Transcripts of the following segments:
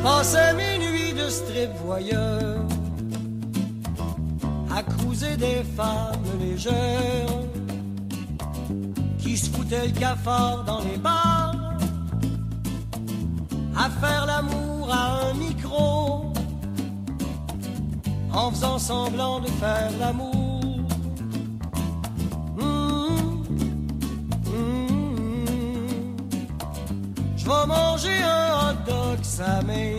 Passais mes nuits de strip voyeur à cruiser des femmes légères qui se foutaient le cafard dans les bars, à faire l'amour à un micro en faisant semblant de faire l'amour. Je vais manger un hot dog sa main,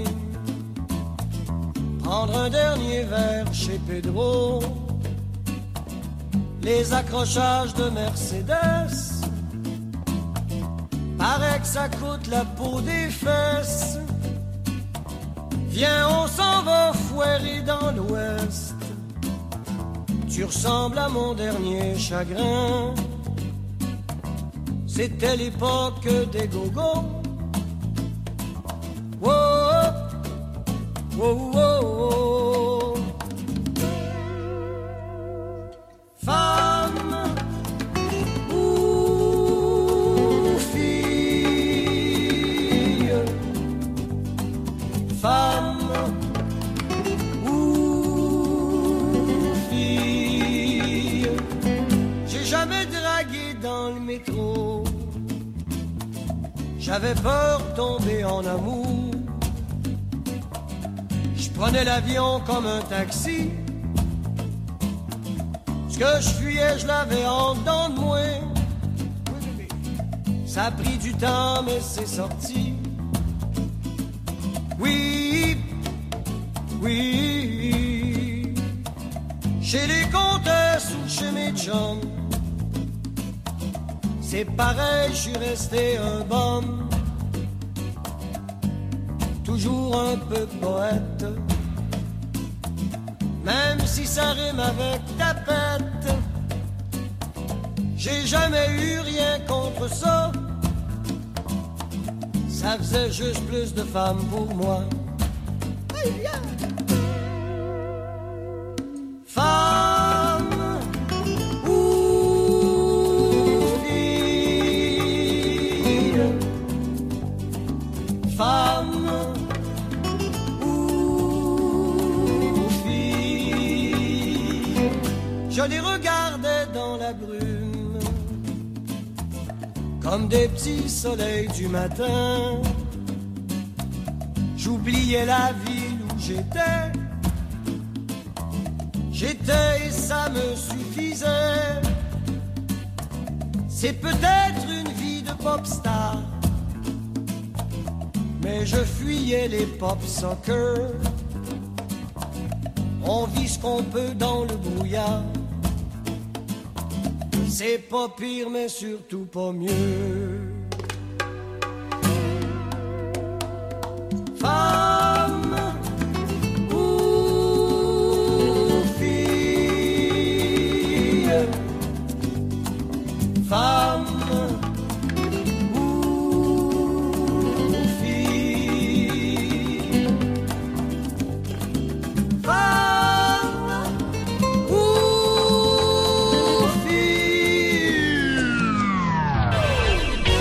prendre un dernier verre chez Pedro, les accrochages de Mercedes, paraît que ça coûte la peau des fesses. Viens, on s'en va foirer dans l'ouest, tu ressembles à mon dernier chagrin. C'était l'époque des gogos. Wow, wow, wow. Femme ou fille, femme ou fille, j'ai jamais dragué dans le métro, j'avais peur de tomber en amour. Je prenais l'avion comme un taxi. Ce que je fuyais, je l'avais en dedans de moi. Ça a pris du temps, mais c'est sorti. Oui, oui. Chez les comtesses ou chez mes chums, c'est pareil, je suis resté un bum. Toujours un peu poète, même si ça rime avec tapette. J'ai jamais eu rien contre ça, ça faisait juste plus de femmes pour moi. Femme ou fille, femme je les regardais dans la brume, comme des petits soleils du matin. J'oubliais la ville où j'étais. J'étais et ça me suffisait. C'est peut-être une vie de pop star, mais je fuyais les pop soccer. On vit ce qu'on peut dans le brouillard. C'est pas pire, mais surtout pas mieux. Femme ou fille, femme ou fille, femme ou fille.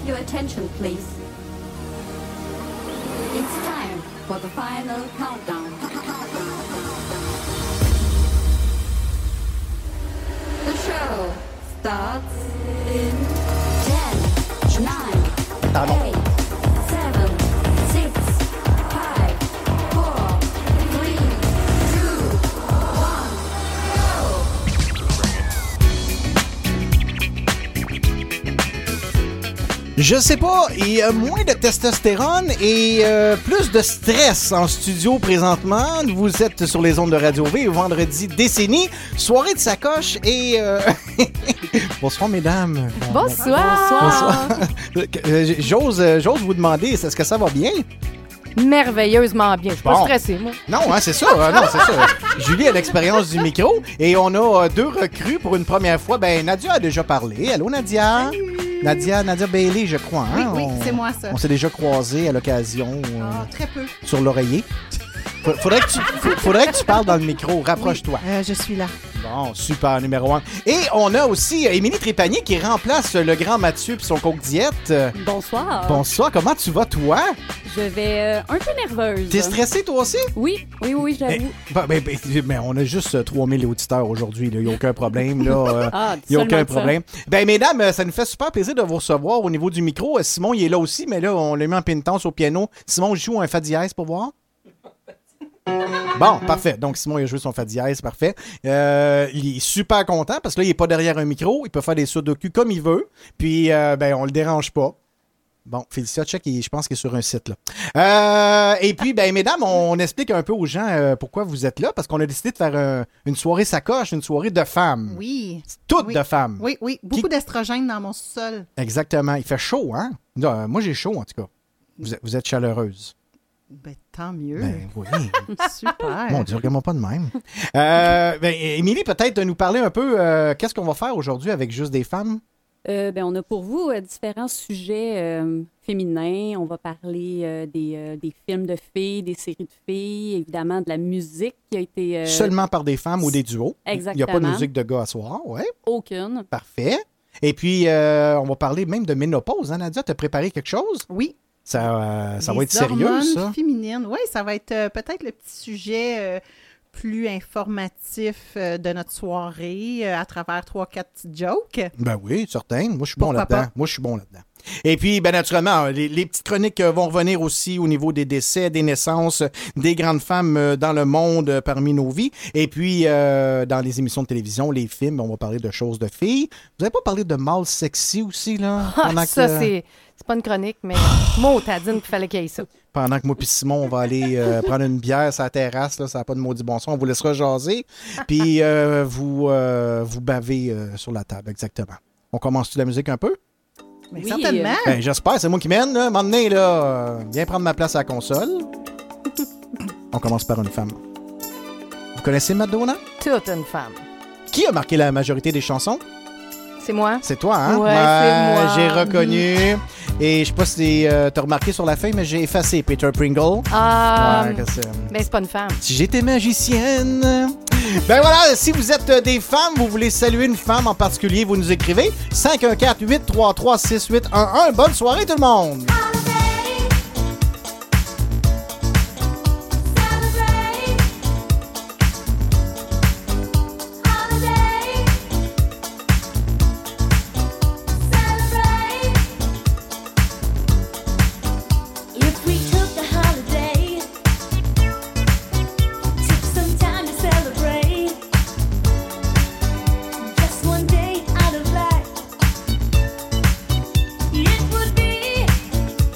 your attention, please. It's time for the final countdown. The show starts in 10, 9, 8, 7, 6, 5, 4, 3, 2, 1, go! Je sais pas, il y a moins de testostérone et plus de stress en studio présentement. Vous êtes sur les ondes de Radio V, vendredi décennie, soirée de sacoche et... Bonsoir, mesdames. Bonsoir. J'ose vous demander, est-ce que ça va bien? Merveilleusement bien. Je suis pas stressée, moi. Non, hein, c'est ça. Non, c'est ça. Julie a l'expérience du micro et on a deux recrues pour une première fois. Ben, Nadia a déjà parlé. Allô, Nadia? Salut. Nadia Bailey, je crois. Hein? Oui, c'est moi, ça. On s'est déjà croisés à l'occasion. Très peu. Sur l'oreiller. Faudrait que tu parles dans le micro. Rapproche-toi. Je suis là. Bon, super, numéro 1. Et on a aussi Émilie Trépanier qui remplace le grand Mathieu puis son coke diète. Bonsoir. Bonsoir, comment tu vas, toi? Je vais un peu nerveuse. T'es stressée, toi aussi? Oui, j'avoue. Ben, on a juste 3000 auditeurs aujourd'hui. Il n'y a aucun problème. Là, il n'y a aucun ça. problème. Ben, mesdames, ça nous fait super plaisir de vous recevoir au niveau du micro. Simon, il est là aussi, mais là, on l'a mis en pénitence au piano. Simon joue un fa dièse pour voir. Bon, parfait. Donc, Simon, il a joué son fa dièse, parfait. Il est super content parce que là, il n'est pas derrière un micro. Il peut faire des sudoku comme il veut. Puis, ben, on le dérange pas. Bon, Félicia, check, je pense qu'il est sur un site, là. Et puis, ben, mesdames, on explique un peu aux gens pourquoi vous êtes là, parce qu'on a décidé de faire une soirée sacoche, une soirée de femmes. Oui. Toutes de femmes. Oui. Beaucoup d'estrogène dans mon sous-sol. Exactement. Il fait chaud, hein? Non, moi, j'ai chaud, en tout cas. Vous êtes chaleureuse. Ben, tant mieux. Ben, oui. Super. Mon Dieu, regarde-moi pas de même. Ben, Émilie, peut-être de nous parler un peu, qu'est-ce qu'on va faire aujourd'hui avec juste des femmes? On a pour vous différents sujets féminins. On va parler des films de filles, des séries de filles, évidemment de la musique qui a été... Seulement par des femmes ou des duos? Exactement. Il n'y a pas de musique de gars à soir, ouais. Aucune. Parfait. Et puis, on va parler même de ménopause. Hein, Nadia, t'as préparé quelque chose? Oui. Ça va être sérieux, ça? Hormones féminines. Oui, ça va être peut-être le petit sujet plus informatif de notre soirée à travers 3-4 petites jokes. Ben oui, certain. Moi, je suis Pourquoi bon là-dedans. Et puis, ben naturellement, les petites chroniques vont revenir aussi au niveau des décès, des naissances, des grandes femmes dans le monde parmi nos vies. Et puis, dans les émissions de télévision, les films, on va parler de choses de filles. Vous n'avez pas parlé de mâles sexy aussi, là? C'est pas une chronique, mais moi, t'as dit qu'il fallait qu'il y ait ça. Pendant que moi et Simon, on va aller prendre une bière sur la terrasse, là, ça n'a pas de maudit bon son, on vous laissera jaser, puis vous bavez sur la table, exactement. On commence-tu la musique un peu? Mais certainement. Ben, j'espère, c'est moi qui mène, là. Maintenant, viens prendre ma place à la console. On commence par une femme. Vous connaissez Madonna? Toute une femme. Qui a marqué la majorité des chansons? C'est moi. C'est toi, hein? Ouais, c'est moi. J'ai reconnu. Et je sais pas si t'as remarqué sur la feuille, mais j'ai effacé Peter Pringle. Mais c'est pas une femme. Si j'étais magicienne. Ben voilà, si vous êtes des femmes, vous voulez saluer une femme en particulier, vous nous écrivez 514-833-6811. Bonne soirée tout le monde! It would be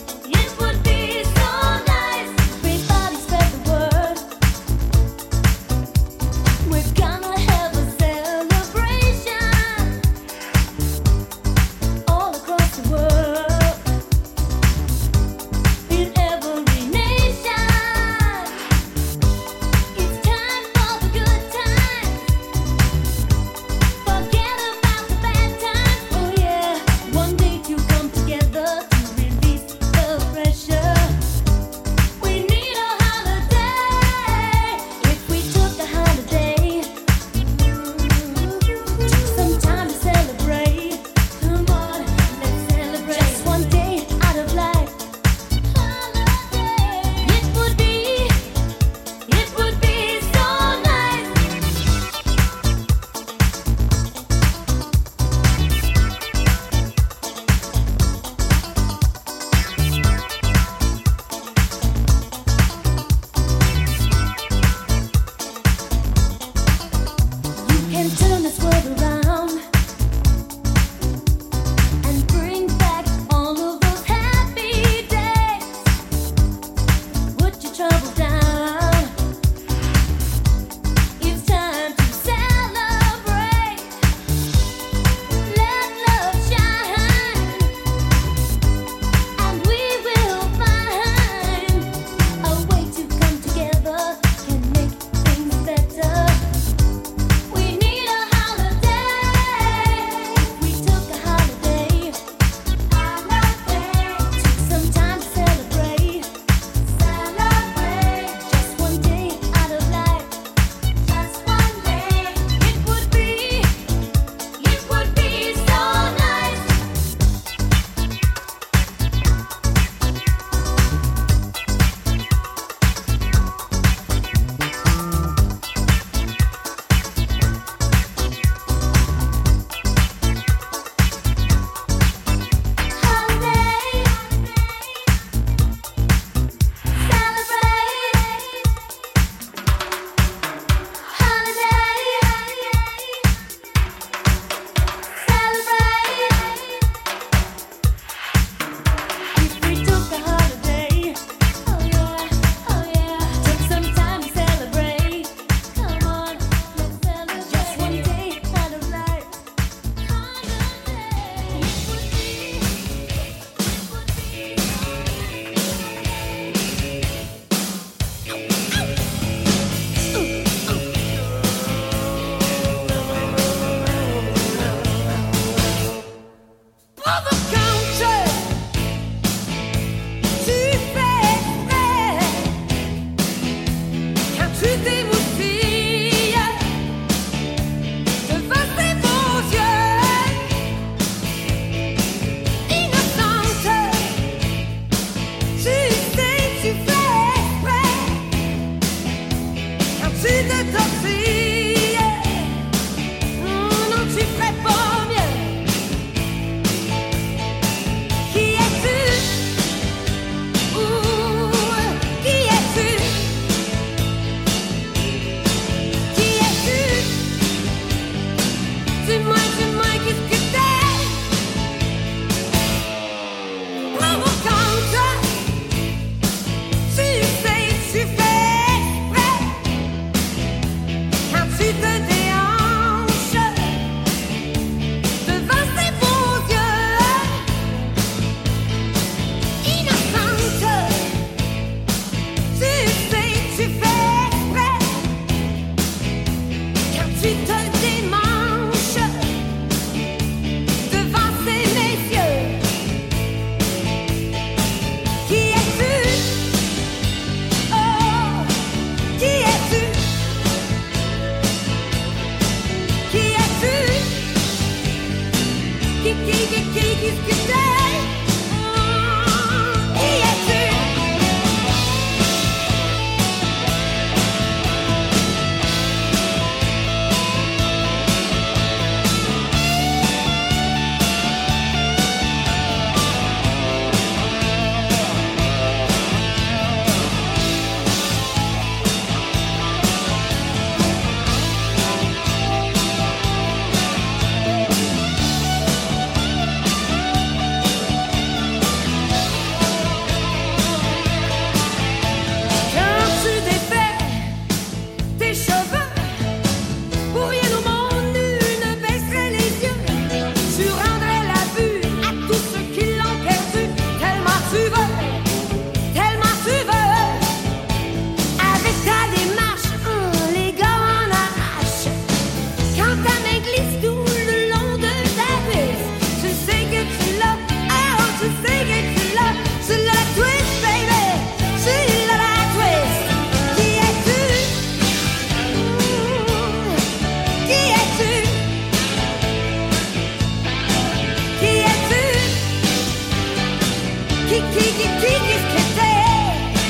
qu'est-ce que c'est?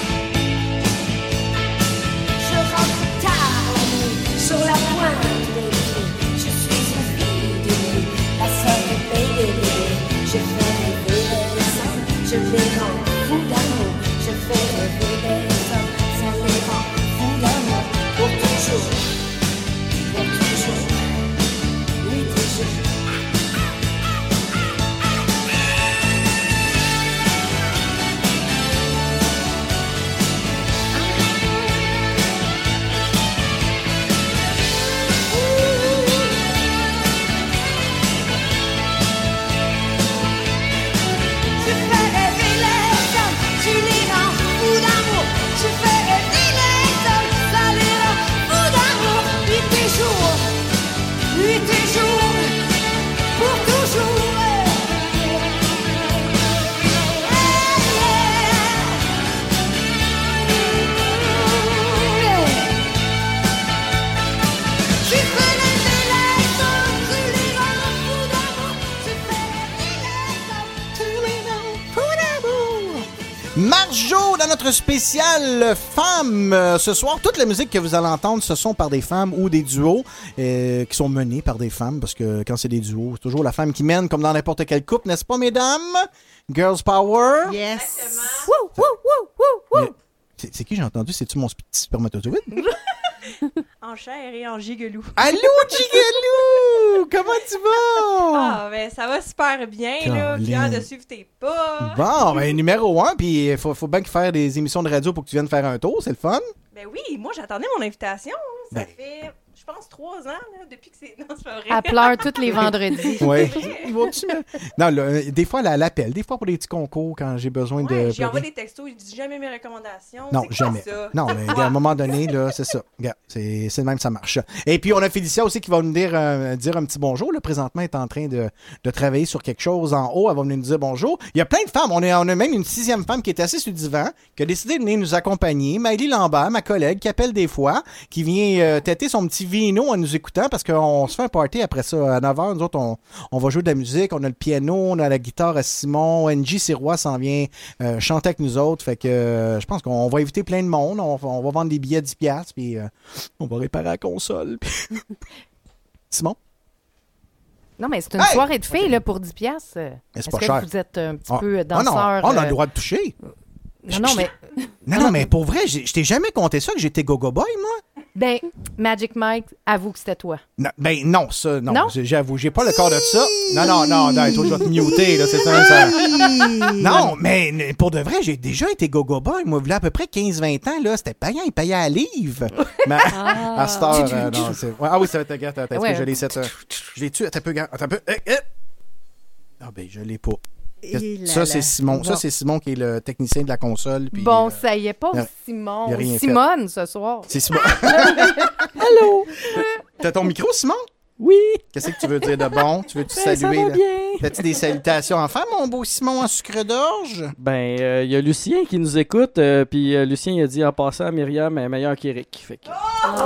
Je rentre tard sur la pointe de nuit. Je suis une fille de nuit, la sœur de bébé. Je fais rêver les hommes, je les rends fous d'amour. Je fais rêver les hommes, ça les rend fous d'amour. Pour toujours, oui toujours. Je fais rêver les hommes, tu les rends fous d'amour. Je fais rêver les hommes, ça les rend fous d'amour. Nuit et jour, pour toujours. Je fais rêver les hommes, tu les rends fous d'amour. Je fais rêver les hommes, tu les rends fous d'amour. Marjo, dans notre spécial femmes, ce soir, toute la musique que vous allez entendre, ce sont par des femmes ou des duos qui sont menés par des femmes, parce que quand c'est des duos, c'est toujours la femme qui mène, comme dans n'importe quel couple, n'est-ce pas, mesdames? Girls Power. Yes. C'est qui j'ai entendu? C'est-tu mon petit spermatozoïde? En chair et en gigoulou. Allô, Gigalou! Comment tu vas? Ah, ben ça va super bien, là. Caroline. Fier de suivre tes pas. Bon, ben numéro 1, puis il faut bien faire des émissions de radio pour que tu viennes faire un tour, c'est le fun. Ben oui, moi j'attendais mon invitation. Ça Ben. fait, je pense, 3 ans, là, depuis que c'est... Non, c'est pas vrai. Elle pleure tous les vendredis. Oui. Non, là, des fois, elle appelle. Des fois, pour des petits concours, quand j'ai besoin de... Ouais, j'y envoie des textos, je dis jamais mes recommandations. Non, C'est quoi jamais. ça? Non, mais à un moment donné, là, c'est ça. Regarde, c'est le même, ça marche. Et puis, on a Félicia aussi qui va nous dire un petit bonjour. Là, présentement, elle est en train de travailler sur quelque chose en haut. Elle va venir nous dire bonjour. Il y a plein de femmes. On a même une 6e femme qui est assise sur le divan, qui a décidé de venir nous accompagner. Maëlie Lambert, ma collègue, qui appelle des fois, qui vient têter son petit vino en nous écoutant parce qu'on se fait un party après ça. À 9h, nous autres, on va jouer de la musique. On a le piano, on a la guitare à Simon. NJ Sirois s'en vient chanter avec nous autres. Fait que je pense qu'on va inviter plein de monde. On va vendre des billets à 10$, puis on va réparer la console. Simon? Non, mais c'est une Hey! soirée de filles là, pour 10$. Est-ce pas que cher. vous êtes un petit Ah. peu Ah danseur? non, on a le droit de toucher. Non, mais... Non, mais pour vrai, je t'ai jamais compté ça que j'étais Gogo Boy, moi. Ben, Magic Mike, avoue que c'était toi. Non, ben non, ça, non. Non? J'avoue, j'ai pas le corps de ça. Non, toi, je vais te muter, là, c'est ça. Non, mais pour de vrai, j'ai déjà été Gogo Boy. Moi, il y a à peu près 15-20 ans, là, c'était payant, il payait à livre. Mais à cette heure, non, c'est... Ouais, ah oui, ça va être... Attends, Ouais. je l'ai cette... Je l'ai tué, attends un peu. Ah ben, je l'ai pas. Et là Ça, là. c'est Simon. Bon. Ça, c'est Simon qui est le technicien de la console. Puis, Bon, ça y est, pas il a Simon. rien fait. Simone, ce soir. c'est Simon. Allô? T'as ton micro, Simon? Oui, Qu'est-ce que tu veux dire de bon? Tu veux-tu ben, ça saluer? va là? bien. T'as-tu des salutations en femme, mon beau Simon en sucre d'orge? Ben, il y a Lucien qui nous écoute, puis Lucien il a dit en passant, Myriam est meilleure qu'Éric. Fait que...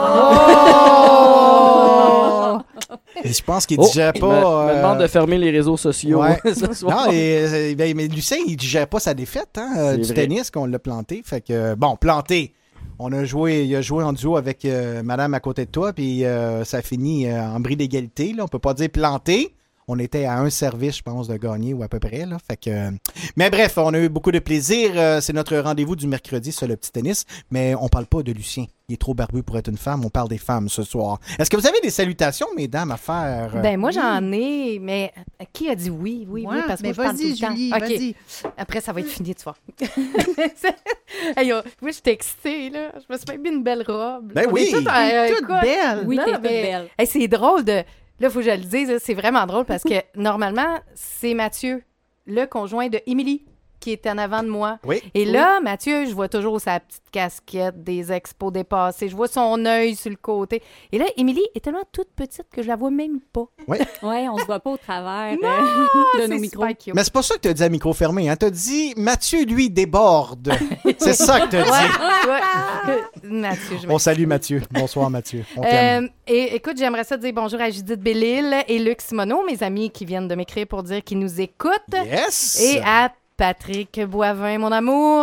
Et je pense qu'il Oh, digère il pas... me demande de fermer les réseaux sociaux Ouais. ce soir. Non, mais Lucien, il digère pas sa défaite C'est du vrai. tennis qu'on l'a planté. Fait que, bon, planté. Il a joué en duo avec madame à côté de toi, puis ça a fini en bris d'égalité. Là. On peut pas dire planté. On était à un service, je pense, de gagner ou à peu près. Là. Fait que, mais bref, on a eu beaucoup de plaisir. C'est notre rendez-vous du mercredi sur le petit tennis. Mais on parle pas de Lucien. Il est trop barbu pour être une femme. On parle des femmes ce soir. Est-ce que vous avez des salutations, mesdames, à faire? Ben, moi, j'en ai, mais qui a dit oui? Oui, Ouais, parce que mais moi, je parle tout vas-y, le temps. Julie, OK. vas-y. Après, ça va être fini, tu vois. Hey, moi, je suis excitée, là. Je me suis même mis une belle robe. Ben oui. Toute belle. Oui, Non, t'es toute mais- belle. Hey, c'est drôle de... Là, il faut que je le dise, là, c'est vraiment drôle parce que normalement, c'est Mathieu, le conjoint de Émilie, qui est en avant de moi. Oui. Et là, Mathieu, je vois toujours sa petite casquette des expos dépassés. Je vois son œil sur le côté. Et là, Émilie est tellement toute petite que je la vois même pas. Ouais, on se voit pas au travers Non, de c'est nos micros. super cute. Mais c'est pas ça que t'as dit à micro fermé. Hein? T'as dit Mathieu, lui, déborde. C'est ça que t'as dit. Ouais. Mathieu, je On salue Mathieu. Bonsoir, Mathieu. On t'aime. Et écoute, j'aimerais ça dire bonjour à Judith Bellil et Luc Simoneau, mes amis qui viennent de m'écrire pour dire qu'ils nous écoutent. Yes! Et à Patrick Boivin, mon amour,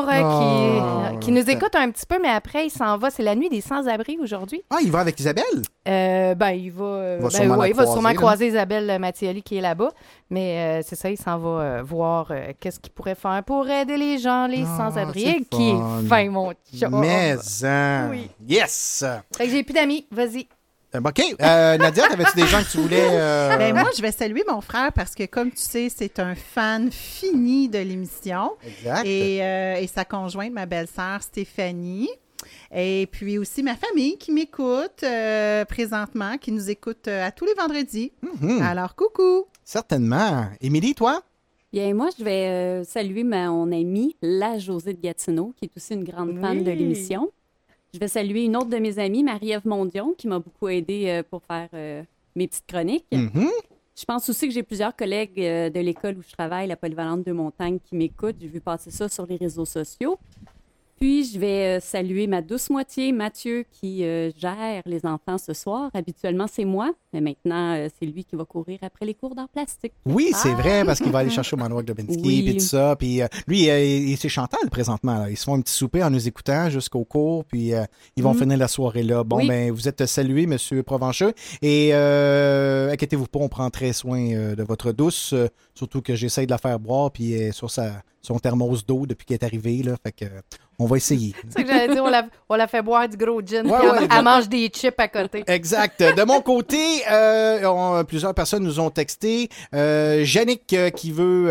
qui nous putain. écoute un petit peu, mais après, il s'en va. C'est la nuit des sans-abri aujourd'hui. Ah, il va avec Isabelle? Il va Il va sûrement la il va sûrement croiser, là. croiser Isabelle Mattioli qui est là-bas. Mais c'est ça, il s'en va voir qu'est-ce qu'il pourrait faire pour aider les gens, les sans-abri. c'est Qui fun. est fin, mon chum. Mais, Oui. yes! Fait que j'ai plus d'amis. Vas-y. OK. Nadia, t'avais-tu des gens que tu voulais... Ben, moi, je vais saluer mon frère parce que, comme tu sais, c'est un fan fini de l'émission. Exact. Et sa conjointe, ma belle-sœur Stéphanie. Et puis aussi ma famille qui m'écoute présentement, qui nous écoute à tous les vendredis. Mhm. Alors, coucou! Certainement. Émilie, toi? Bien, moi, je vais saluer mon amie, la Josée de Gatineau, qui est aussi une grande fan de l'émission. Je vais saluer une autre de mes amies, Marie-Ève Mondion, qui m'a beaucoup aidée pour faire mes petites chroniques. Mhm. Je pense aussi que j'ai plusieurs collègues de l'école où je travaille, la Polyvalente de Montagne, qui m'écoutent. J'ai vu passer ça sur les réseaux sociaux. Puis, je vais saluer ma douce moitié, Mathieu, qui gère les enfants ce soir. Habituellement, c'est moi, mais maintenant, c'est lui qui va courir après les cours d'art plastique. Oui, c'est vrai, parce qu'il va aller chercher au Manoir Globinski Oui. puis tout ça. Puis lui, c'est Chantal présentement. Là. Ils se font un petit souper en nous écoutant jusqu'au cours, puis ils vont finir la soirée là. Bon, Oui. ben, vous êtes salués, M. Provencheux. Et inquiétez-vous pas, on prend très soin de votre douce, surtout que j'essaye de la faire boire, puis elle est sur son thermos d'eau depuis qu'elle est arrivée. Là, fait que on va essayer. C'est ça que j'allais dire, on la fait boire du gros gin, Ouais, puis ouais, elle mange des chips à côté. Exact. De mon côté, plusieurs personnes nous ont texté. Yannick qui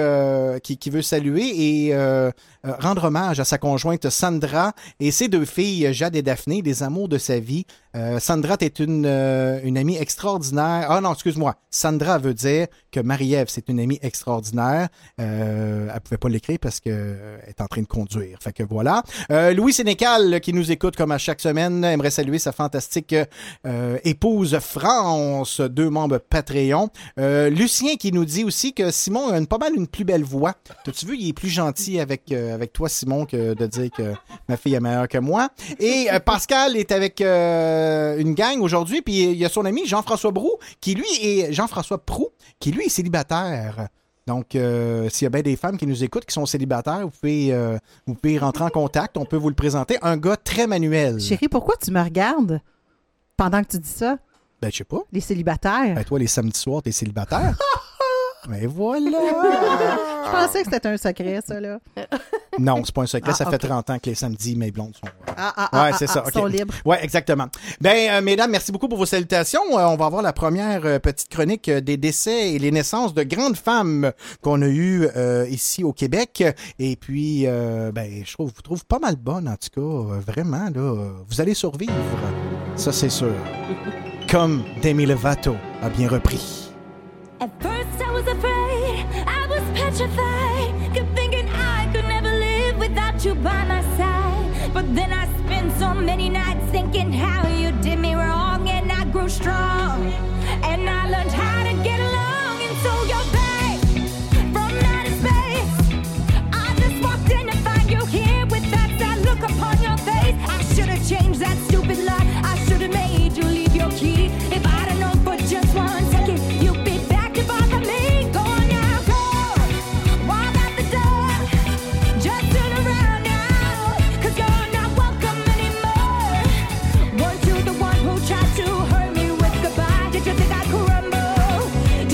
veut saluer et rendre hommage à sa conjointe Sandra et ses deux filles, Jade et Daphné, des amours de sa vie. Sandra, t'es une amie extraordinaire. Ah non, excuse-moi. Sandra veut dire que Marie-Ève, c'est une amie extraordinaire. Elle pouvait pas l'écrire parce qu'elle est en train de conduire. Fait que voilà. Louis Sénécal, qui nous écoute comme à chaque semaine, aimerait saluer sa fantastique épouse France, 2 membres Patreon. Lucien qui nous dit aussi que Simon a pas mal une plus belle voix. T'as-tu vu, il est plus gentil avec toi, Simon, que de dire que ma fille est meilleure que moi. Et Pascal est avec une gang aujourd'hui, puis il y a son ami Jean-François Proulx, qui lui est célibataire. Donc, s'il y a bien des femmes qui nous écoutent, qui sont célibataires, vous pouvez rentrer en contact. On peut vous le présenter. Un gars très manuel. Chérie, pourquoi tu me regardes pendant que tu dis ça? Ben, je sais pas. Les célibataires? Ben, toi, les samedis soirs, t'es célibataire. Mais voilà! Je pensais que c'était un secret, ça, là. Non, c'est pas un secret. Ah, ça fait ok. 30 ans que les samedis, mes blondes sont... Ouais, c'est ça. ok. sont libres. Oui, exactement. Ben, mesdames, merci beaucoup pour vos salutations. On va avoir la première petite chronique des décès et les naissances de grandes femmes qu'on a eues ici au Québec. Et puis, ben, je vous trouve pas mal bonne, en tout cas. Vraiment, là, vous allez survivre. Ça, c'est sûr. Comme Demi Lovato a bien repris. At first I was afraid, I was petrified, kept thinking I could never live without you by my side. But then I spent so many nights thinking how you did me wrong, and I grew strong, and I learned how to get along. And so you're back from outer space. I just walked in to find you here with that look upon your face. I should have changed that stupid lock. I should have made you leave your key. If I'd have known for just 1 second, you'd be back to bother me. Go on now, go. Walk out the door. Just turn around now, 'cause you're not welcome anymore. Weren't you the one who tried to hurt me with goodbye? Did you think I'd crumble?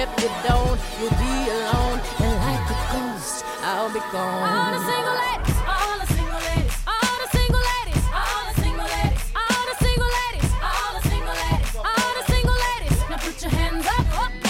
if you don't, you'll be alone. And like a ghost, I'll be gone. All the single ladies, all the single ladies, all the single ladies, all the single ladies, all the single ladies, all the single ladies, all the single ladies. Now put your hands up.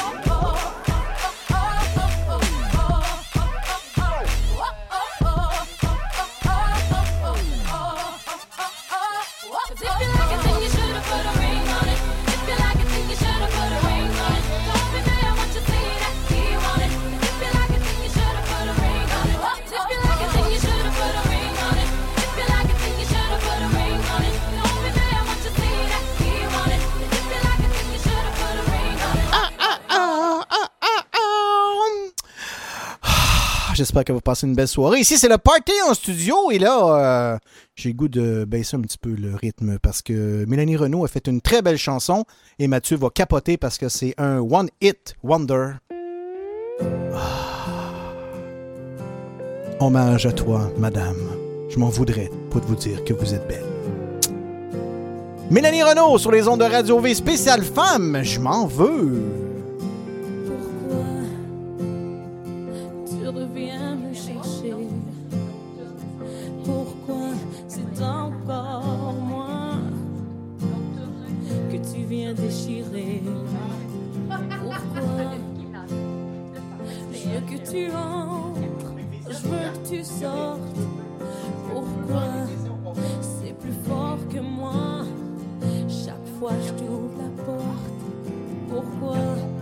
J'espère que vous passez une belle soirée. Ici, c'est le party en studio. Et là, j'ai le goût de baisser un petit peu le rythme parce que Mélanie Renaud a fait une très belle chanson et Mathieu va capoter parce que c'est un one-hit wonder. Hommage à toi, madame. Je m'en voudrais pas de vous dire que vous êtes belle. Mélanie Renaud sur les ondes de Radio V spéciale femme. Je m'en veux. Reviens me chercher. Pourquoi c'est encore moi que tu viens déchirer? Pourquoi je veux que tu entres, je veux que tu sortes? Pourquoi c'est plus fort que moi? Chaque fois je t'ouvre la porte. Pourquoi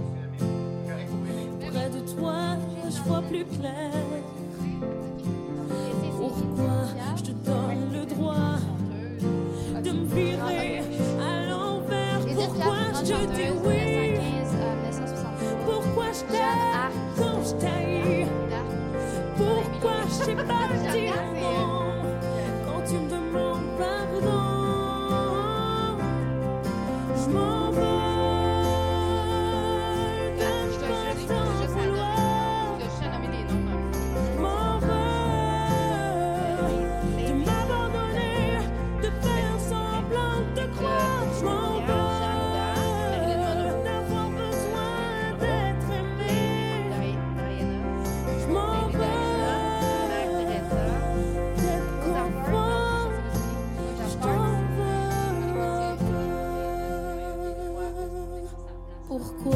près de toi je vois plus clair? Pourquoi je te donne le droit de me virer à l'envers? Pourquoi je te dis oui? Pourquoi je t'aime quand je t'haïs? Pourquoi je sais pas dire non quand tu me demandes pardon? Je m'en vais. Pourquoi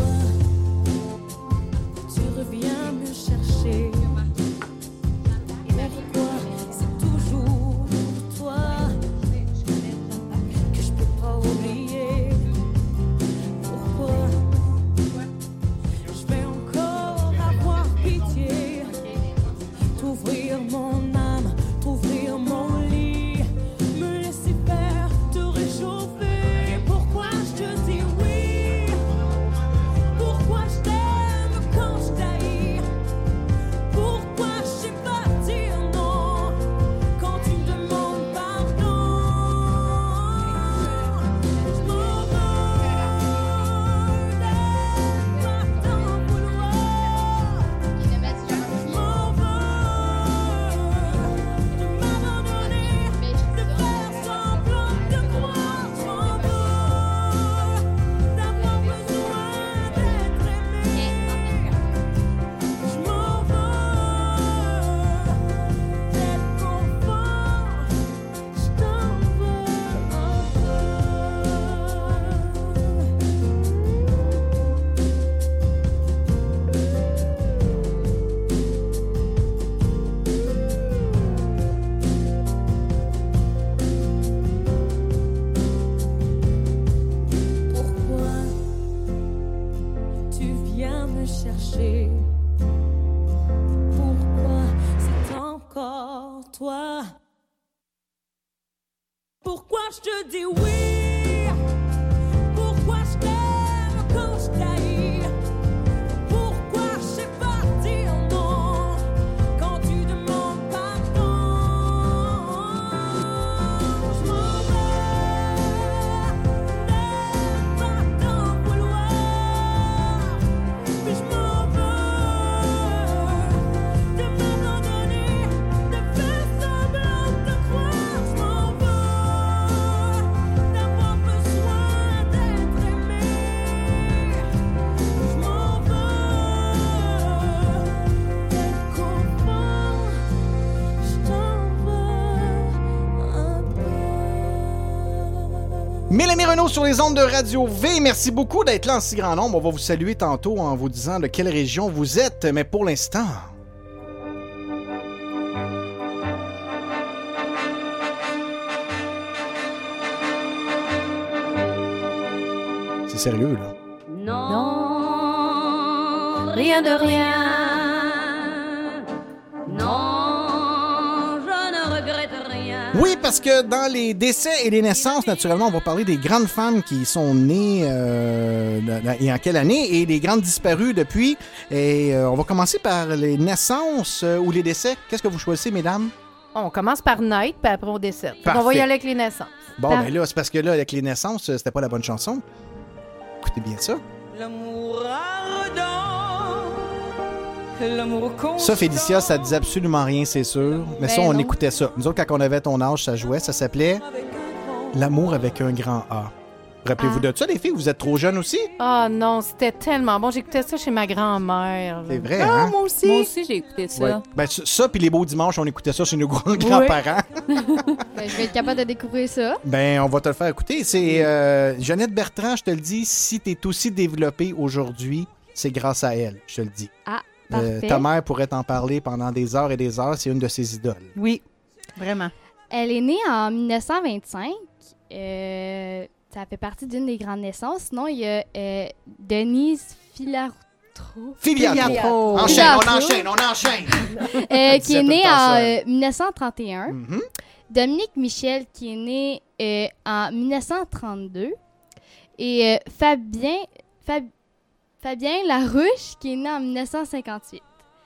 tu reviens me chercher? Pourquoi c'est toujours toi que je peux pas oublier? Pourquoi je vais encore avoir pitié? T'ouvrir mon âme, t'ouvrir mon lit, me laisser faire, te réchauffer. Pourquoi je te dis oui? Pourquoi je t'aime quand je t'haïs? Pourquoi je sais pas dire non quand tu me demandes pardon? Je m'en veux d'être pas t'en vouloir. Je m'en veux de m'abandonner, de faire semblant de croire. Je m'en veux d'avoir besoin d'être aimé. Je m'en veux d'être confort. Je t'en veux un Pourquoi tu viens me chercher? Pourquoi c'est encore toi? Pourquoi je te dis oui? Pourquoi je t'aime quand je t'haïs? Pourquoi je sais pas dire non quand tu demandes pardon? Je m'en vais d'être pas t'en vouloir. Puis je m'en veux de m'abandonner, de faire semblant de croire. Je m'en veux Mélanie Renaud sur les ondes de Radio V. Merci beaucoup d'être là en si grand nombre. On va vous saluer tantôt en vous disant de quelle région vous êtes. Mais pour l'instant... C'est sérieux, là. Non, rien de rien. Non, je ne regrette rien. Oui, parce que dans les décès et les naissances, naturellement, on va parler des grandes femmes qui sont nées et en quelle année, et les grandes disparues depuis. Et on va commencer par les naissances ou les décès. Qu'est-ce que vous choisissez, mesdames? On commence par naître, puis après on décède. Parfait. On va y aller avec les naissances. Bon, ben là, c'est parce que là, avec les naissances, c'était pas la bonne chanson. Écoutez bien ça. L'amour ardent, l'amour constant. Ça, Félicia, ça disait absolument rien, c'est sûr. Mais ça, Ben on non. écoutait ça. Nous autres, quand on avait ton âge, ça jouait. Ça s'appelait L'amour avec un grand A. Rappelez-vous de ça, les filles? Vous êtes trop jeunes aussi? Ah non, c'était tellement bon. J'écoutais ça chez ma grand-mère. là. C'est vrai, Ah, hein? moi aussi. Moi aussi, j'ai écouté ça. Ouais. Ben, ça, puis les beaux dimanches, on écoutait ça chez nos grands-parents. Ben, je vais être capable de découvrir ça. Ben, on va te le faire écouter. C'est Jeannette Bertrand, je te le dis, si tu es aussi développée aujourd'hui, c'est grâce à elle, je te le dis. Ah, parfait. Ta mère pourrait t'en parler pendant des heures et des heures. C'est une de ses idoles. Oui, vraiment. Elle est née en 1925. Ça fait partie d'une des grandes naissances. Sinon, il y a Denise Filiatro. Filiatro. Enchaîne, Filiatro. on enchaîne. Qui est née tout le temps en ça. 1931. Mhm. Dominique Michel, qui est né en 1932. Et Fabien Larouche, qui est né en 1958.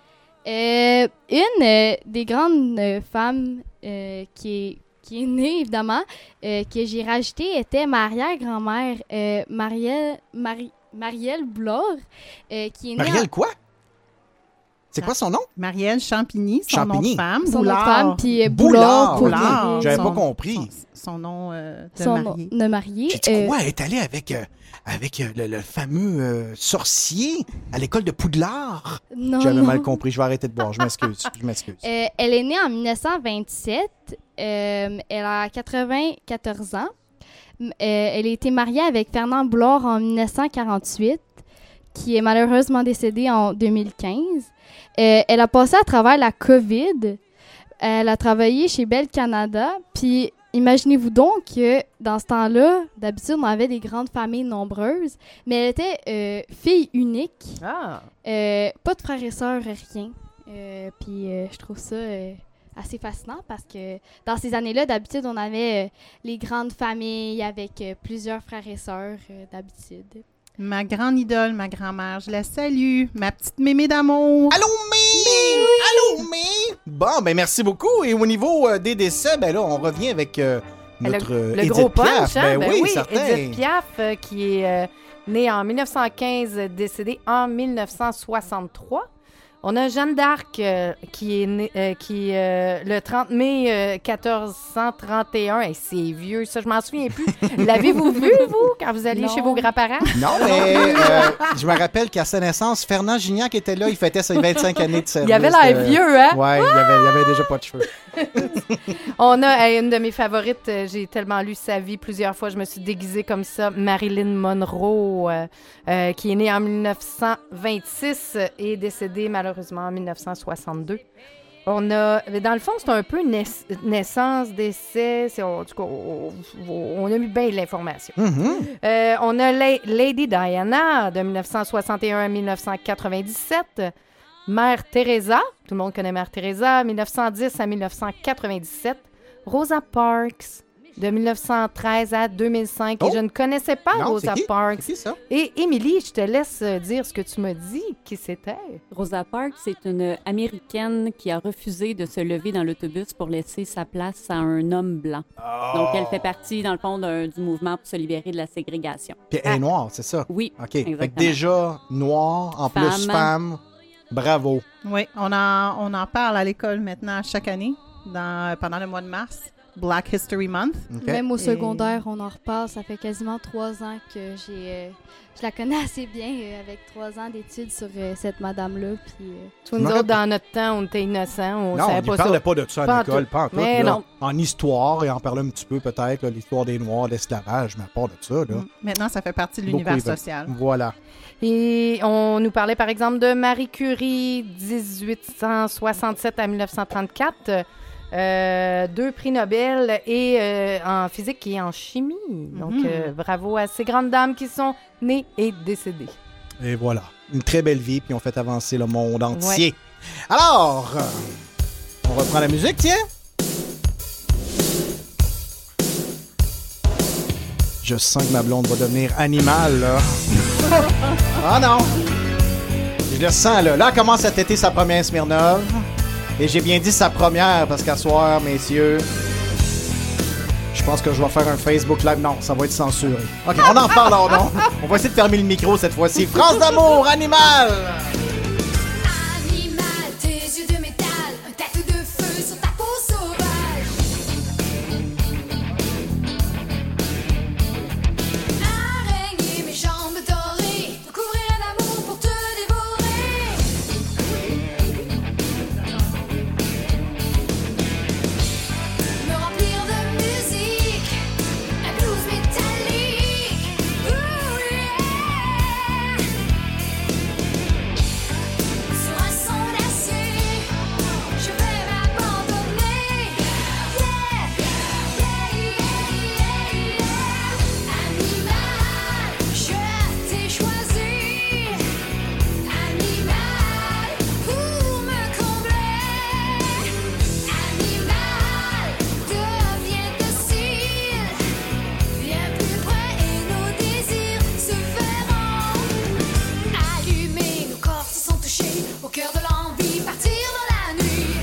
Une des grandes femmes qui est née, évidemment, que j'ai rajoutée, était ma arrière-grand-mère, Marielle Boulard, qui est née Marielle quoi? C'est quoi son nom? Marielle Champigny, son Champigny. nom de femme. son nom de Boulard. femme, puis Boulard. Boulard. pour Boulard. les- J'avais Son- pas compris. Son nom de son mariée. nom de mariée. J'ai dit quoi? Elle est allée avec le fameux sorcier à l'école de Poudlard? Non, J'avais non. mal compris. Je vais arrêter de boire. Je m'excuse. Elle est née en 1927. Elle a 94 ans. Elle a été mariée avec Fernand Boulard en 1948, qui est malheureusement décédé en 2015. Elle a passé à travers la COVID. Elle a travaillé chez Bell Canada. Puis imaginez-vous donc que dans ce temps-là, d'habitude, on avait des grandes familles nombreuses, mais elle était fille unique. Ah. Pas de frères et sœurs, rien. Puis je trouve ça assez fascinant parce que dans ces années-là, d'habitude, on avait les grandes familles avec plusieurs frères et sœurs d'habitude. Ma grande idole, ma grand-mère, je la salue. Ma petite mémé d'amour. Allô, Mé! Allô, Mé! Bon, ben merci beaucoup. Et au niveau des décès, ben là, on revient avec notre le Edith gros Piaf. punch, hein? Ben oui, certain. Edith Piaf, qui est née en 1915, décédée en 1963. On a Jeanne d'Arc qui est née le 30 mai 1431. Et c'est vieux, ça, je m'en souviens plus. L'avez-vous vu, vous, quand vous alliez Non. chez vos grands-parents? Non, mais je me rappelle qu'à sa naissance, Fernand Gignac était là. Il fêtait ses 25 années de service. Il avait l'air vieux, hein? Ouais, il avait déjà pas de cheveux. On a une de mes favorites, j'ai tellement lu sa vie plusieurs fois, je me suis déguisée comme ça, Marilyn Monroe, qui est née en 1926 et décédée malheureusement en 1962. On a, dans le fond, c'est un peu naissance, décès, en tout cas, on a mis bien de l'information. Mm-hmm. On a Lady Diana de 1961 à 1997. Mère Teresa, tout le monde connaît Mère Teresa, 1910 à 1997. Rosa Parks, de 1913 à 2005. Oh! Et je ne connaissais pas Non, Rosa c'est qui? Parks. C'est qui ça? Et Émilie, je te laisse dire ce que tu m'as dit, qui c'était. Rosa Parks, c'est une Américaine qui a refusé de se lever dans l'autobus pour laisser sa place à un homme blanc. Donc, elle fait partie, dans le fond, du mouvement pour se libérer de la ségrégation. Puis elle est noire, c'est ça? Oui, OK. Fait que exactement. déjà, noire, en plus Femme. femme. Bravo. Oui, on en parle à l'école maintenant chaque année, pendant le mois de mars. Black History Month. OK. Même au secondaire, on en reparle. Ça fait quasiment 3 ans que je la connais assez bien, avec 3 ans d'études sur cette madame-là. Puis, Nous autres, dans notre temps, on était innocents. On Non, savait on pas ne parlait ça. pas de ça Pas à en l'école, tout. pas en tout. Mais là. non. En histoire, et en parlait un petit peu peut-être, là, l'histoire des Noirs, l'esclavage, mais à part de ça, là. Maintenant, ça fait partie de Beaucoup l'univers évolué. social. Voilà. Et on nous parlait, par exemple, de Marie Curie, 1867 à 1934. 2 prix Nobel et en physique et en chimie. Donc, bravo à ces grandes dames qui sont nées et décédées. Et voilà. Une très belle vie, puis on fait avancer le monde entier. Ouais. Alors, on reprend la musique, tiens. Je sens que ma blonde va devenir animale, là. Ah non! Je le sens, là. Là, elle commence à têter sa première Smirnoff. Et j'ai bien dit sa première, parce qu'à soir, messieurs, je pense que je vais faire un Facebook Live. Non, ça va être censuré. OK, on en parle, alors non. On va essayer de fermer le micro cette fois-ci. France d'amour, animal! Animal, tes yeux de métal, un tatou de feu sur ta peau sauvage. Araignée, mes jambes dorées, te couvrir d'amour pour te dévorer. Me remplir de musique, un blues métallique. Ooh, yeah. Sur un son d'acier, je vais m'abandonner. Yeah, yeah, yeah, yeah. Animal, je t'ai choisi. Animal, pour me combler. Animal, deviens docile. Viens plus près et nos désirs se feront. Allumés, nos corps se sont touchés. Au cœur de l'envie, partir dans la nuit.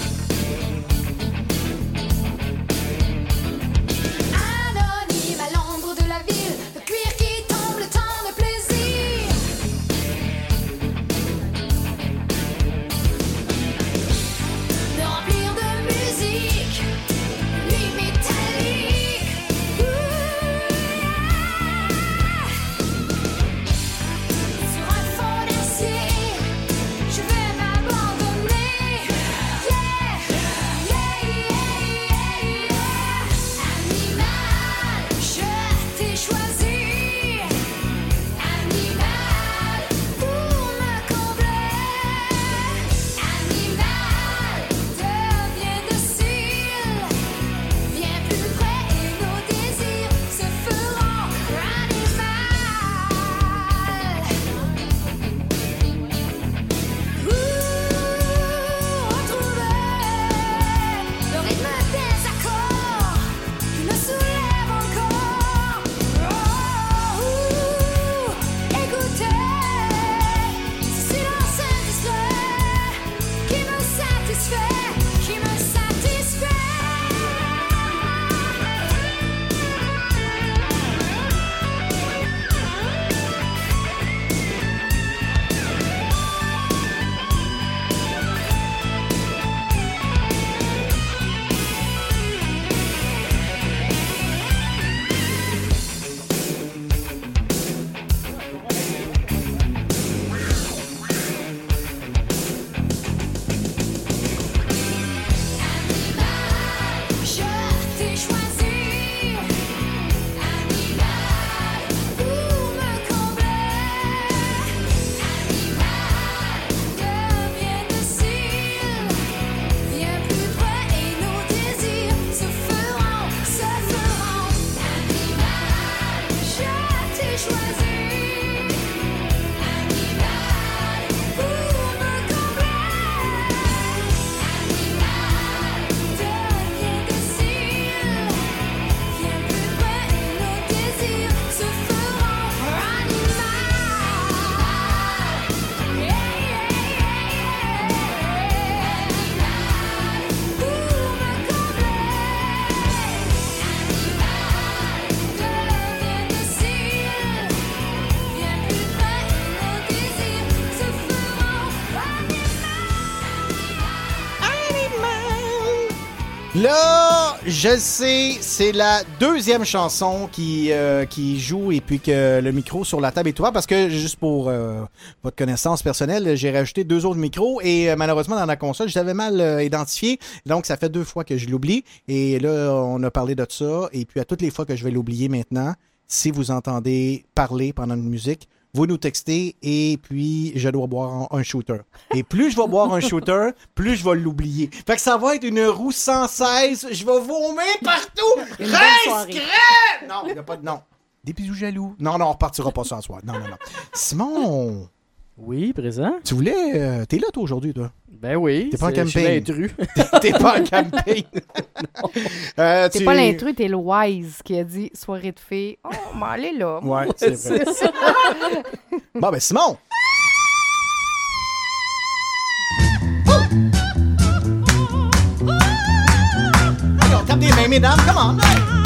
Anonyme à l'ombre de la ville, le cuir qui tombe, le temps de plaisir. Me remplir de musique, nuit métallique. Sur un fond d'acier, je vais m'abandonner. Yeah, yeah, yeah, yeah. Animal, je t'ai choisi. Animal, pour me combler. Animal, deviens docile. Viens plus près et nos désirs se feront. Retrouver le rythme des accords qui me soulèvent encore. Écouter ce silence indiscret qui me satisfait, qui me satisfait. Je t'ai choisi. Animal, pour me combler. Animal, deviens docile. Viens plus près et nos désirs se feront. Animal, je t'ai choisi. Animal, pour me combler. Animal, deviens docile. Viens plus près et nos désirs se feront. Animal, yeah, yeah, yeah, Animal, pour me combler. Animal, deviens docile. Viens plus près et nos désirs se feront. Là, je le sais, c'est la deuxième chanson qui joue et puis que le micro sur la table est ouvert parce que, juste pour votre connaissance personnelle, j'ai rajouté 2 autres micros et malheureusement dans la console, je l'avais mal identifié. Donc, ça fait 2 fois que je l'oublie. Et là, on a parlé de ça. Et puis, à toutes les fois que je vais l'oublier maintenant, si vous entendez parler pendant une musique, vous nous textez et puis je dois boire un shooter. Et plus je vais boire un shooter, plus je vais l'oublier. Fait que ça va être une roue sans cesse. Je vais vomir partout. Reste crème! Non, il n'y a pas de non. Des bisous jaloux. Non, on repartira pas ça ce soir. Non. Simon. Oui, présent. Tu voulais... t'es là, toi, aujourd'hui, toi? Ben oui. T'es pas en camping. Je suis l'intrus. T'es pas en camping. T'es pas l'intrus, t'es le wise qui a dit soirée de filles. Oh, mais allez là. Ouais, c'est vrai. Bon, ben, Simon. Allez, on tape des mains, mesdames. Come on.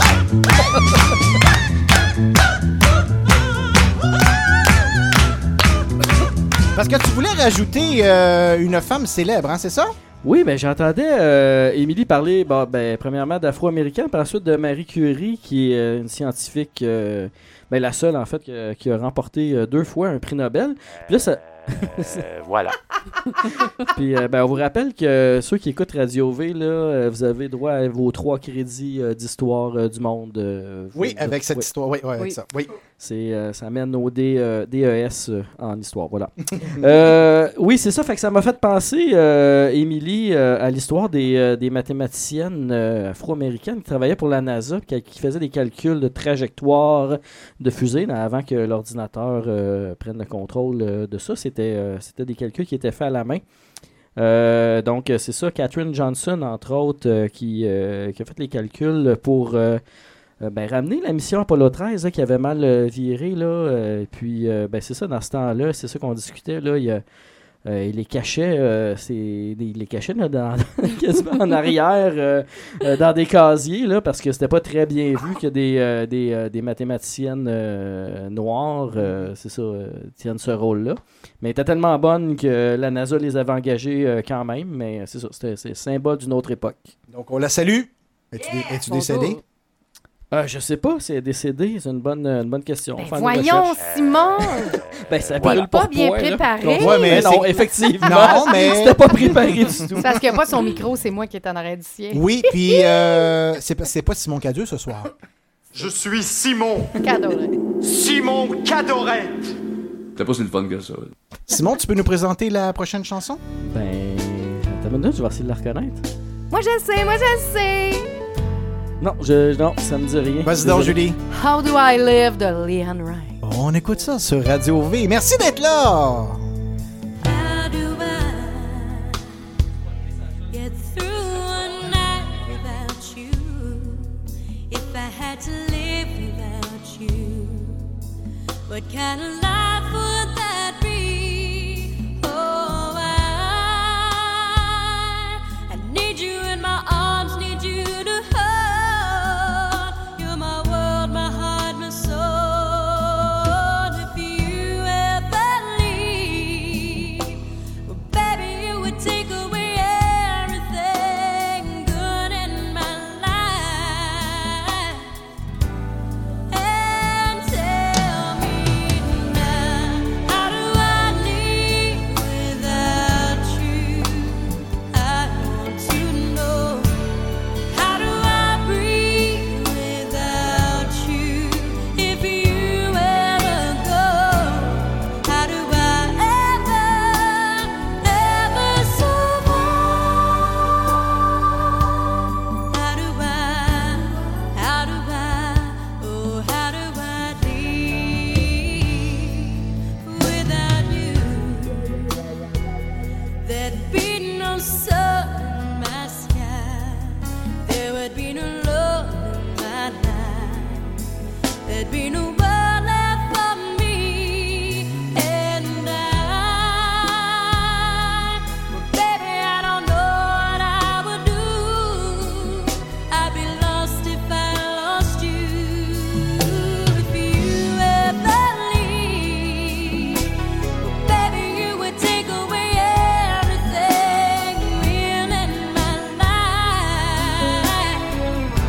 Parce que tu voulais rajouter une femme célèbre, hein, c'est ça? Oui, ben j'entendais Émilie parler, premièrement d'Afro-Américaine, puis ensuite de Marie Curie, qui est une scientifique, la seule en fait qui a remporté 2 fois un prix Nobel. Puis là, ça... Voilà. Puis on vous rappelle que ceux qui écoutent Radio V, là, vous avez droit à vos 3 crédits d'histoire du monde. Oui, avec cette histoire. Oui, avec ça. Oui. Ça mène au DES en histoire, voilà. Oui, c'est ça. Fait que ça m'a fait penser, Émilie, à l'histoire des mathématiciennes afro-américaines qui travaillaient pour la NASA, qui faisaient des calculs de trajectoire de fusée avant que l'ordinateur prenne le contrôle de ça. C'était des calculs qui étaient faits à la main. Donc, c'est ça, Katherine Johnson, entre autres, qui a fait les calculs pour ramener la mission Apollo 13 qui avait mal viré. Là, puis, c'est ça, dans ce temps-là, c'est ça qu'on discutait. Là, il les cachait, là, quasiment en arrière, dans des casiers, là, parce que c'était pas très bien vu que des mathématiciennes noires, tiennent ce rôle-là. Mais elle était tellement bonne que la NASA les avait engagées quand même, mais c'est ça, c'est symbole d'une autre époque. Donc on la salue. Es-tu décédé? Je sais pas, c'est décédé, c'est une bonne question. Voyons, Simon! Ça brûle pas bien préparé. Ouais, mais non, effectivement. Non, mais c'était pas préparé du tout. C'est parce qu'il n'y a pas son micro, c'est moi qui est en arrêt du ciel. Oui, puis c'est pas Simon Cadieux ce soir. Je suis Simon. Cadorette. Simon Cadorette. T'as pas si le fun que ça. Simon, tu peux nous présenter la prochaine chanson? T'as une minute, je vais essayer de la reconnaître. Moi je sais. Non, ça me dit rien. Vas-y donc, Julie. How do I live de Leanne Rimes. On écoute ça sur Radio V. Merci d'être là. How do I get through a night without you? If I had to live without you, what kind of life would that be? Oh, I need you in my arms, need you to hold. You're my world, my heart, my soul. If you ever leave, well, baby, you would take away everything good in my life. And tell me now, how do I live without you? I want to know. How do I breathe without you? If you ever go, how do I ever survive? How do I, oh, how do I live without you? There'd be no sun in my sky. There would be no love in my life. There'd be no world left for me and I. Well, baby, I don't know what I would do. I'd be lost if I lost you. If you ever leave, well, baby, you would take away everything real in my life.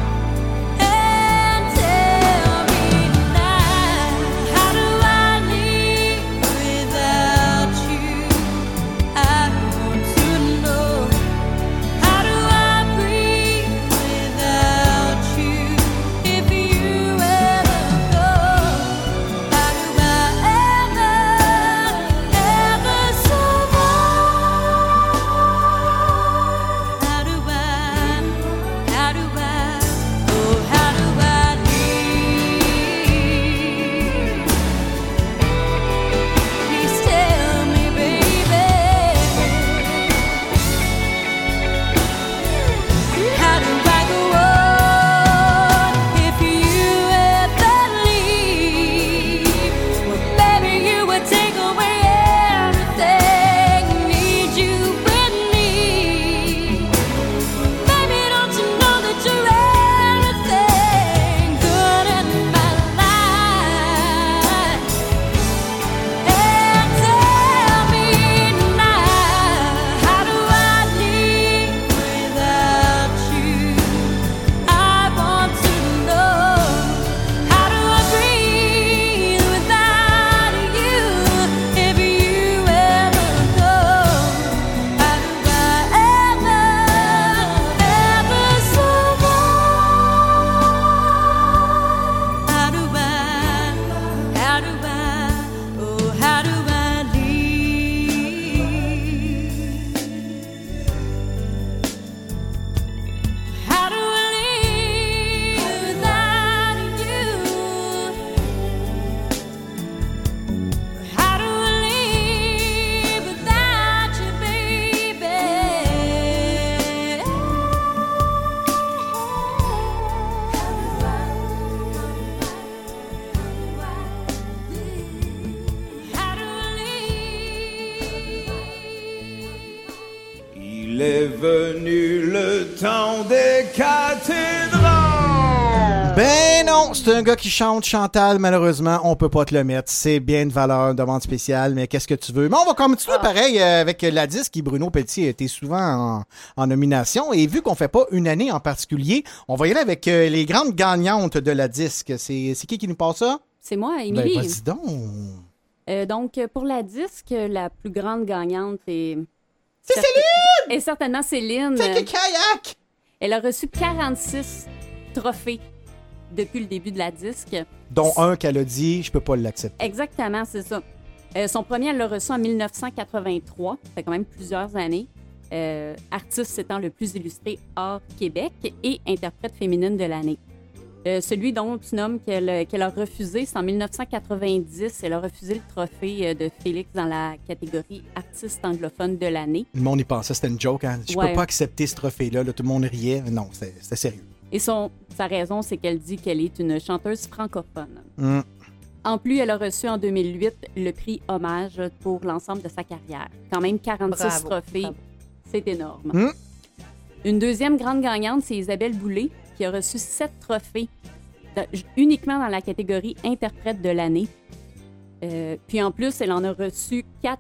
Il est venu le temps des cathédrales. Ben non, c'est un gars qui chante Chantal, malheureusement, on peut pas te le mettre. C'est bien de valeur, demande spéciale, mais qu'est-ce que tu veux? Mais on va continuer pareil avec la disque qui, Bruno Pelletier, était souvent en nomination. Et vu qu'on fait pas une année en particulier, on va y aller avec les grandes gagnantes de la disque. C'est qui nous passe ça? C'est moi, Émilie. Ben, vas-y donc. Donc, pour la disque, la plus grande gagnante est... C'est Céline! Et certainement Céline. C'est le kayak! Elle a reçu 46 trophées depuis le début de la disque. Dont un qu'elle a dit, je peux pas l'accepter. Exactement, c'est ça. Son premier, elle l'a reçu en 1983. Ça fait quand même plusieurs années. Artiste étant le plus illustré hors Québec et interprète féminine de l'année. Celui dont tu nommes qu'elle a refusé, c'est en 1990. Elle a refusé le trophée de Félix dans la catégorie artiste anglophone de l'année. Le monde y pensait, c'était une joke. Hein? Je peux pas accepter ce trophée-là. Là, tout le monde riait. Non, c'était sérieux. Et sa raison, c'est qu'elle dit qu'elle est une chanteuse francophone. Mm. En plus, elle a reçu en 2008 le prix Hommage pour l'ensemble de sa carrière. Quand même 46 trophées, c'est énorme. Mm. Une deuxième grande gagnante, c'est Isabelle Boulay, qui a reçu 7 trophées uniquement dans la catégorie interprète de l'année. Puis en plus, elle en a reçu 4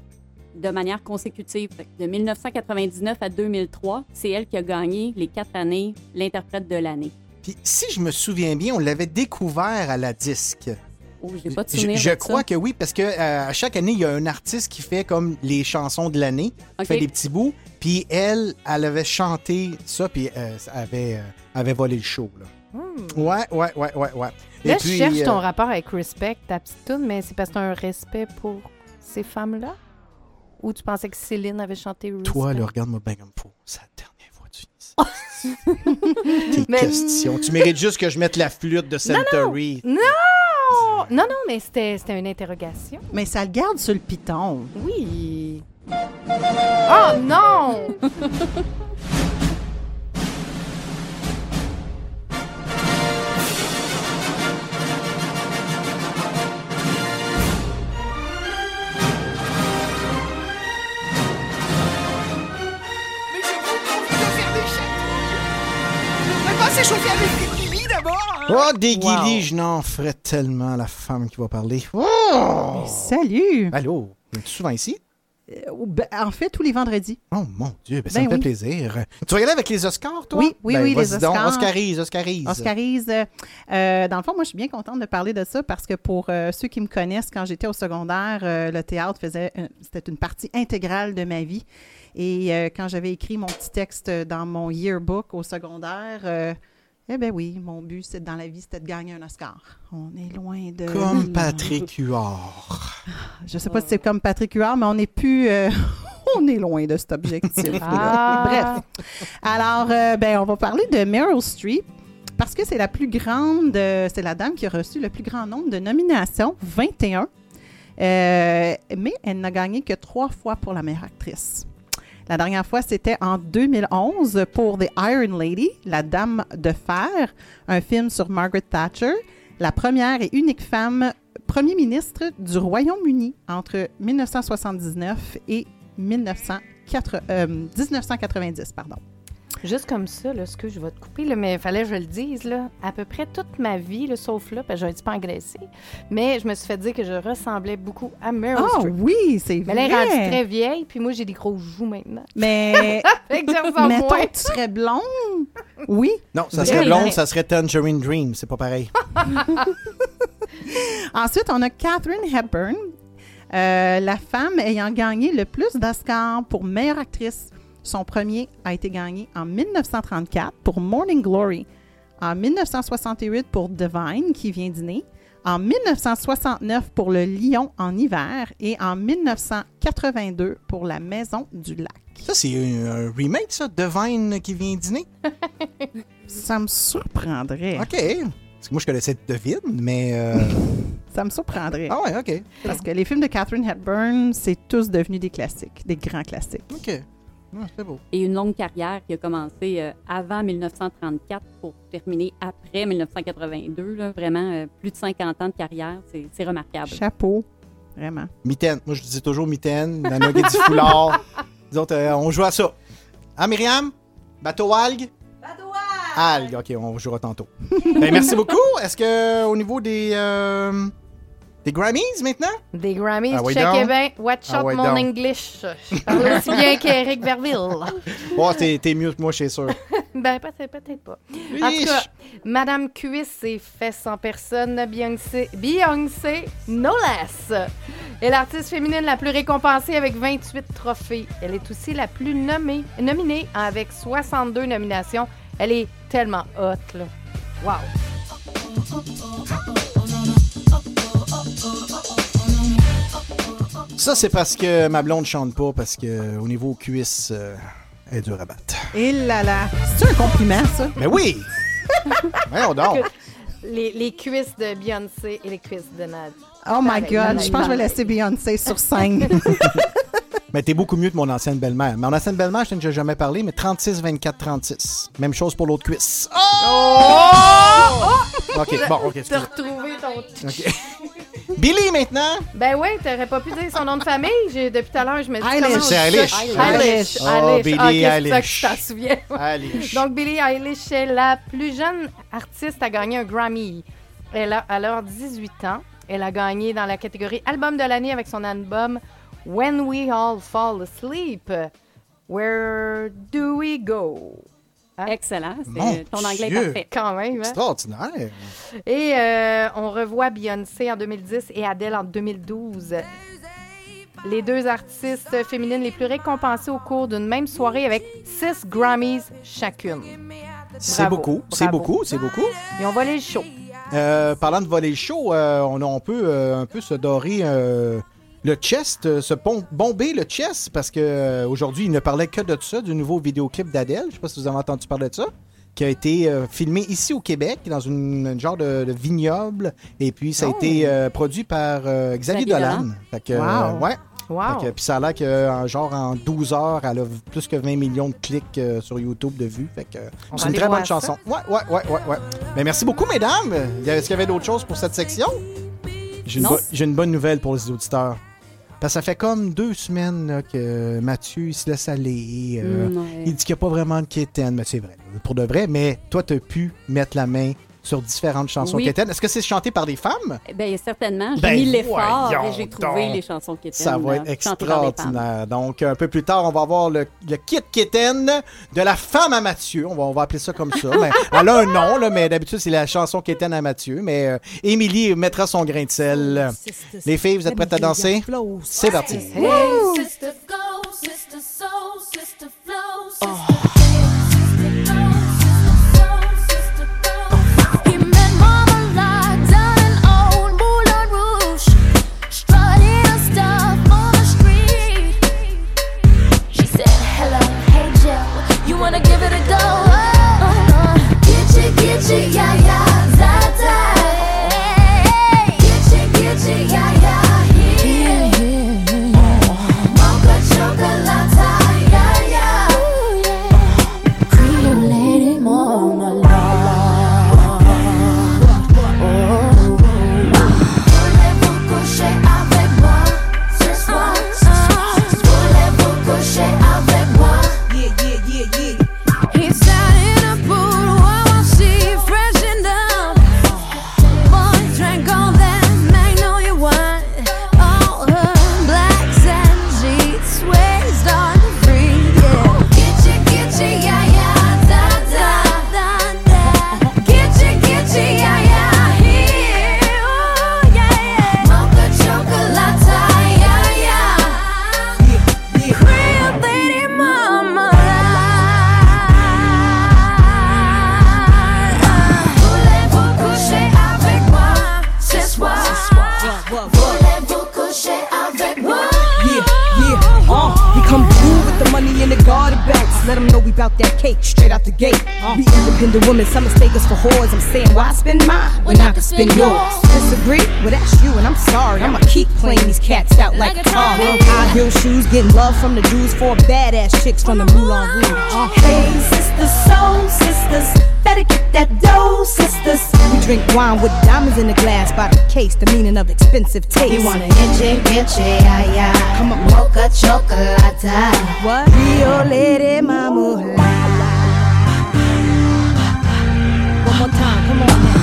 de manière consécutive. De 1999 à 2003, c'est elle qui a gagné les 4 années l'interprète de l'année. Puis si je me souviens bien, on l'avait découvert à la disque. Oh, j'ai pas de souvenir Je de crois ça. que oui, parce que à chaque année, il y a un artiste qui fait comme les chansons de l'année, qui fait des petits bouts. Puis elle avait chanté ça, puis avait volé le show. Là. Ouais. Et Là, puis, je cherche ton rapport avec Respect, ta petite toune, mais c'est parce que tu as un respect pour ces femmes-là? Ou tu pensais que Céline avait chanté Respect? Toi, là, regarde-moi bien comme faut. C'est la dernière fois que tu dis ça. Tes questions. Tu mérites juste que je mette la flûte de Century. Non, mais c'était une interrogation. Mais ça le garde sur le piton. Oui. Oh non! S'échauffer avec des guillis d'abord! Oh, des guillis, je n'en ferais tellement, la femme qui va parler. Oh! Salut! Allô, es-tu souvent ici? En fait, tous les vendredis. Oh mon Dieu, ça me fait plaisir. Tu vas y aller avec les Oscars, toi? Oui, les Oscars. Oscarise. Oscarise. Dans le fond, moi, je suis bien contente de parler de ça parce que pour ceux qui me connaissent, quand j'étais au secondaire, le théâtre c'était une partie intégrale de ma vie. Et quand j'avais écrit mon petit texte dans mon yearbook au secondaire, oui, mon but dans la vie, c'était de gagner un Oscar. On est loin de... Comme Patrick Huard. Je sais pas si c'est comme Patrick Huard, mais on n'est plus... on est loin de cet objectif-là. Bref. Alors, on va parler de Meryl Streep parce que c'est la plus grande... c'est la dame qui a reçu le plus grand nombre de nominations, 21. Mais elle n'a gagné que 3 fois pour la meilleure actrice. La dernière fois, c'était en 2011 pour The Iron Lady, La Dame de Fer, un film sur Margaret Thatcher, la première et unique femme premier ministre du Royaume-Uni entre 1979 et 1990. Juste comme ça, là, ce que je vais te couper, là, mais il fallait que je le dise, là, à peu près toute ma vie, là, sauf là, parce que j'ai un petit peu engraissé, mais je me suis fait dire que je ressemblais beaucoup à Meryl Streep. Ah oui, c'est vrai! Mais elle est rendue très vieille, puis moi, j'ai des gros joues maintenant. Mais, fait que je ressemble mettons moins. que tu serais blonde? Oui. Non, ça serait blonde, ça serait Tangerine Dream, c'est pas pareil. Ensuite, on a Katharine Hepburn, la femme ayant gagné le plus d'Oscars pour meilleure actrice. Son premier a été gagné en 1934 pour Morning Glory, en 1968 pour Divine, qui vient dîner, en 1969 pour Le Lion en hiver et en 1982 pour La Maison du Lac. Ça, c'est un remake, ça, Divine qui vient dîner? Ça me surprendrait. OK. Parce que moi, je connaissais Devine, mais... Ça me surprendrait. Ah ouais, OK. Parce que les films de Katharine Hepburn, c'est tous devenus des classiques, des grands classiques. OK. Ah, c'est beau. Et une longue carrière qui a commencé avant 1934 pour terminer après 1982. Là, vraiment, plus de 50 ans de carrière, c'est remarquable. Chapeau, vraiment. Mitaine. Moi, je dis toujours mitaine. Nana qui dit foulard. Les autres, on joue à ça. Ah, Myriam? Bateau Algue? Algue, OK, on jouera tantôt. Ben, merci beaucoup. Est-ce que au niveau des Grammys maintenant? Des Grammys, Ah, ouais, checkez donc. bien. Watch Ah, out ouais, mon donc. English. Je parle aussi bien qu'Éric Verville. Oh, t'es mieux que moi, je suis sûr. Ben, peut-être pas. En tout cas, Madame Cuisse et fesses en personne, Beyoncé, no less. est l'artiste féminine la plus récompensée avec 28 trophées. Elle est aussi la plus nominée avec 62 nominations. Elle est tellement hot, là. Wow! Ça, c'est parce que ma blonde chante pas, parce que au niveau cuisse, elle est dure à battre. Et là là, c'est un compliment, ça? Mais oui! Voyons donc! Les cuisses de Beyoncé et les cuisses de Nad. Oh my God, je pense que je vais laisser Beyoncé sur scène. Mais t'es beaucoup mieux que mon ancienne belle-mère. Mon ancienne belle-mère, je t'en ai jamais parlé, mais 36, 24, 36. Même chose pour l'autre cuisse. OK, bon, OK. T'as retrouvé ton... OK. Billy, maintenant? Ben oui, t'aurais pas pu dire son nom de famille. Depuis tout à l'heure, je me dis... Eilish. C'est Eilish. Eilish. Oh, Billie Eilish. Ça que tu t'en souviens. Eilish. Donc, Billie Eilish est la plus jeune artiste à gagner un Grammy. Elle a alors 18 ans. Elle a gagné dans la catégorie Album de l'année avec son album When We All Fall Asleep. Where do we go? Hein? Excellent. Mon Ton anglais Dieu. est parfait. Quand même. Hein? Extraordinaire. Et on revoit Beyoncé en 2010 et Adele en 2012. Les deux artistes féminines les plus récompensées au cours d'une même soirée avec 6 Grammys chacune. C'est Bravo, beaucoup, bravo. c'est beaucoup, c'est beaucoup. Ils ont volé le show. Parlant de voler le show, on peut un peu se dorer le chest, se bomber le chest, parce que aujourd'hui, il ne parlait que de ça, du nouveau vidéoclip d'Adele. Je ne sais pas si vous avez entendu parler de ça, qui a été filmé ici au Québec, dans une genre de vignoble, et puis ça a été produit par Xavier Dolan. Fait que, Wow. ouais. Wow. Puis ça a l'air en 12 heures, elle a plus que 20 millions de clics sur YouTube de vues. Fait que On c'est va une aller très bonne voir ça. chanson. Ouais. Mais merci beaucoup, mesdames. Est-ce qu'il y avait d'autres choses pour cette section? J'ai une bonne nouvelle pour les auditeurs. Parce que ça fait comme 2 semaines là, que Mathieu il se laisse aller. Il dit qu'il n'y a pas vraiment de quétaine. Mais c'est vrai, pour de vrai. Mais toi, tu as pu mettre la main sur différentes chansons Oui. quétaines. Est-ce que c'est chanté par des femmes? Bien, certainement. J'ai Ben, mis l'effort voyons et j'ai trouvé donc. les chansons qui étaient Ça va être extraordinaire. Donc, un peu plus tard, on va avoir le kit quétaine de la femme à Mathieu. On va appeler ça comme ça. Mais, elle a un nom, là, mais d'habitude, c'est la chanson quétaine à Mathieu. Mais Émilie mettra son grain de sel. Les filles, vous êtes prêtes à danser? C'est parti. Hey, sister, go, sister, soul, sister, flow, sister, sister, go, sister, go. He met Mama locked down in old Moulin Rouge, strutting her stuff on the street. She said, hello, hey Joe, you wanna give it a go? Get ya, yeah, za-za. Get ya, yeah, yeah, yeah. Mocha chocolate, yeah, yeah. Cream lady, mama, voulez-vous coucher avec moi ce soir? Voulez-vous coucher avec moi? He sat in a pool while she freshened up. Boy drank all that magnolia wine. All her blacks and sheets waist on free. Get ya, yeah, yeah, da da da. Get ya, yeah, yeah, here. Oh, yeah, yeah. Mocha chocolate, yeah, yeah. Cream lady, mama. Voulez-vous coucher avec moi ce soir? Voulez-vous coucher avec moi? We come through with the money in the garden bags. Let them know we bout that cake straight out the gate. We independent women, some mistake us for whores. I'm saying, why spend mine when I can spend yours? This disagree? Well, that's you, and I'm sorry. I'ma keep playing these cats out like a car. High heel shoes, getting love from the dudes, 4 badass chicks from the Moulin Rouge. Hey, sisters, soul sisters, better get that dough, sisters. We drink wine with diamonds in the glass by the case, the meaning of expensive taste. You want an inche, ay, ay. Come on, Mocha chocolate. What? Rio Lady Mama. One more time, come on now.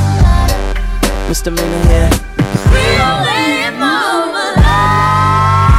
misdemeanor here.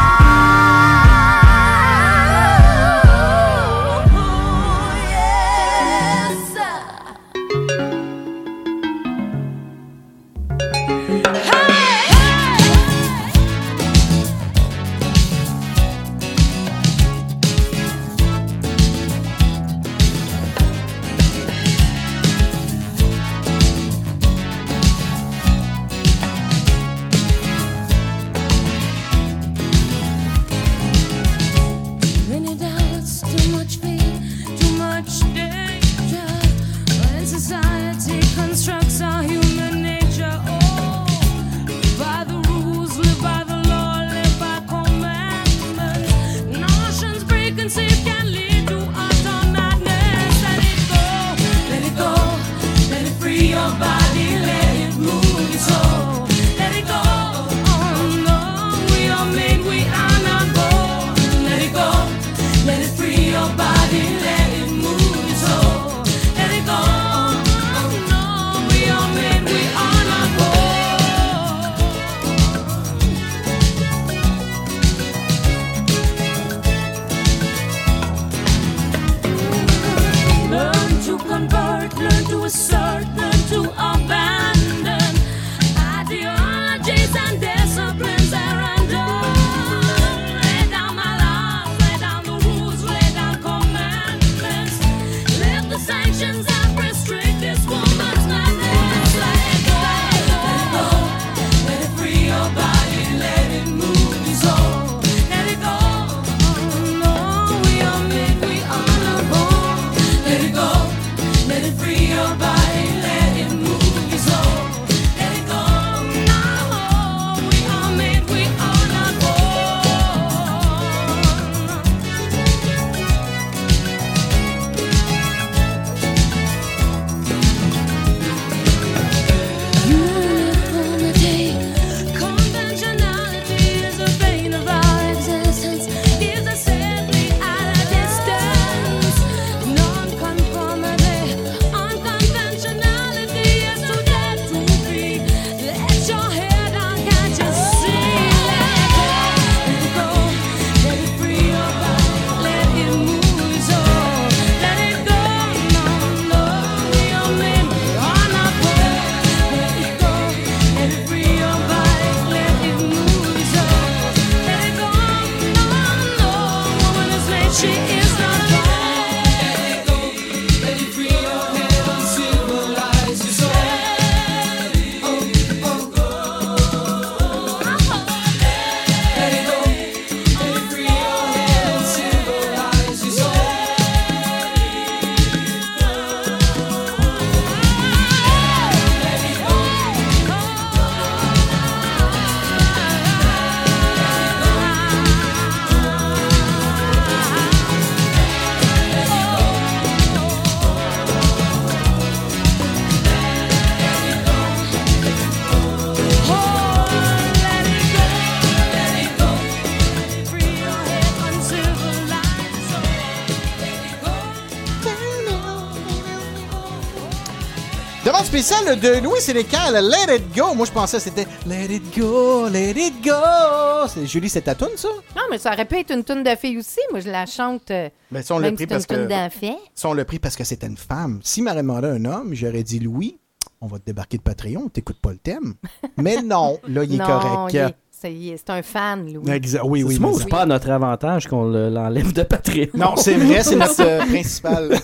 spécial de Louis Sénécal, Let It Go. Moi, je pensais que c'était Let It Go, Let It Go. C'est Julie, c'est ta toune, ça? Non, mais ça aurait pu être une toune de fille aussi. Moi, je la chante. Ben, si on l'a même pris si c'est parce une toune que. d'enfant. Si on l'a pris parce que c'était une femme. Si m'aurait demandé un homme, j'aurais dit Louis, on va te débarquer de Patreon, t'écoutes pas le thème. Mais non, là, il est Non, correct. c'est un fan, Louis. Oui, oui. C'est pas à notre avantage qu'on l'enlève de Patreon. Non, c'est vrai, c'est notre principal.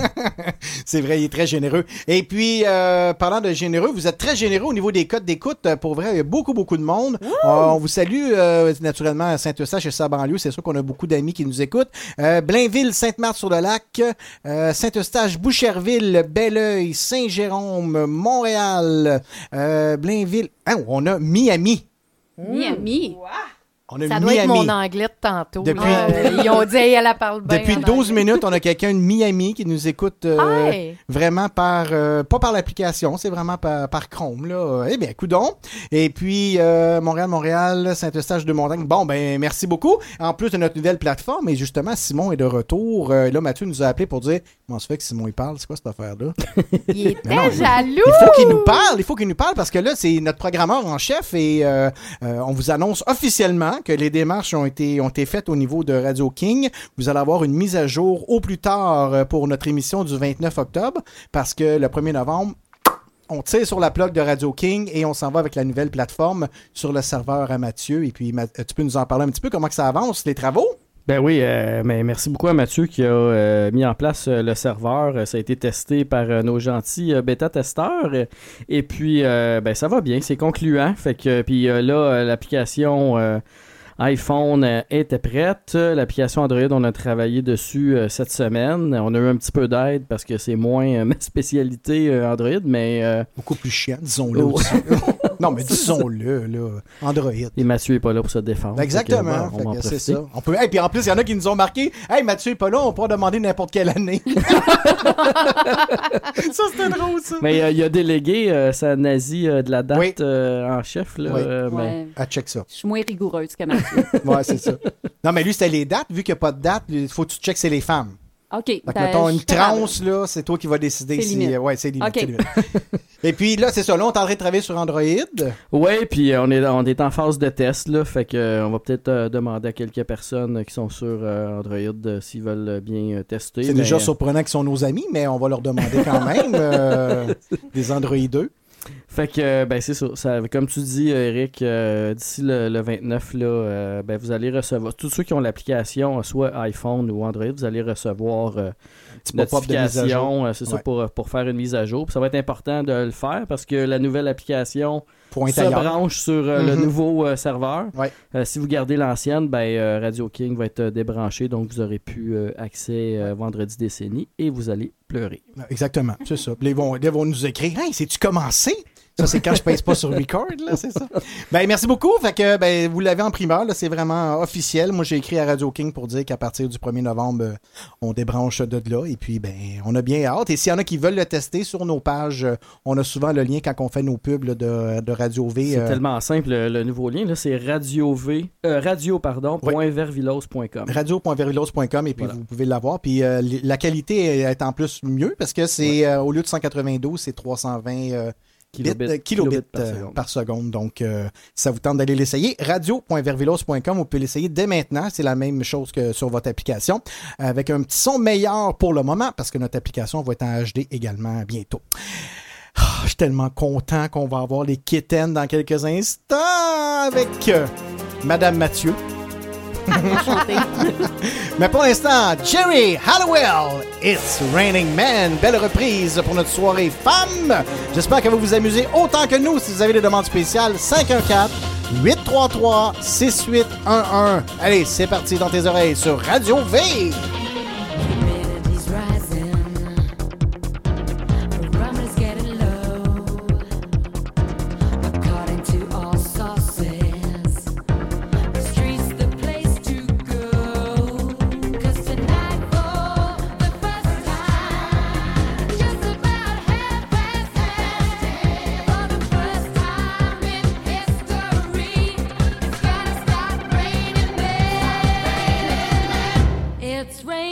C'est vrai, il est très généreux. Et puis, parlant de généreux, vous êtes très généreux au niveau des codes d'écoute. Pour vrai, il y a beaucoup, beaucoup de monde. On vous salue naturellement à Saint-Eustache et sa banlieue. C'est sûr qu'on a beaucoup d'amis qui nous écoutent. Blainville, Sainte-Marthe-sur-le-Lac, Saint-Eustache, Boucherville, Belleuil, Saint-Jérôme, Montréal, Blainville. Hein, on a Miami. Miami. On a Ça doit être Miami. mon anglais de tantôt. Depuis- Ils ont dit, hey, elle parle bien. Depuis en 12 anglais. minutes, on a quelqu'un de Miami qui nous écoute Hey! vraiment par... pas par l'application, c'est vraiment par Chrome, là. Eh bien, coudonc. Et puis, Montréal, Saint-Eustache de Montagne. Bon, ben, merci beaucoup. En plus de notre nouvelle plateforme, et justement, Simon est de retour. Là, Mathieu nous a appelé pour dire, comment se fait que Simon, il parle? C'est quoi cette affaire-là? Il était Mais non, jaloux! Il faut qu'il nous parle, parce que là, c'est notre programmeur en chef et on vous annonce officiellement que les démarches ont été faites au niveau de Radio King. Vous allez avoir une mise à jour au plus tard pour notre émission du 29 octobre parce que le 1er novembre, on tire sur la plug de Radio King et on s'en va avec la nouvelle plateforme sur le serveur à Mathieu. Et puis, tu peux nous en parler un petit peu, comment que ça avance, les travaux? Ben oui, mais merci beaucoup à Mathieu qui a mis en place le serveur. Ça a été testé par nos gentils bêta-testeurs. Et puis, ben ça va bien, c'est concluant. Fait que, puis là, l'application iPhone était prête. L'application Android, on a travaillé dessus cette semaine. On a eu un petit peu d'aide parce que c'est moins ma spécialité Android, mais... Beaucoup plus chiant, disons-le aussi. Non, mais disons-le, là. Android. Et Mathieu n'est pas là pour se défendre. Exactement. Fait que, on va en c'est profiter. ça. On peut... Hey, puis en plus, il y en a qui nous ont marqué « Hey, Mathieu n'est pas là, on pourra demander n'importe quelle année. » Ça, c'était drôle, ça. Mais il a délégué sa nazie de la date Oui. en chef. Là, Oui. mais... Ouais. Ah, check ça. Je suis moins rigoureuse que Mathieu. Ouais, c'est ça. Non, mais lui, c'était les dates. Vu qu'il n'y a pas de date, il faut que tu checkes c'est les femmes. OK. Fait que, mettons, une transe, là, c'est toi qui vas décider C'est si... limite. Ouais, c'est limite. OK. c'est limite. Et puis là, c'est ça. Là, on est en train de travailler sur Android. Ouais, puis on est en phase de test, là, fait que on va peut-être demander à quelques personnes qui sont sur Android s'ils veulent bien tester. C'est mais, déjà surprenant qu'ils sont nos amis, mais on va leur demander quand même des Android 2. Fait que, ben c'est ça. Comme tu dis, Eric, d'ici le 29, là, ben vous allez recevoir, tous ceux qui ont l'application, soit iPhone ou Android, vous allez recevoir Petit pop-up de mise à jour. notification, c'est ça, Ouais. pour faire une mise à jour. Puis ça va être important de le faire parce que la nouvelle application Pointe se ailleurs. branche sur le Mhm. nouveau serveur. Ouais. Si vous gardez l'ancienne, ben, Radio King va être débranché, donc vous aurez plus accès vendredi décennie et vous allez pleurer. Exactement, c'est ça. Puis là, ils vont nous écrire « Hey, c'est-tu commencé? » Ça, c'est quand je pèse pas sur record, là, c'est ça. Ben, merci beaucoup. Fait que, ben, vous l'avez en primeur, là, c'est vraiment officiel. Moi, j'ai écrit à Radio King pour dire qu'à partir du 1er novembre, on débranche de là. Et puis, ben, on a bien hâte. Et s'il y en a qui veulent le tester sur nos pages, on a souvent le lien quand on fait nos pubs là, de Radio V. C'est tellement simple, le nouveau lien, là, c'est radio.vervilos.com. radio.vervilos.com et puis Voilà. vous pouvez l'avoir. Puis la qualité est en plus mieux parce que c'est au lieu de 192, c'est 320 kilobits par seconde. Donc, ça vous tente d'aller l'essayer. Radio.vervilos.com, vous pouvez l'essayer dès maintenant. C'est la même chose que sur votre application, avec un petit son meilleur pour le moment, parce que notre application va être en HD également bientôt. Je suis tellement content qu'on va avoir les kitten dans quelques instants avec Madame Mathieu. Mais pour l'instant, Jerry Halliwell, It's Raining Men. Belle reprise pour notre soirée femme. J'espère que vous vous amusez autant que nous. Si vous avez des demandes spéciales, 514-833-6811. Allez, c'est parti dans tes oreilles sur Radio V. Humidity's rising, barometer's getting low. According to all sources, the street's the place to go. 'Cause tonight, for the first time, just about 10:30, for the first time in history, it's gonna start raining men. It's raining.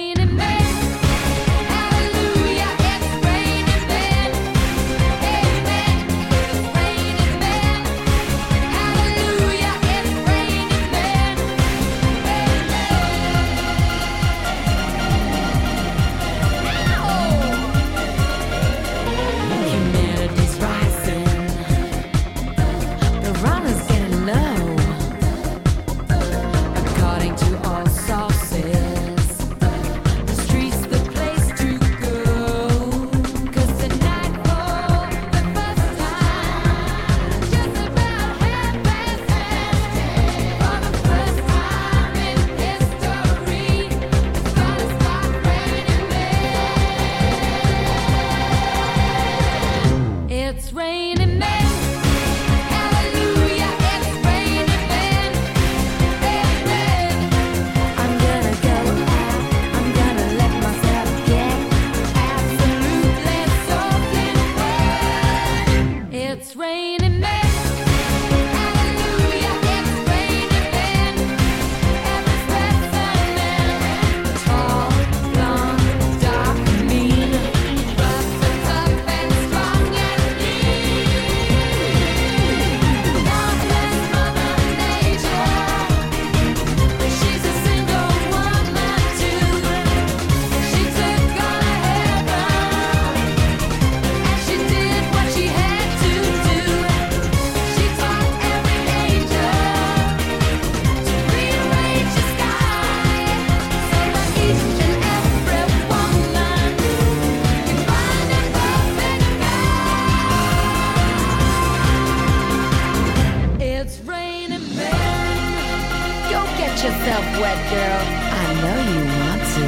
yourself wet, girl. I know you want to.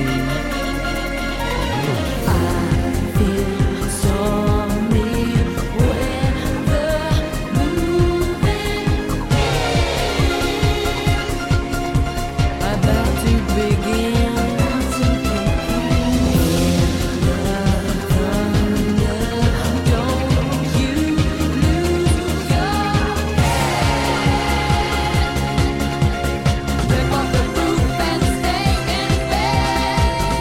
I feel stormy weather moving. About to begin to begin. The thunder, don't you lose your rip off the roof and stay in bed.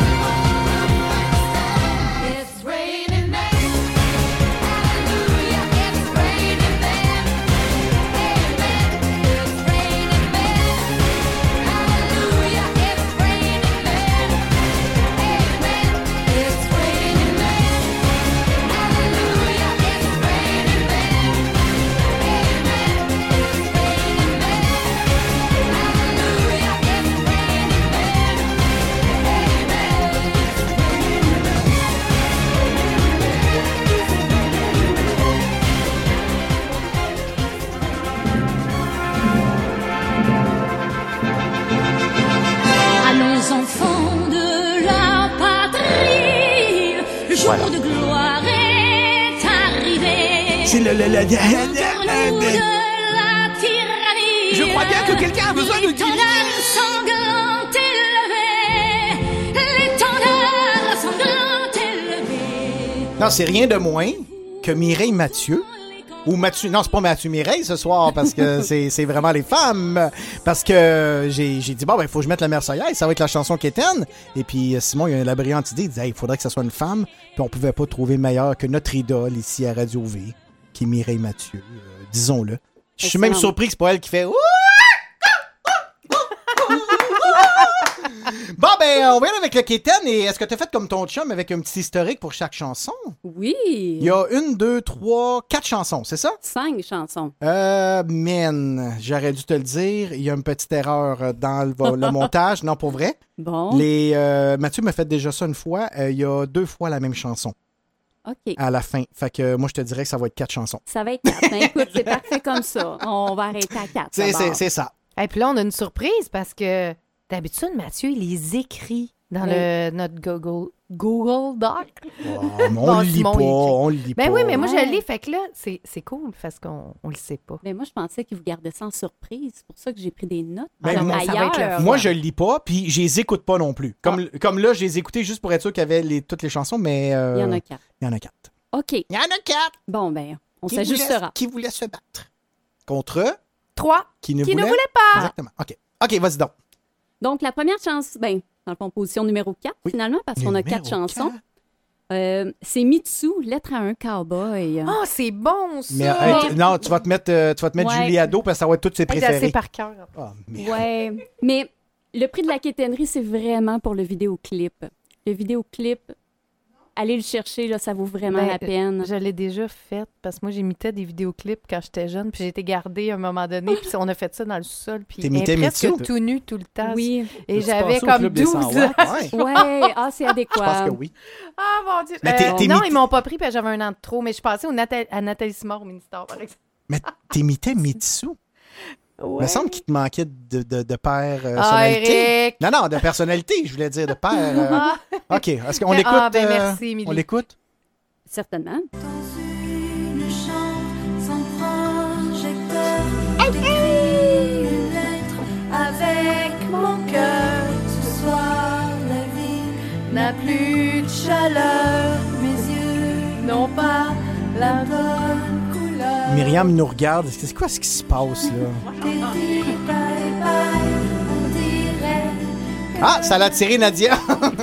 It's raining men. Hallelujah, it's raining men. Amen. It's raining men. Hallelujah, it's raining men. Amen. It's raining men. Hallelujah, it's raining men. Amen. It's raining men. Hallelujah, it's Allons enfants de la patrie, le jour Voilà. de gloire est arrivé. C'est le- Nous de la tyrannie. Je crois bien que quelqu'un a besoin de L'étendard sanglant élevé. L'étendard sanglant élevé. Non, c'est rien de moins que Mireille Mathieu. Ou Mathieu. Non, c'est pas Mathieu Mireille ce soir parce que c'est vraiment les femmes. Parce que j'ai dit, bon, ben, il faut que je mette la Marseillaise, ça va être la chanson quétaine. Et puis Simon, il a la brillante idée, il disait, il faudrait que ça soit une femme. Puis on pouvait pas trouver meilleur que notre idole ici à Radio V, qui est Mireille Mathieu. Disons-le. Je suis même Excellent. surpris que c'est pas elle qui fait. Bon, ben, on va y aller avec le quétaine. Et est-ce que tu as fait comme ton chum avec un petit historique pour chaque chanson? Oui. Il y a 1, 2, 3, 4 chansons, c'est ça? 5 chansons. Man, j'aurais dû te le dire. Il y a une petite erreur dans le montage. Non, pour vrai. Bon. Mathieu m'a fait déjà ça une fois. Il y a 2 fois la même chanson OK. à la fin. Fait que moi, je te dirais que ça va être 4 chansons. Ça va être 4. Ben, écoute, c'est parfait comme ça. On va arrêter à 4. C'est ça. Et puis là, on a une surprise parce que d'habitude, Mathieu, il les écrit dans notre Google Doc. Oh, mais on Bon, le lit Simon, pas. il écrit. On le lit Ben pas. oui, mais moi, je le lis. Fait que là, c'est cool parce qu'on le sait pas. Ben moi, je pensais qu'il vous gardait ça en surprise. C'est pour ça que j'ai pris des notes. Ben, Alors, moi, ça va être le ailleurs. Moi, je le lis pas, puis je les écoute pas non plus. Comme là, je les écoutais juste pour être sûr qu'il y avait toutes les chansons, mais... Il y en a 4. Il y en a 4. OK. Il y en a 4! Bon, ben, on Qui s'ajustera. Qui voulait se battre? Contre 3 qui ne qui voulait... ne voulait pas. Exactement. OK, vas-y donc. Donc, la première chanson, ben, dans le fond, position numéro 4, finalement, parce qu'on a 4 Numéro chansons. C'est Mitsu, Lettre à un cowboy. Oh, c'est bon, ça! Mais non, tu vas te mettre Ouais. Julie Ado parce que ça va être toutes ses Hey, j'ai préférées. assez par cœur. Oh, merde. Ouais, mais le prix de la quétainerie, c'est vraiment pour le vidéoclip. Le vidéoclip, allez le chercher, là, ça vaut vraiment Ben, la peine. Je l'ai déjà fait parce que moi, j'imitais des vidéoclips quand j'étais jeune, puis j'ai été gardée à un moment donné, puis on a fait ça dans le sol, puis T'imitais presque Mitsu? tout nu tout le temps. Oui. Et Tu j'avais passes au comme club des 12 100 ans. watts? Ouais. Ouais, c'est adéquat. Je pense que oui. Ah, mon Dieu! Mais t'es non, imité- ils m'ont pas pris, puis j'avais un an de trop, mais je passais à Nathalie Simard au ministère, par exemple. Mais t'imitais Mitsu. Il Ouais. me semble qu'il te manquait de personnalité. Eric! Non, de personnalité, je voulais dire de père. Ah. OK, est-ce qu'on l'écoute? Ah, ben merci, Émilie. On l'écoute? Certainement. Une chambre sans projecteur, j'écris une lettre avec mon cœur. Ce soir, la vie n'a plus de chaleur. Mes yeux n'ont pas la bonne couleur. Myriam nous regarde. C'est quoi ce qui se passe, là? T'es dit bye bye, on dirait que Ah, ça l'a tiré Nadia. y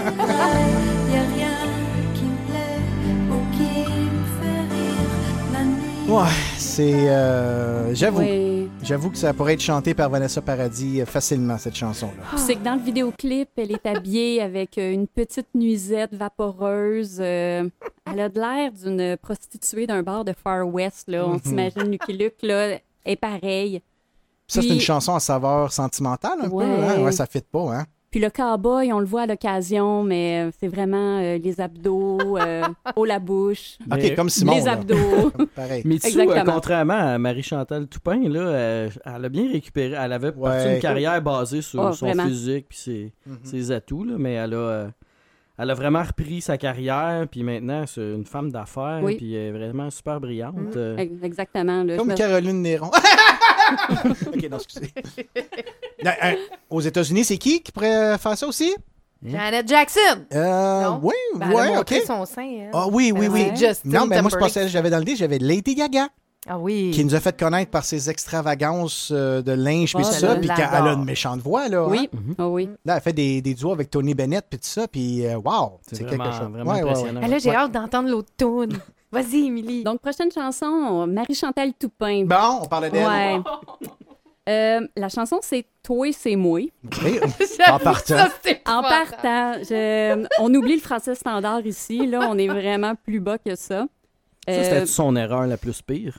a rien qui me plaît ou qui me fait rire la nuit. Ouais, c'est... j'avoue. Oui. J'avoue que ça pourrait être chanté par Vanessa Paradis facilement, cette chanson-là. Puis c'est que dans le vidéoclip, elle est habillée avec une petite nuisette vaporeuse. Elle a de l'air d'une prostituée d'un bar de Far West. Là. On s'imagine Lucky Luke, là, est pareil. Ça, c'est Puis- une chanson à saveur sentimentale, un Ouais. peu. Hein? Ouais, ça fit pas, hein? Puis le cowboy, on le voit à l'occasion, mais c'est vraiment les abdos, haut la bouche. OK, comme Simon. Les abdos. Pareil. Mitsou, contrairement à Marie-Chantal Toupin, là, elle a bien récupéré. Elle avait parti une carrière basée sur son physique puis ses atouts, là, mais elle a vraiment repris sa carrière, puis maintenant, c'est une femme d'affaires, puis elle est vraiment super brillante. Exactement. Là, comme Caroline Néron. OK, non, excusez. Aux États-Unis, c'est qui pourrait faire ça aussi? Janet Jackson! Non? Oui, elle a montré OK. son sein. Hein? Ah oui. Non, mais moi, c'est pas celle que j'avais dans le dé, j'avais Lady Gaga. Ah oui. Qui nous a fait connaître par ses extravagances de linge puis tout ça, puis qu'elle a une méchante voix, là. Oui, hein? oui. Là, elle fait des duos avec Tony Bennett puis tout ça, puis wow, c'est vraiment, quelque chose. Vraiment impressionnant. Là, j'ai hâte d'entendre l'autre tune. Vas-y, Émilie. Donc, prochaine chanson, Marie-Chantal Toupin. Bon, on parlait d'elle. Ouais. La chanson, c'est « Toi, c'est moi ». En partant. En partant. On oublie le français standard ici. Là, on est vraiment plus bas que ça. Ça, c'était son erreur la plus pire.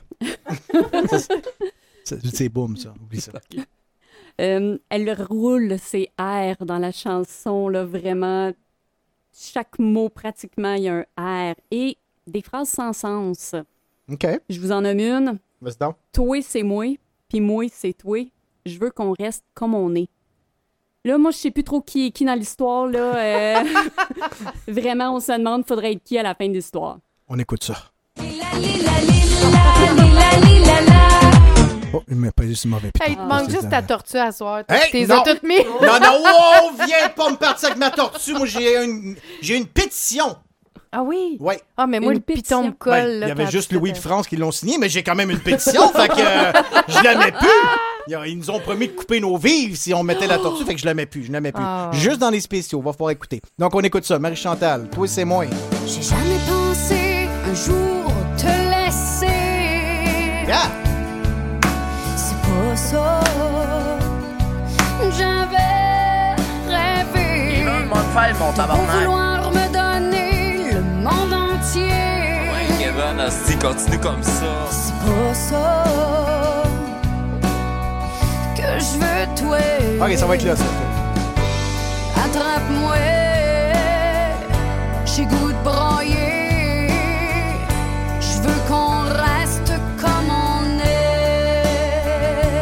C'est boum, ça. Oublie ça. Elle roule ses airs dans la chanson, là, vraiment. Chaque mot, pratiquement, il y a un air. Et des phrases sans sens. OK. Je vous en nomme une. Vas-y donc. Toi, c'est moi, puis moi, c'est toi. Je veux qu'on reste comme on est. Là, moi, je sais plus trop qui est qui dans l'histoire, là. Vraiment, on se demande, faudrait être qui à la fin de l'histoire. On écoute ça. Oh, il m'a pas dit ce mauvais piton. Hey, il te manque juste ta tortue à soir. Hey, T'es non. toutes mis. Non, wow, viens pas me partir avec ma tortue. Moi, j'ai une pétition. Ah oui? Oui. Ah, mais moi, Une le piton me colle. Ben, il là, y avait quand juste tu Louis de fais- France qui l'ont signé, mais j'ai quand même une pétition, fait que je la mets plus. Ils nous ont promis de couper nos vives si on mettait la tortue, fait que je la mets plus, je la mets plus. Oh. Juste dans les spéciaux, va falloir écouter. Donc, on écoute ça. Marie-Chantal, toi, c'est moi. J'ai jamais pensé un jour te laisser. Yeah. C'est pas ça. J'avais rêvé. Il veut mon faire mon de tabarnak. vouloir me donner le monde entier. Ouais, Kevin, asti, continue comme ça. C'est pas ça que je veux toi. OK, ça va être là, ça. Attrape-moi, j'ai goût de broyer. Je veux qu'on reste comme on est.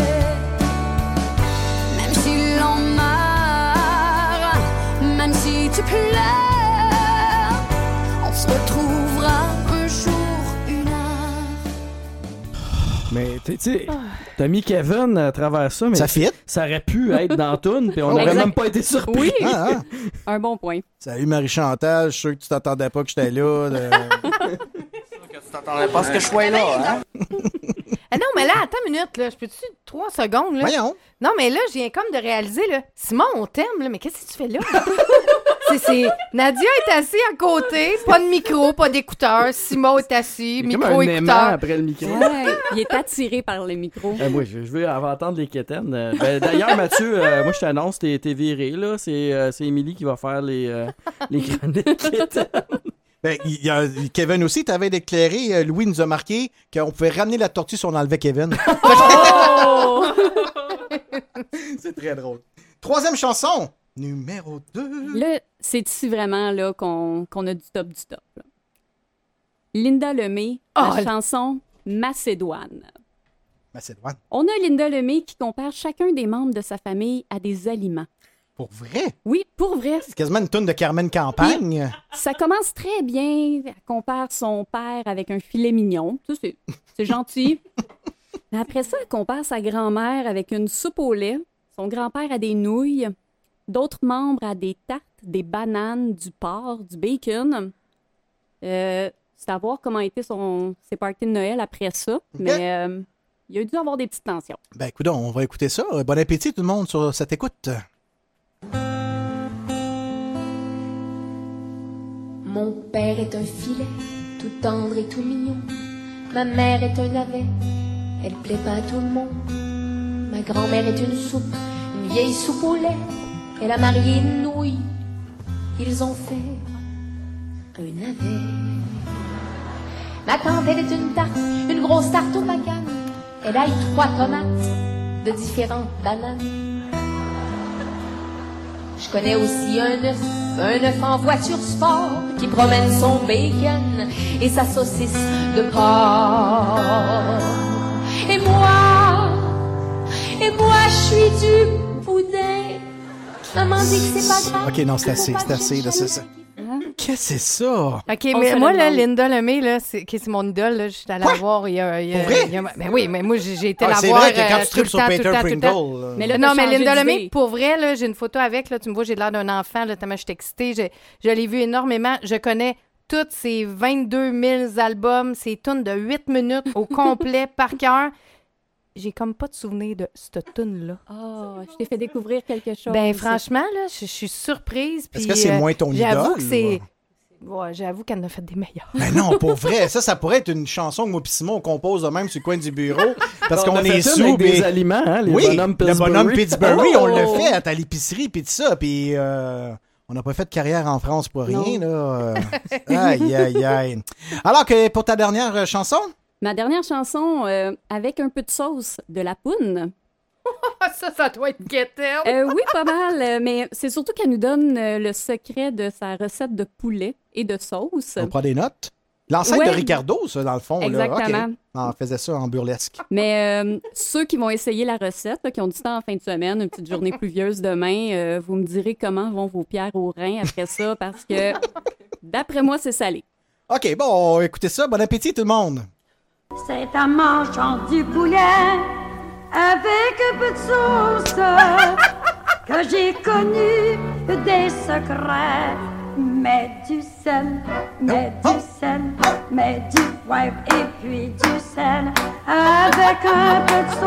Même si l'on meurt, même si tu pleures, on se retrouvera un jour, une heure. Mais tu sais, t'as mis Kevin à travers ça, mais Ça fit. ça aurait pu être dans Toon, puis on n'aurait Exact. même pas été surpris. Oui, Ah, ah. un bon point. Salut Marie-Chantal, je suis sûr que tu t'attendais pas que j'étais là. Tu t'attendais pas à ce que je sois là, hein? Ah non, mais là, attends une minute, là. Je peux-tu 3 secondes, là? Voyons. Non, mais là, je viens comme de réaliser, là. Simon, on t'aime, là, mais qu'est-ce que tu fais là? Nadia est assise à côté, pas de micro, pas d'écouteur. Simon est assis, Il y a comme un aimant micro-écouteur. après le micro. Ouais, il est attiré par le micro. Moi, je veux entendre les quétaines. D'ailleurs, Mathieu, moi, je t'annonce, t'es viré, là. C'est Émilie qui va faire les chroniques quétaines. Ben, il y a Kevin aussi, t'avais déclaré, Louis nous a marqué qu'on pouvait ramener la tortue si on enlevait Kevin. Oh! C'est très drôle. Troisième chanson, numéro 2. Là, c'est ici vraiment là, qu'on a du top du top. Là. Linda Lemay, la chanson Macédoine. Macédoine. On a Linda Lemay qui compare chacun des membres de sa famille à des aliments. Pour vrai? Oui, pour vrai. C'est quasiment une toune de Carmen Campagne. Ça commence très bien. Elle compare son père avec un filet mignon. Ça, c'est gentil. Mais après ça, elle compare sa grand-mère avec une soupe au lait. Son grand-père a des nouilles. D'autres membres a des tartes, des bananes, du porc, du bacon. C'est à voir comment étaient ses parties de Noël après ça. Okay. Mais il y a dû avoir des petites tensions. Ben écoute, on va écouter ça. Bon appétit tout le monde sur cette écoute. Mon père est un filet, tout tendre et tout mignon. Ma mère est un navet, elle plaît pas à tout le monde. Ma grand-mère est une soupe, une vieille soupe au lait. Elle a marié une nouille, ils ont fait un navet. Ma tante, elle est une tarte, une grosse tarte au macane. Elle a eu 3 tomates de différentes bananes. Je connais aussi un œuf en voiture sport qui promène son bacon et sa saucisse de porc. Et moi, je suis du boudin. Maman dit que c'est pas grave. OK, non, c'est assez. Là, c'est. Qu'est-ce que c'est ça? OK, mais moi, là, Linda Lemay, là, c'est mon idole. Là, je suis allée la voir il y a... Ben oui, mais moi, j'ai été la c'est voir vrai que quand tu tout le tripes sur temps, Peter tout le temps, Pringle... tout le temps. Mais là, non, mais Linda Lemay, pour vrai, là, j'ai une photo avec. Là, tu me vois, j'ai l'air d'un enfant. Là, tellement je suis excitée. Je l'ai vu énormément. Je connais tous ces 22 000 albums, ces tunes de 8 minutes au complet, par cœur. J'ai comme pas de souvenir de cette tune-là. Oh, je t'ai fait découvrir quelque chose. Ben franchement, là, je suis surprise. Est-ce que c'est moins ton idole? J'avoue que c'est... Ouais, j'avoue qu'elle en a fait des meilleurs. Mais non, pour vrai. Ça pourrait être une chanson que moi et Simon, on compose de même sur le coin du bureau. Parce qu'on est sous. Des aliments, hein, les bonhommes Pillsbury. Le bonhomme Pillsbury, on l'a fait à l'épicerie puis tout ça. Puis on n'a pas fait de carrière en France pour rien. Là. Aïe, aïe, aïe. Alors que pour ta dernière chanson? Ma dernière chanson, avec un peu de sauce, de la poune. Ça doit être guettel. Oui, pas mal. Mais c'est surtout qu'elle nous donne le secret de sa recette de poulet et de sauce. On prend des notes? L'ancêtre de Ricardo, ça, dans le fond. Exactement. Là. Okay. On faisait ça en burlesque. Mais ceux qui vont essayer la recette, là, qui ont du temps en fin de semaine, une petite journée pluvieuse demain, vous me direz comment vont vos pierres aux reins après ça, parce que, d'après moi, c'est salé. OK, bon, écoutez ça. Bon appétit, tout le monde. C'est en mangeant du poulet avec un peu de sauce que j'ai connu des secrets. Mets du sel, mets du sel, mets du poivre et puis du sel avec un peu de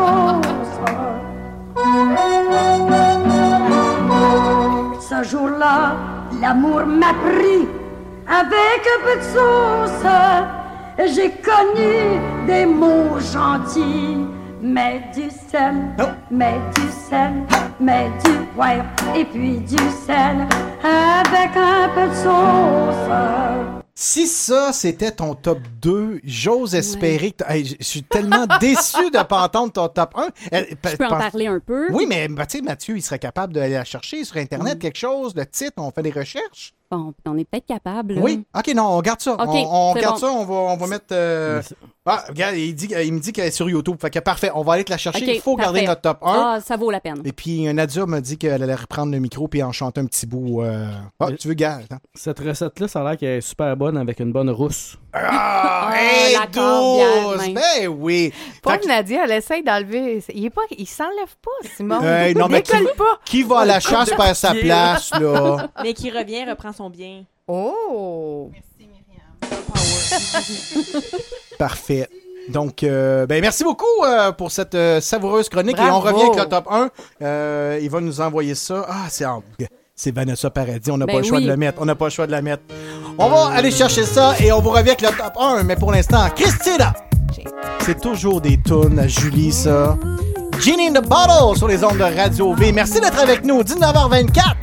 sauce. Ce jour-là, l'amour m'a pris avec un peu de sauce. J'ai connu des mots gentils. Mets du sel, mets du sel, mets du poivre et puis du sel avec un peu de sauce. Si ça, c'était ton top 2, j'ose espérer que... Hey, je suis tellement déçu de ne pas entendre ton top 1. Je peux en parler un peu? Oui, mais tu sais, Mathieu, il serait capable d'aller la chercher sur Internet, quelque chose, le titre, on fait des recherches. Bon, on est peut-être capable. Oui, OK, non, on garde ça. Okay, on garde ça, on va mettre... Ah, regarde, il me dit qu'elle est sur YouTube. Fait que parfait, on va aller te la chercher. Okay, il faut garder notre top 1. Ah, ça vaut la peine. Et puis, Nadia m'a dit qu'elle allait reprendre le micro puis en chanter un petit bout. Ah, tu veux, gars? Cette recette-là, ça a l'air qu'elle est super bonne avec une bonne rousse. Ah, hey, douce! Ben oui! Pauvre Nadia, elle essaie d'enlever... Il s'enlève pas, Simon. Non, mais qui va à la chasse par sa place, là? Mais qui revient, reprend son bien. Oh! Merci, Myriam. Parfait. Donc, merci beaucoup pour cette savoureuse chronique. Bravo. Et on revient avec le top 1. Il va nous envoyer ça. Ah, c'est Vanessa Paradis. On n'a pas le choix de le mettre. On n'a pas le choix de la mettre. On va aller chercher ça et on vous revient avec le top 1. Mais pour l'instant, Christina! C'est toujours des tunes à Julie, ça. Genie in the Bottle sur les ondes de Radio V. Merci d'être avec nous. 19h24.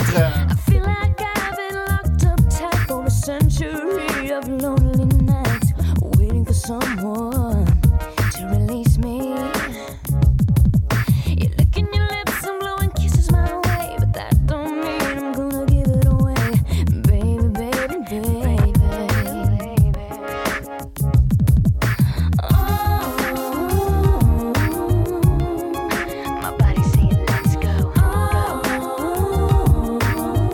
Century of lonely nights, waiting for someone to release me. You're licking your lips and blowing kisses my way, but that don't mean I'm gonna give it away, baby, baby, baby, baby. Oh, my body's saying let's go. Oh,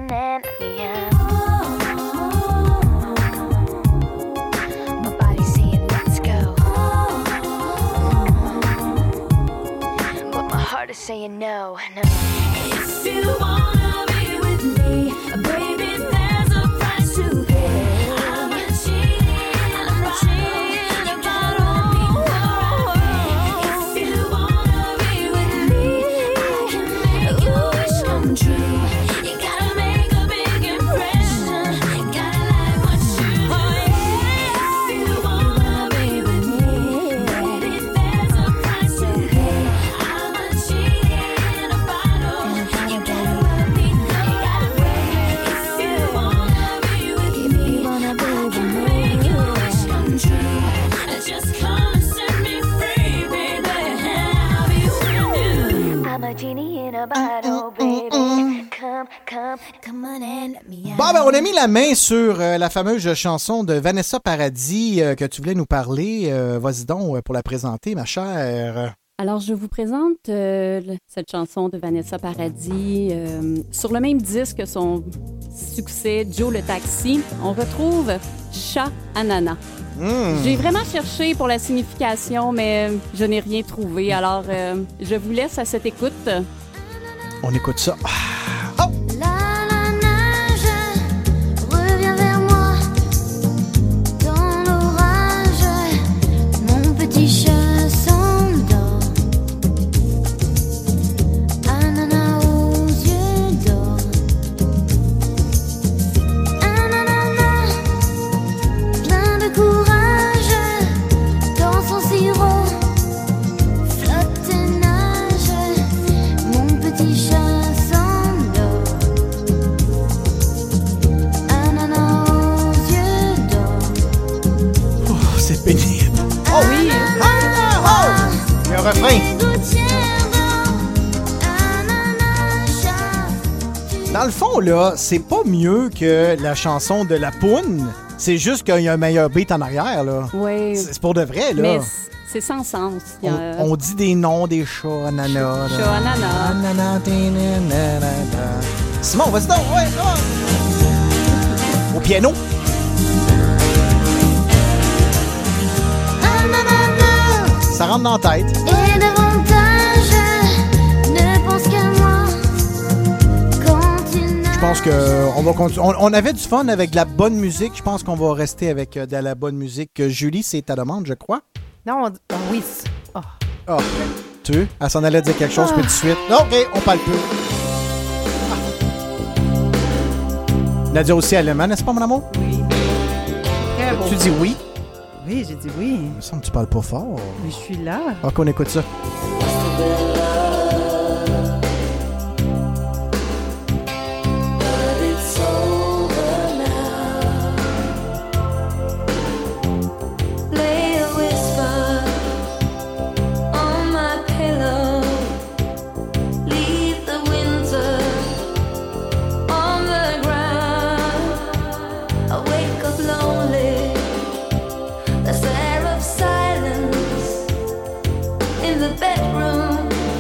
on and let me out. My body's saying let's go, but my heart is saying no, no. If you wanna be with me, baby, there's a price to pay. I'm not cheating about all me. If you wanna be with me, I can make your wish come true. You gotta make a big impression. You gotta like what you do. If you wanna be with me, baby, there's a price to pay. I'm not cheating about all. You gotta let me know. You gotta wait. If you wanna be with me, make your wish come true. Just come and set me free, baby. I'll be with you. I'm a genie in a bottle, baby. Come on and let me out. Bon, ben, on a mis la main sur la fameuse chanson de Vanessa Paradis que tu voulais nous parler. Vas-y donc pour la présenter, ma chère. Alors, je vous présente cette chanson de Vanessa Paradis. Sur le même disque que son succès, Joe le Taxi, on retrouve Chat Ananas. J'ai vraiment cherché pour la signification, mais je n'ai rien trouvé. Alors, je vous laisse à cette écoute. On écoute ça. La nage revient vers moi dans l'orage. Mon petit chat s'endort. Ananas aux yeux d'or. Ananas, plein de courage dans son sirop. Flotte et nage, mon petit chat. C'est pénible. Oh oui! Il y a un refrain. Dans le fond, là, c'est pas mieux que la chanson de La Poune. C'est juste qu'il y a un meilleur beat en arrière, là. Oui. C'est pour de vrai, là. Mais c'est sans sens. On dit des noms des chats, ananas. Chat ananas. Simon, vas-y donc, ouais, ouais. Au piano. Ça rentre dans la tête. Et davantage ne pense qu'à moi quand il n'a. Je pense qu'on va continuer. On avait du fun avec de la bonne musique. Je pense qu'on va rester avec de la bonne musique. Julie, c'est ta demande, je crois. Non, oui. Oh. Ah, tu elle s'en allait dire quelque chose, puis tout de suite. OK, on parle plus. Nadia aussi, elle aime, n'est-ce pas, mon amour? Oui. Très bon. Tu dis oui? Oui, j'ai dit oui. Il me semble que tu parles pas fort. Mais je suis là. OK, on écoute ça. Lay a whisper on my pillow. Leave the winter on the ground. I wake up lonely. There's air of silence in the bedroom.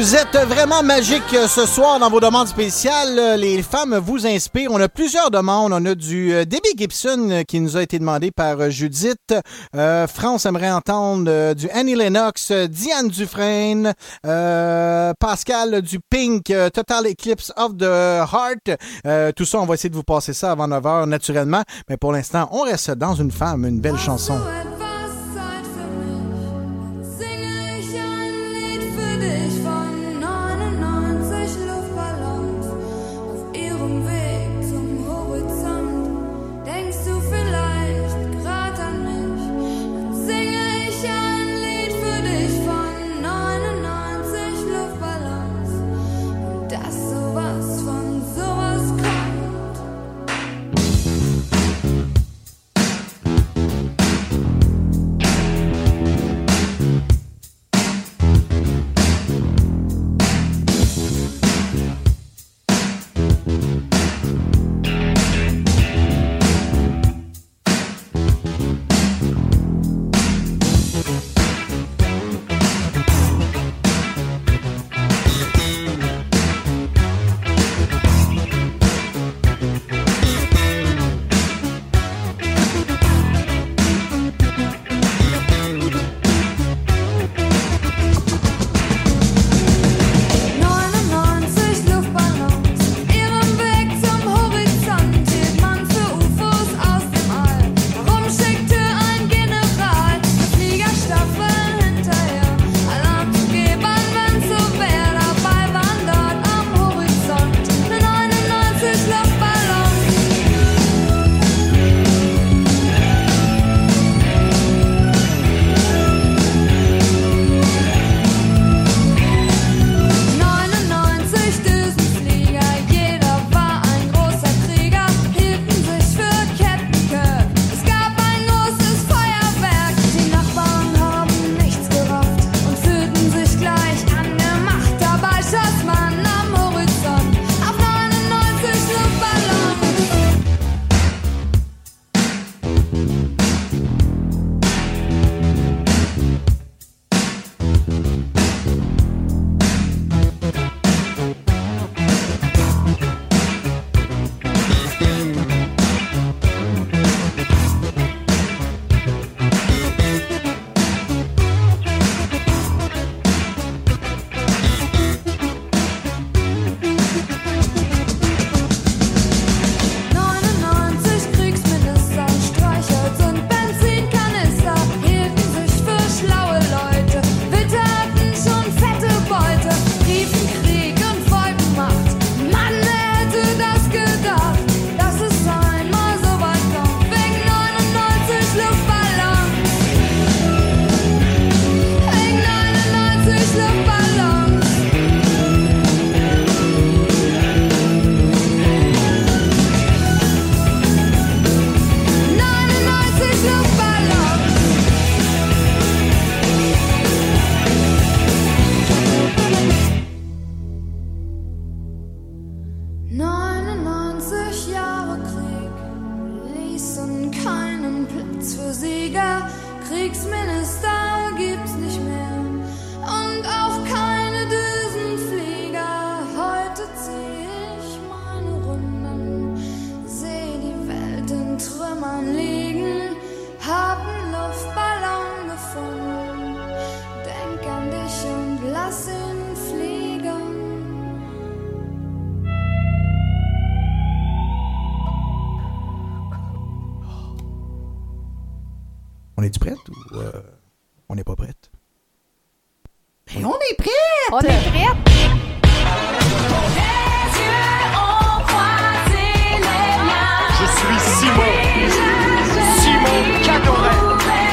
Vous êtes vraiment magique ce soir dans vos demandes spéciales. Les femmes vous inspirent. On a plusieurs demandes. On a du Debbie Gibson qui nous a été demandé par Judith. France aimerait entendre du Annie Lennox, Diane Dufresne, Pascal du Pink, Total Eclipse of the Heart. Tout ça, on va essayer de vous passer ça avant 9h naturellement. Mais pour l'instant, on reste dans une femme, une belle chanson. Kriegsminister gibt's nicht mehr und auch keine Düsenflieger. Heute zieh ich meine Runden, seh die Welt in Trümmern liegen, hab 'n Luftballon gefunden, denk an dich und lass ihn fliegen. On est-tu prête ou on n'est pas prête? Ben, on est prête! On est prête! Je suis Simon. Simon Cadoret.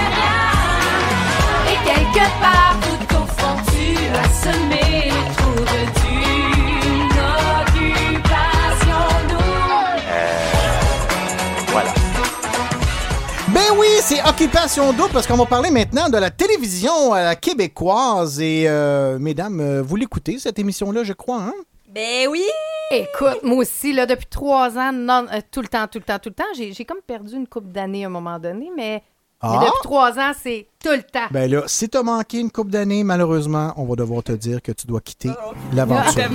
Et quelque part tout au fond tu as semé les troubles d'une occupation douce. Voilà. Ben oui, c'est Occupation Double parce qu'on va parler maintenant de la télévision à la québécoise. Et mesdames, vous l'écoutez cette émission-là, je crois, hein? Ben oui! Écoute, moi aussi, là, depuis 3 ans, tout le temps, j'ai comme perdu une couple d'années à un moment donné, mais Mais depuis 3 ans, c'est tout le temps. Ben là, si t'as manqué une couple d'années, malheureusement, on va devoir te dire que tu dois quitter l'aventure. Depuis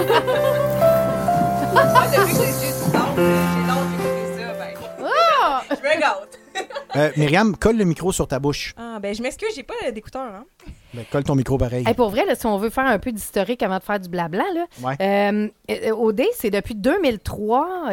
que j'ai d'écouter ça, ben. Je me gâte. Myriam, colle le micro sur ta bouche. Ah, ben, je m'excuse, j'ai pas d'écouteur, hein. Ben, colle ton micro pareil. Hey, pour vrai, là, si on veut faire un peu d'historique avant de faire du blabla, là, OD, c'est depuis 2003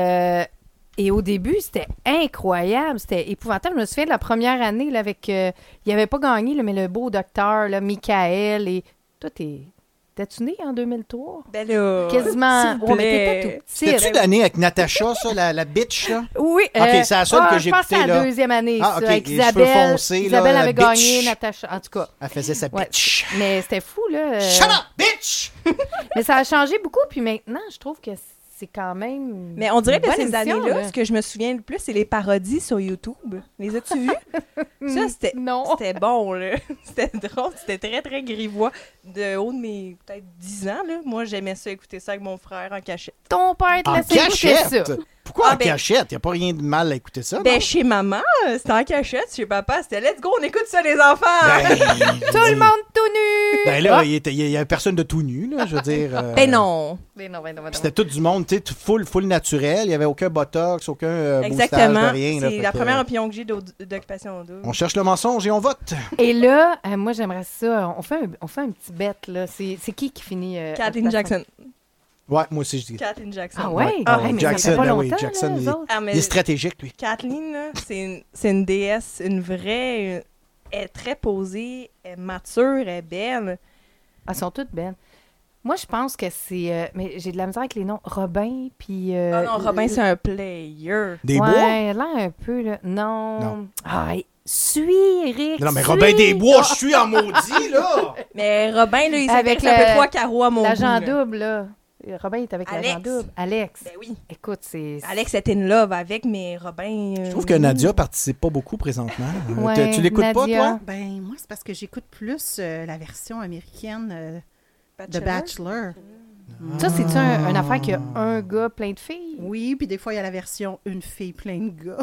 et au début, c'était incroyable, c'était épouvantable. Je me souviens de la première année là, avec... il n'avait pas gagné, là, mais le beau docteur, là, Michael, et... Toi, t'es-tu né en 2003? Ben là... Quasiment... Ouais, mais t'étais tout petit. C'était-tu l'année avec Natacha, ça, la bitch, là? Oui. OK, c'est la seule que j'ai écoutée, je pense que c'est là. la deuxième année, Ah, ça, OK, avec les cheveux Isabelle. foncés, là, Isabelle la avait bitch. gagné, Natacha, en tout cas. Elle faisait sa bitch. Mais c'était fou, là. Shut up, bitch! Mais ça a changé beaucoup, puis maintenant, je trouve que c'est quand même... Mais on dirait une que bonne ces émission, années-là, là. ce que je me souviens le plus, c'est les parodies sur YouTube. Les as-tu vues? Ça, c'était bon, là. C'était drôle, c'était très, très grivois. De haut de mes, peut-être 10 ans, là. Moi, j'aimais ça, écouter ça avec mon frère en cachette. Ton père te En laissait écouter cachette? ça. Pourquoi en cachette? Il n'y a pas rien de mal à écouter ça, Ben, non? chez maman, c'était en cachette. Chez papa, c'était « Let's go, on écoute ça, les enfants! Tout le monde tout nu! Ben là, il y avait personne de tout nu, là, je veux dire. Ben non! Ben non. C'était tout du monde, tu sais, full naturel. Il n'y avait aucun botox, aucun Exactement. boostage de rien. là, C'est fait la que, première opinion que j'ai d'occupation double. On cherche le mensonge et on vote. Et là, moi, j'aimerais ça. On fait un petit bet, là. C'est qui finit? Kathleen Jackson. Ouais, moi aussi, je dis. Kathleen Jackson. Ah ouais? Ouais, mais Jackson, ça fait pas ben oui, longtemps, Jackson, là, eux autres. il est stratégique, lui. Kathleen, là, c'est une déesse, une vraie... Elle est très posée, elle est mature, elle est belle. Elles sont toutes belles. Moi, je pense que c'est... mais j'ai de la misère avec les noms. Robin, puis... Ah non, Robin, c'est un player. Des bois? Ouais, là, un peu, là. Non. Ah, suis, Eric, Non, mais suis. Robin des Bois, je suis en maudit, là! Mais Robin, là, il Avec s'appelle un peu 3 carreaux à mon goût. l'agent là. double, là. Robin est avec Alex. l'agent double. Alex. Ben oui. Écoute, c'est... Alex était in love avec, mais Robin... Je trouve que Nadia participe pas beaucoup présentement. Ouais, Tu l'écoutes pas, Nadia. toi? Ben, moi, c'est parce que j'écoute plus la version américaine de Bachelor? Bachelor. Ça, c'est-tu une affaire qu'il y a un gars plein de filles? Oui, puis des fois, il y a la version une fille plein de gars.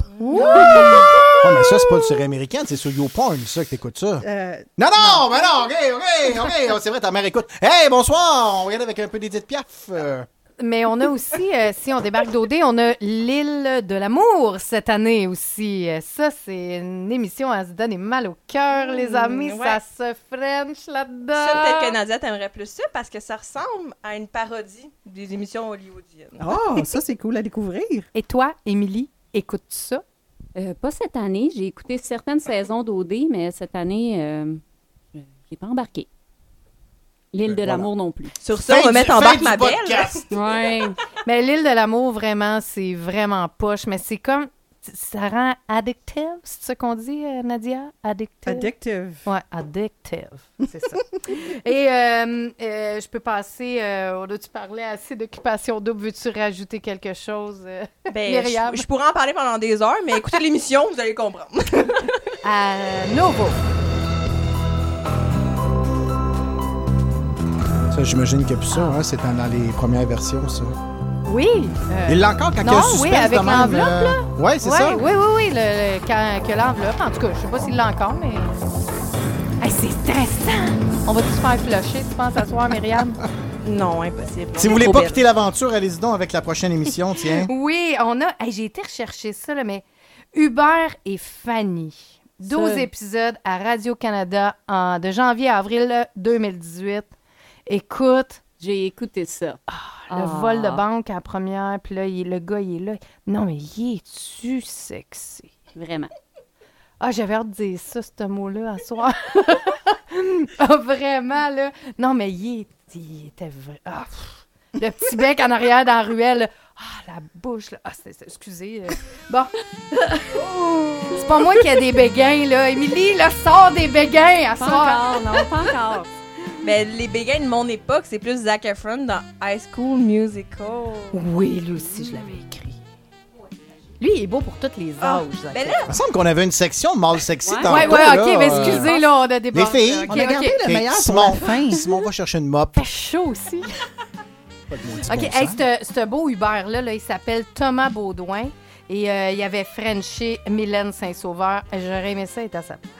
Oh, mais ça, c'est pas une série américaine, c'est sur YouPorn, ça, que t'écoutes ça. Non, mais non, OK, c'est vrai, ta mère écoute. Hey, bonsoir, on regarde avec un peu d'Édith Piaf. Mais on a aussi, si on débarque d'OD, on a l'île de l'amour cette année aussi. Ça, c'est une émission à se donner mal au cœur, les amis. ouais. Ça se French là-dedans. Ça, peut-être que Nadia t'aimerait plus ça parce que ça ressemble à une parodie des émissions hollywoodiennes. Oh, ça, c'est cool à découvrir. Et toi, Émilie, écoutes ça? Pas cette année. J'ai écouté certaines saisons d'OD, mais cette année, j'ai pas embarqué. L'île de l'amour non plus. Sur ça, on va mettre en barque ma belle. Ouais. Mais l'île de l'amour, vraiment, c'est vraiment poche. Mais c'est comme... Ça rend addictive, c'est ça qu'on dit, Nadia? Addictive? Addictive. Ouais, addictive, c'est ça. Et je peux passer... on a-tu parlé assez d'occupation double? Veux-tu rajouter quelque chose, Ben, Myriam? je pourrais en parler pendant des heures, mais écoutez l'émission, vous allez comprendre. À nouveau. Ça, j'imagine qu'il n'y a plus ça, hein, c'est dans les premières versions, ça. Oui. Il l'a encore quand il y a un suspense oui, avec de même, l'enveloppe, là. Ouais, c'est ça. Oui, que l'enveloppe. En tout cas, je sais pas s'il l'a encore, mais... Hey, c'est stressant! On va tous se faire flusher, tu penses, à soir, Myriam? Non, impossible. Si vous voulez pas quitter l'aventure, allez-y donc avec la prochaine émission, tiens. Oui, on a... Hey, j'ai été rechercher ça, là, mais Hubert et Fanny. 12 épisodes à Radio-Canada de janvier à avril 2018. Écoute... J'ai écouté ça. Le vol de banque à la première, puis là, le gars, il est là. Non, mais il est-tu sexy? Vraiment. Ah, j'avais hâte de dire ça, ce mot-là, à soir. Ah, vraiment, là. Non, mais il était vrai. Ah, le petit bec en arrière dans la ruelle. Là. Ah, la bouche, là. Ah, excusez. Bon. C'est pas moi qui ai des béguins, là. Émilie, là, sort des béguins à Pas soir. encore, non, pas encore. Mais les béguins de mon époque, c'est plus Zac Efron dans High School Musical. Oui, lui aussi, je l'avais écrit. Lui, il est beau pour tous les âges. Ben là, Il me semble qu'on avait une section mâle sexy tantôt. Ouais, là. OK, mais excusez, là, on a des Les filles. On a gardé le meilleur pour Simon, la fin. Simon va chercher une mop. Fait chaud aussi. Pas de maudit OK, bon hey, sens. ce beau Hubert-là, là, il s'appelle Thomas Baudouin. Et il y avait Frenché Mylène Saint-Sauveur. J'aurais aimé ça être à sa place.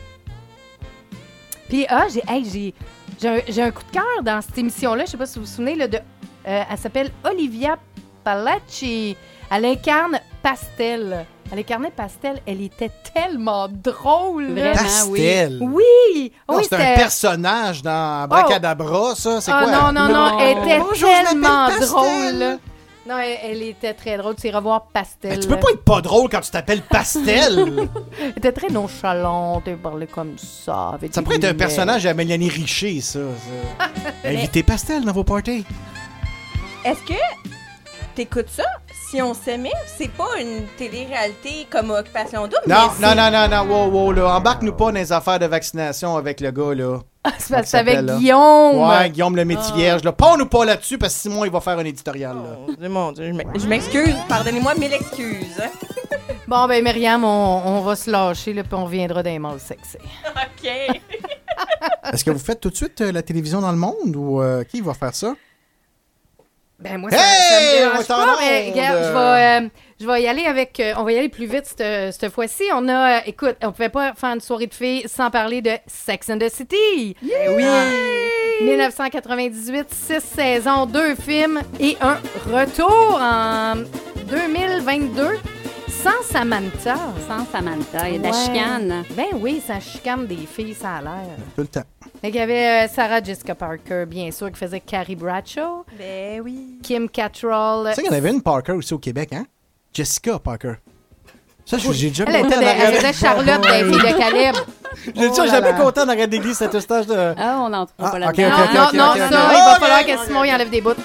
Puis, j'ai un coup de cœur dans cette émission-là. Je sais pas si vous vous souvenez, là, elle s'appelle Olivia Palacci. Elle incarne Pastel. Elle incarnait Pastel. Elle était tellement drôle. Là. Pastel? Oui! Non, c'est un personnage dans Abracadabra, ça? C'est quoi? Non. Elle était Bonjour, tellement je m'appelle drôle. Pastel. Non, elle était très drôle. Tu iras voir Pastel. Mais tu peux pas être pas drôle quand tu t'appelles Pastel. Elle était très nonchalante. Elle parlait comme ça. Ça pourrait être un personnage à Mélanie Richer, ça. Invitez Pastel dans vos parties. Est-ce que t'écoutes ça? Si on s'aimait, c'est pas une télé-réalité comme Occupation Double. Non, wow, là. Embarque-nous pas dans les affaires de vaccination avec le gars, là. C'est parce que c'est avec Guillaume. Ouais, Guillaume le métier-vierge, là. Pas-nous pas là-dessus, parce que Simon, il va faire un éditorial, là. Mon Dieu, je m'excuse. Pardonnez-moi 1000 excuses. Bon, ben, Myriam, on va se lâcher, là, puis on reviendra dans les mâles sexy. OK. Est-ce que vous faites tout de suite la télévision dans le monde, ou qui va faire ça? Ben moi, ça me dérange pas, mais regarde, je vais y aller avec... on va y aller plus vite cette fois-ci. On a... écoute, on pouvait pas faire une soirée de filles sans parler de Sex and the City. Yeah! Oui! 1998, 6 saisons, 2 films et un retour en 2022 sans Samantha. Sans Samantha, il y a de la chicane. Ben oui, ça chicane des filles, ça a l'air. Tout le temps. Il y avait Sarah Jessica Parker, bien sûr, qui faisait Carrie Bradshaw. Ben oui. Kim Cattrall. Tu sais qu'il y en avait une Parker aussi au Québec, hein? Jessica Parker. Ça, j'ai déjà Elle faisait Charlotte des filles de Caleb. J'ai dit, jamais content d'arrêter d'église cet stage de... Ah, on n'en trouve pas là-dedans. Non, ça, il va falloir que Simon y enlève des bouts.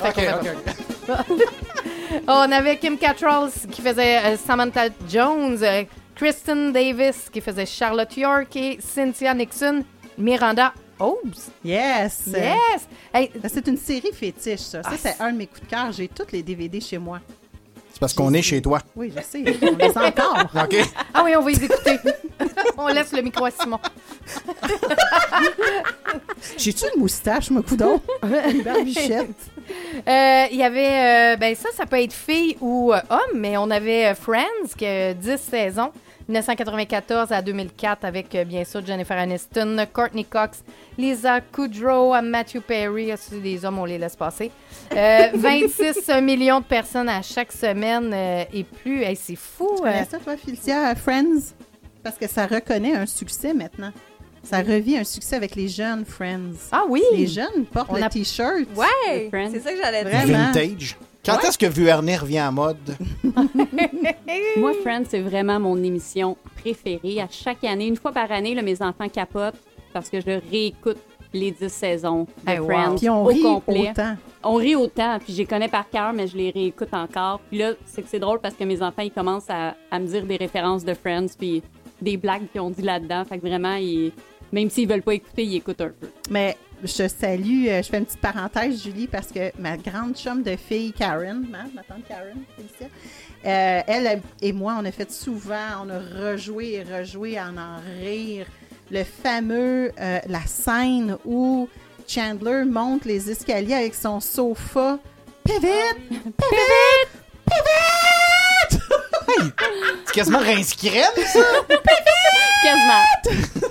On avait Kim Cattrall qui faisait Samantha Jones, Kristen Davis qui faisait Charlotte York et Cynthia Nixon, Miranda Hobbs. Yes! Hey. C'est une série fétiche, ça. Ça, c'est un de mes coups de cœur. J'ai tous les DVD chez moi. C'est parce qu'on est chez toi. Oui, je sais. On les a encore. OK. Ah oui, on va les écouter. On laisse le micro à Simon. J'ai-tu une moustache, mon coudon? Une barbichette. Il y avait... ben ça peut être fille ou homme, mais on avait Friends, qui a 10 saisons. 1994 à 2004 avec, bien sûr, Jennifer Aniston, Courtney Cox, Lisa Kudrow, Matthew Perry. C'est des hommes, on les laisse passer. 26 millions de personnes à chaque semaine et plus. Hey, c'est fou. Tu connais ça, toi, Félicia, Friends? Parce que ça reconnaît un succès maintenant. Ça revit un succès avec les jeunes Friends. Ah oui? Les jeunes portent le T-shirt. Ouais! C'est ça que j'allais dire. Vintage. Quand est-ce que Vuarnet revient en mode? Moi, Friends, c'est vraiment mon émission préférée. À chaque année, une fois par année, là, mes enfants capotent parce que je réécoute les 10 saisons de Friends Puis on au rit complet. autant. On rit autant, puis je les connais par cœur, mais je les réécoute encore. Puis là, c'est drôle parce que mes enfants, ils commencent à me dire des références de Friends, puis des blagues qu'ils ont dit là-dedans. Fait que vraiment, même s'ils veulent pas écouter, ils écoutent un peu. Mais je salue, je fais une petite parenthèse, Julie, parce que ma grande chum de fille, Karen, ma tante Karen, Félicia, elle et moi, on a fait souvent, on a rejoué et rejoué à en rire. Le fameux, la scène où Chandler monte les escaliers avec son sofa. Pivot! Pivot! Pivot! Hey, c'est quasiment Rince-Crème, ça! Quasiment!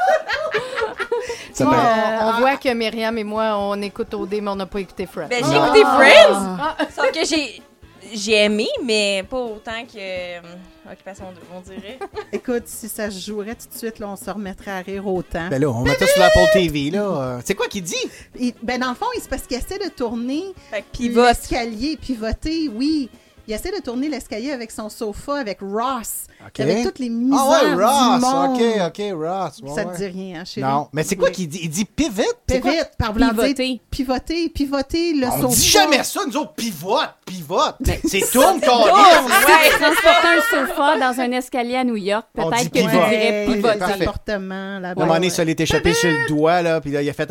On voit que Myriam et moi, on écoute OD, mais on n'a pas écouté Friends. Ben, j'ai écouté Friends! Sauf que j'ai aimé, mais pas autant que Occupation Double, on dirait. Écoute, si ça se jouerait tout de suite, là, on se remettrait à rire autant. Ben là, on met ça sur l'Apple TV, là. C'est quoi qu'il dit? Ben dans le fond, c'est parce qu'il essaie de tourner l'escalier, pivoter, oui. Il essaie de tourner l'escalier avec son sofa, avec Ross. Okay. Avec toutes les misères Ross, du monde. OK, Ross. Ouais, ça te dit rien, hein, chérie? Non, mais c'est quoi qu'il dit? Il dit pivot? Pivot, par voulant dire pivoter le sofa. On dit jamais ça, nous autres, pivote. C'est tourne, qu'on transporter un sofa dans un escalier à New York, peut-être que tu dirais pivoter. Appartement, là-bas. À un moment donné, ça l'est échappé sur le doigt, là, puis là, il a fait...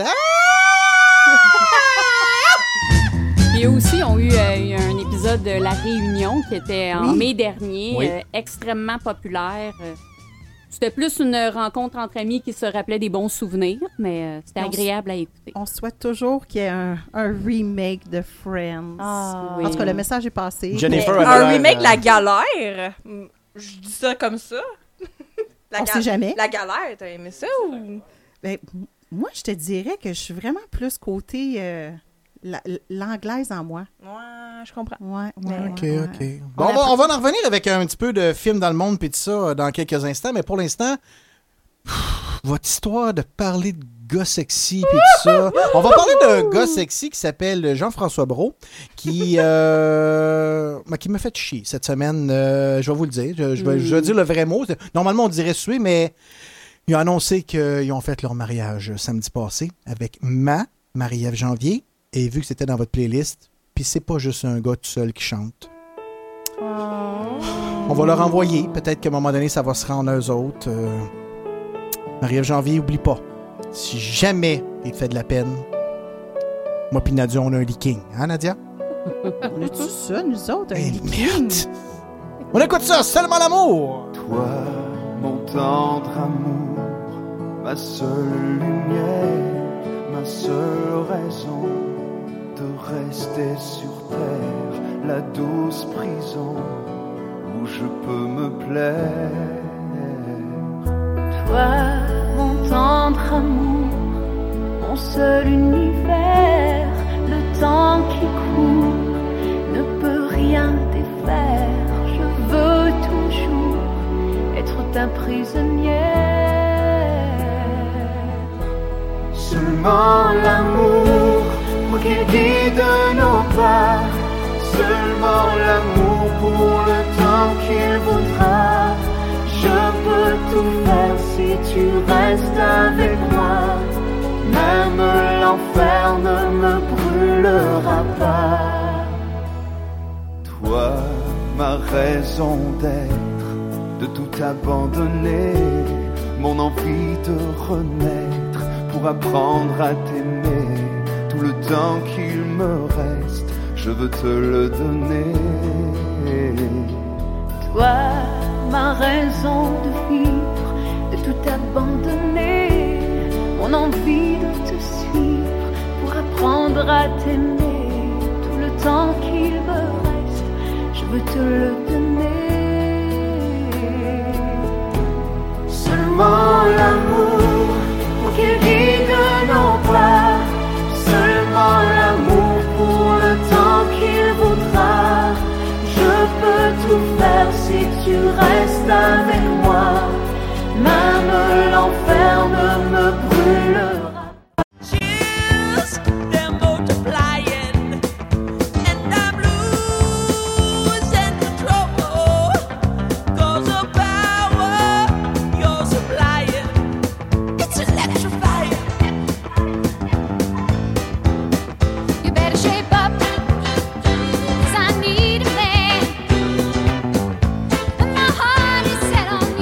Et eux aussi ont eu un épisode de La Réunion qui était en mai dernier, oui. Extrêmement populaire. C'était plus une rencontre entre amis qui se rappelaient des bons souvenirs, mais c'était agréable à écouter. On souhaite toujours qu'il y ait un remake de Friends. Oui. En tout cas, le message est passé. Un remake de La Galère? Je dis ça comme ça. On sait jamais. La Galère, t'as aimé ça ou... Ben, moi, je te dirais que je suis vraiment plus côté l'anglaise en moi. Ouais, je comprends. Ouais. OK. Bon, on va en revenir avec un petit peu de films dans le monde puis tout ça dans quelques instants, mais pour l'instant, votre histoire de parler de gars sexy puis tout ça. On va parler d'un gars sexy qui s'appelle Jean-François Brault qui m'a fait chier cette semaine. Je vais vous le dire. Je vais dire le vrai mot. Normalement, on dirait suer, mais ils ont annoncé qu'ils ont fait leur mariage samedi passé avec Marie-Ève Janvier. Et vu que c'était dans votre playlist, puis c'est pas juste un gars tout seul qui chante. On va leur envoyer. Peut-être qu'à un moment donné, ça va se rendre à eux autres. Marie-Ève Janvier, oublie pas. Si jamais il te fait de la peine, moi pis Nadia, on a un leaking. Hein, Nadia? On a-tu ça, nous autres? Merde! On écoute ça, seulement l'amour! Toi, mon tendre amour, ma seule lumière, ma seule raison de rester sur terre, la douce prison où je peux me plaire. Toi, mon tendre amour, mon seul univers, le temps qui court ne peut rien défaire. Je veux toujours être ta prisonnière. Seulement l'amour pour qu'il guide nos pas, seulement l'amour pour le temps qu'il voudra. Je peux tout faire si tu restes avec moi. Même l'enfer ne me brûlera pas. Toi, ma raison d'être, de tout abandonner, mon envie de renaître pour apprendre à t'aimer. Tout le temps qu'il me reste, je veux te le donner. Toi, ma raison de vivre, de tout abandonner, mon envie de te suivre pour apprendre à t'aimer. Tout le temps qu'il me reste, je veux te le donner. Seulement l'amour pour qu'il guide nos pas, seulement l'amour pour le temps qu'il voudra. Je peux tout faire si tu restes avec moi. Même l'enfer ne me brûlera. On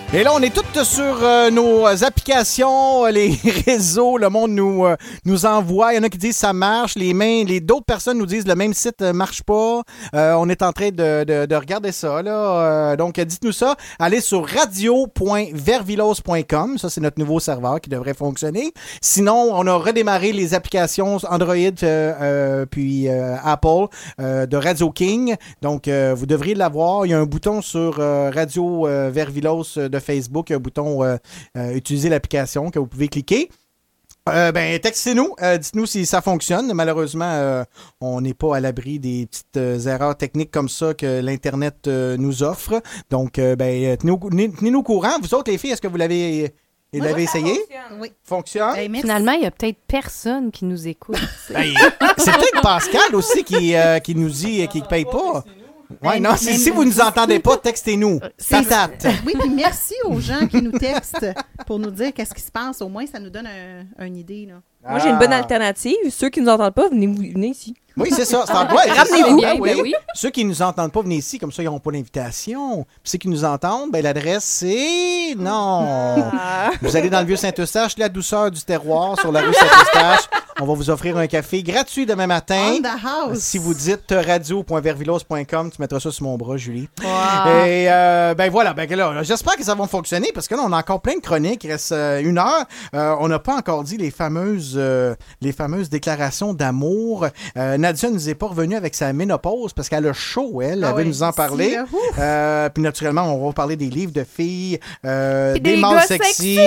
Et là, on est tous sur nos applications, les réseaux, le monde nous envoie. Il y en a qui disent ça marche, d'autres personnes nous disent le même site marche pas. On est en train de regarder ça, là. Donc, dites-nous ça. Allez sur radio.vervilos.com. Ça, c'est notre nouveau serveur qui devrait fonctionner. Sinon, on a redémarré les applications Android puis Apple de Radio King. Donc, vous devriez l'avoir. Il y a un bouton sur Radio Vervilos de Facebook, un bouton utiliser l'application que vous pouvez cliquer. Textez-nous, dites-nous si ça fonctionne. Malheureusement, on n'est pas à l'abri des petites erreurs techniques comme ça que l'Internet nous offre. Donc, tenez-nous au courant. Vous autres, les filles, est-ce que vous l'avez essayé? Fonctionne. Oui. Fonctionne? Finalement, il y a peut-être personne qui nous écoute. C'est peut-être Pascal aussi qui nous dit qu'il ne paye pas. Oui, non, si vous ne nous entendez pas, textez-nous. Patate. Oui, puis merci aux gens qui nous textent pour nous dire qu'est-ce qui se passe. Au moins, ça nous donne une idée. Là. Moi, j'ai une bonne alternative. Ceux qui ne nous entendent pas, venez ici. Oui, c'est ça. Ramenez-vous. Oui. Ceux qui ne nous entendent pas, venez ici. Comme ça, ils n'auront pas l'invitation. Puis ceux qui nous entendent, l'adresse, c'est... Non. Vous allez dans le Vieux-Saint-Eustache, la douceur du terroir sur la rue Saint-Eustache. On va vous offrir un café gratuit demain matin. On the house. Si vous dites radio.vervilos.com, tu mettras ça sur mon bras, Julie. Wow. Et voilà. Là, j'espère que ça va fonctionner parce que là, on a encore plein de chroniques. Il reste 1 heure. On n'a pas encore dit les fameuses déclarations d'amour. Nadia nous est pas revenue avec sa ménopause parce qu'elle a chaud, elle veut nous en parler. Puis naturellement, on va parler des livres de filles, des mâles sexy.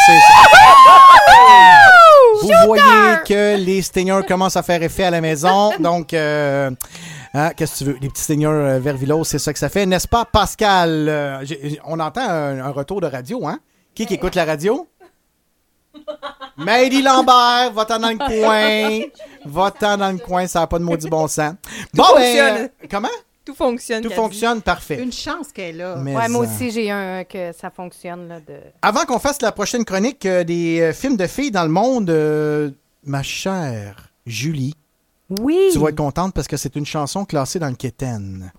Vous voyez que les stingers commencent à faire effet à la maison. Donc, qu'est-ce que tu veux? Les petits stingers Vervilos, c'est ça que ça fait. N'est-ce pas, Pascal? On entend un retour de radio, hein? Qui écoute la radio? Maïdy Lambert, va-t'en dans le coin. Va-t'en dans le coin, ça n'a pas de maudit bon sens. Tout fonctionne. Comment? Tout fonctionne. Tout fonctionne, parfait. Une chance qu'elle a. Mais moi aussi, j'ai que ça fonctionne. Là, Avant qu'on fasse la prochaine chronique des films de filles dans le monde, ma chère Julie, oui. Tu vas être contente parce que c'est une chanson classée dans le Quétaine.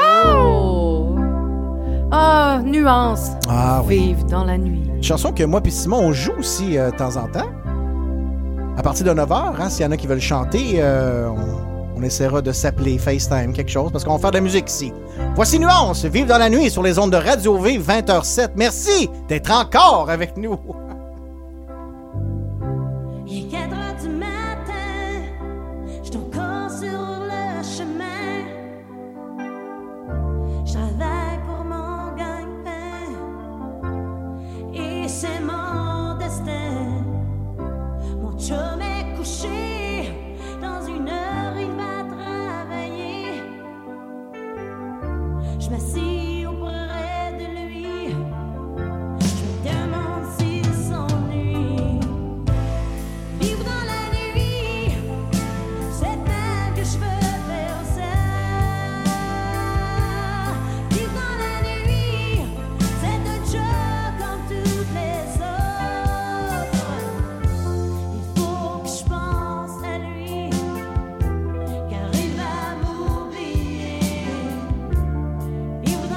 Nuance. Ah oui. Vive dans la nuit. Une chanson que moi et Simon, on joue aussi de temps en temps. À partir de 9h, s'il y en a qui veulent chanter, on essaiera de s'appeler FaceTime, quelque chose, parce qu'on va faire de la musique ici. Voici Nuance, Vive dans la nuit sur les ondes de Radio V, 20h07. Merci d'être encore avec nous. Il est 4h du matin, je suis encore sur le chemin. Je travaille pour mon gagne-pain et c'est mon destin. Mon chum est couché, dans 1 heure il va travailler. Je m'assis auprès de lui, je me demande s'il s'ennuie. Vivre dans la nuit, c'est même que je veux faire ça. Vivre dans la nuit, c'est un job comme toutes les autres. Il faut que je pense à lui, car il va m'oublier. Vivre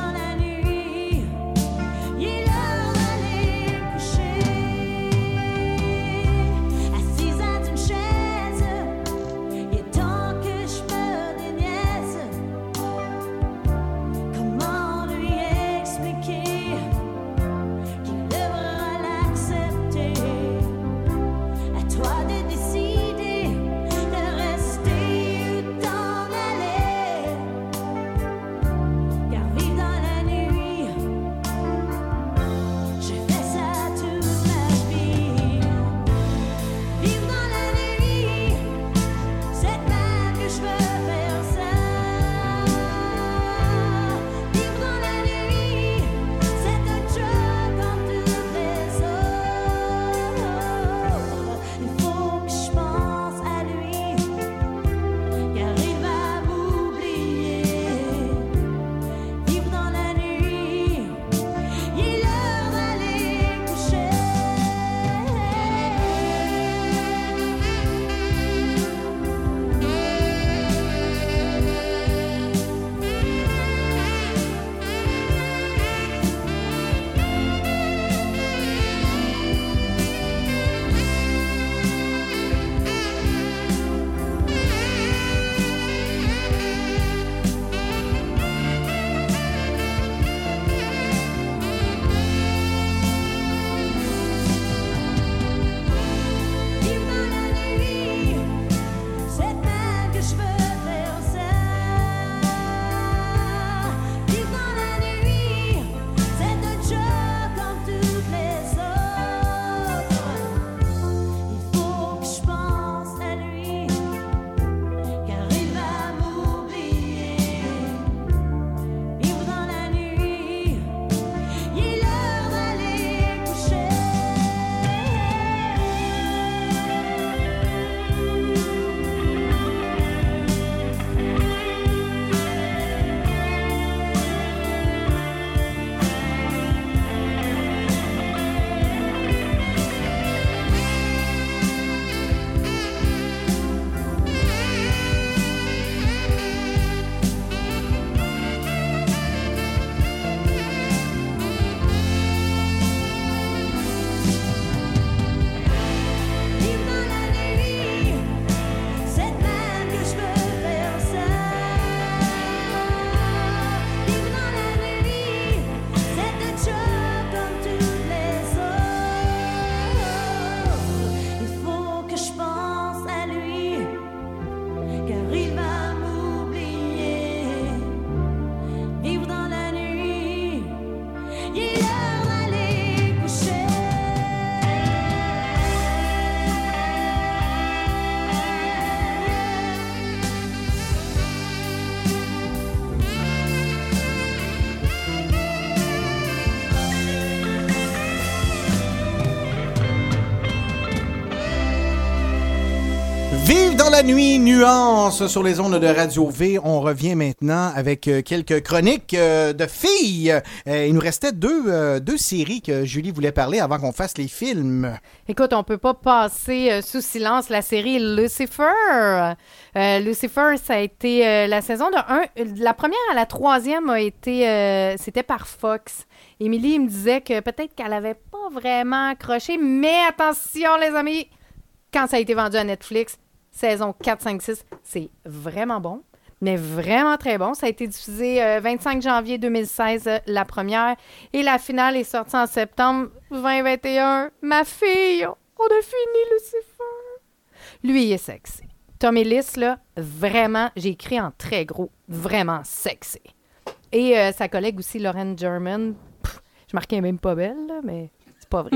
la nuit, nuance sur les ondes de Radio V. On revient maintenant avec quelques chroniques de filles. Il nous restait deux séries que Julie voulait parler avant qu'on fasse les films. Écoute, on peut pas passer sous silence la série Lucifer. Lucifer, ça a été la saison de 1. La première à la 3e a été... c'était par Fox. Émilie me disait que peut-être qu'elle avait pas vraiment accroché, mais attention les amis, quand ça a été vendu à Netflix, saison 4, 5, 6, c'est vraiment bon, mais vraiment très bon. Ça a été diffusé 25 janvier 2016, la première, et la finale est sortie en septembre 2021. Ma fille, on a fini Lucifer. Lui, il est sexy. Tom Ellis, là, vraiment, j'ai écrit en très gros, vraiment sexy. Et sa collègue aussi, Lauren German, je marquais même pas belle, là, mais... pas vrai.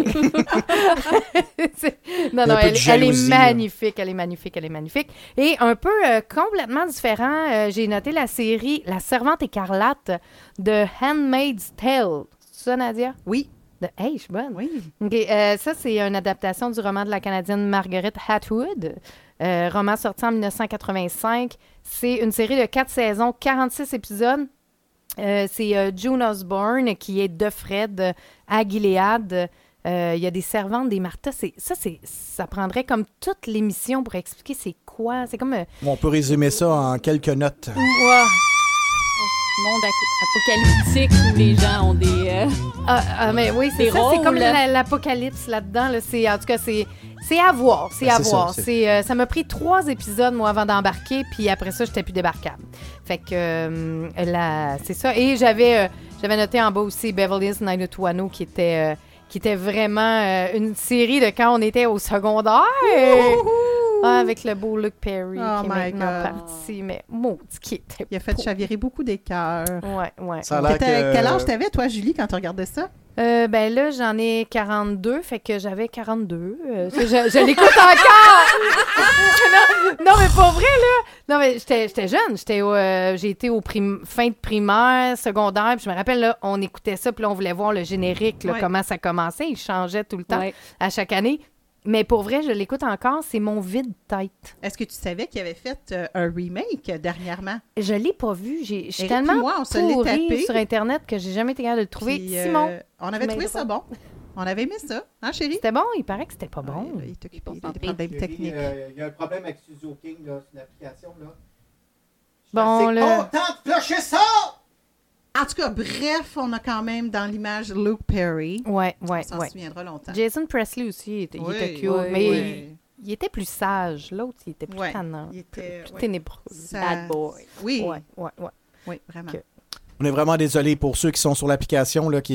non, elle est magnifique, elle est magnifique, elle est magnifique. Et un peu complètement différent, j'ai noté la série La Servante écarlate de Handmaid's Tale. C'est ça, Nadia? Oui. Hey, je suis bonne. Oui. Okay, ça, c'est une adaptation du roman de la Canadienne Margaret Atwood, roman sorti en 1985. C'est une série de 4 saisons, 46 épisodes. C'est June Osborne qui est de Fred à Gilead. Il y a des servantes, des martas. Ça prendrait comme toute l'émission pour expliquer c'est quoi. C'est comme... On peut résumer ça en quelques notes. Ouais. Monde apocalyptique où les gens ont des... mais oui, c'est ça. C'est comme l'apocalypse là-dedans. Là. En tout cas, c'est à voir. C'est à voir. Ça m'a pris 3 épisodes, moi, avant d'embarquer. Puis après ça, j'étais plus débarquable. Fait que c'est ça. Et j'avais noté en bas aussi Beverly Hills 90210 qui était vraiment une série de quand on était au secondaire. Avec le beau Luke Perry qui est maintenant parti. Mais maudit qui était Il a fait chavirer beaucoup des cœurs. Ouais. Quel âge t'avais, toi, Julie, quand tu regardais ça? Ben là, j'en ai 42, fait que j'avais 42. Je l'écoute encore! non, mais pas vrai, là! Non, mais j'étais jeune. J'ai été fin de primaire, secondaire, puis je me rappelle, là, on écoutait ça, puis là, on voulait voir le générique, là, comment ça commençait. Il changeait tout le temps, à chaque année. Mais pour vrai, je l'écoute encore, c'est mon vide-tête. Est-ce que tu savais qu'il avait fait un remake dernièrement? Je l'ai pas vu. Je suis tellement pourrie sur Internet que j'ai jamais été capable de le trouver. Puis, Simon, on avait trouvé ça bon. On avait aimé ça. Hein, chérie? C'était bon? Il paraît que c'était pas bon. Il est occupé des problèmes techniques. Il y a un problème avec Studio King, là. C'est une application, là. Bon, là. Content de flusher ça! En tout cas, bref, on a quand même dans l'image Luke Perry. Ouais. On s'en souviendra longtemps. Jason Presley aussi, il était cute, mais il était plus sage. L'autre, il était plus tannant, plus ténébreux. Bad boy. Oui. Oui, vraiment. Okay. On est vraiment désolé pour ceux qui sont sur l'application, là,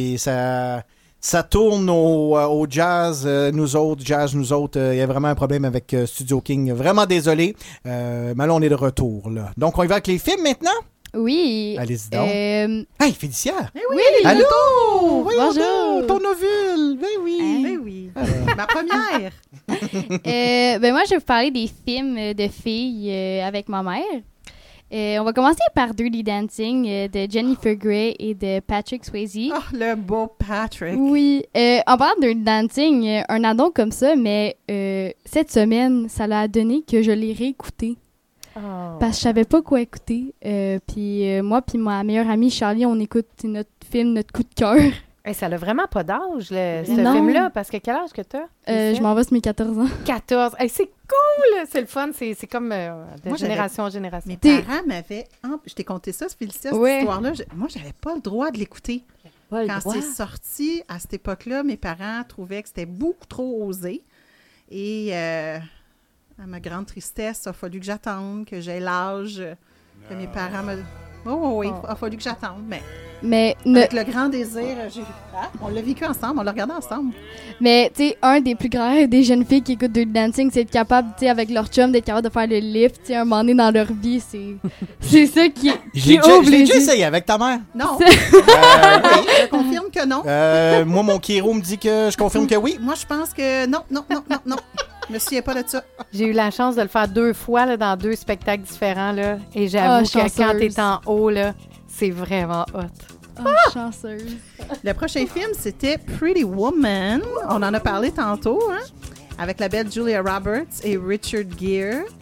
ça tourne au jazz, nous autres. Il y a vraiment un problème avec Studio King. Vraiment désolé. Mais là, on est de retour, là. Donc, on y va avec les films maintenant? Oui. Allez-y donc. Hey, Félicia! Oui, allô! Bonjour! Ton ovule! Ben oui! Oui. Ma première! Moi, je vais vous parler des films de filles avec ma mère. On va commencer par Dirty Dancing de Jennifer Grey et de Patrick Swayze. Oh, le beau Patrick! Oui. En parlant de Dirty Dancing, un addon comme ça, mais cette semaine, ça l'a donné que je l'ai réécouté. Oh. Parce que je savais pas quoi écouter. Puis moi puis ma meilleure amie Charlie, on écoute notre film, notre coup de cœur. Hey, ça n'a vraiment pas d'âge, ce film-là, parce que quel âge que t'as? Je m'en vais sur mes 14 ans. 14. Hey, c'est cool! C'est le fun. C'est comme de génération en génération. Mes parents m'avaient... Je t'ai conté ça, Félicia, cette histoire-là. Moi, j'avais pas le droit de l'écouter. Quand c'est sorti, à cette époque-là, mes parents trouvaient que c'était beaucoup trop osé. Et... à ma grande tristesse, il a fallu que j'attende, que j'ai l'âge que mes parents me... Oui, il a fallu que j'attende, mais avec le grand désir, on l'a vécu ensemble, on l'a regardé ensemble. Mais, tu sais, un des plus grands des jeunes filles qui écoutent Dirty Dancing, c'est être capable, tu sais, avec leur chum, d'être capable de faire le lift, tu sais, un moment donné dans leur vie, c'est ça qui Je l'ai déjà essayé avec ta mère. Non. Oui, je confirme que non. Moi, mon Kiro me dit que je confirme que oui. Moi, je pense que non. Je me souviens pas de ça. J'ai eu la chance de le faire 2 fois là, dans 2 spectacles différents. Là, et j'avoue que quand t'es en haut, là, c'est vraiment hot. Chanceuse. Le prochain film, c'était Pretty Woman. On en a parlé tantôt, hein? Avec la belle Julia Roberts et Richard Gere.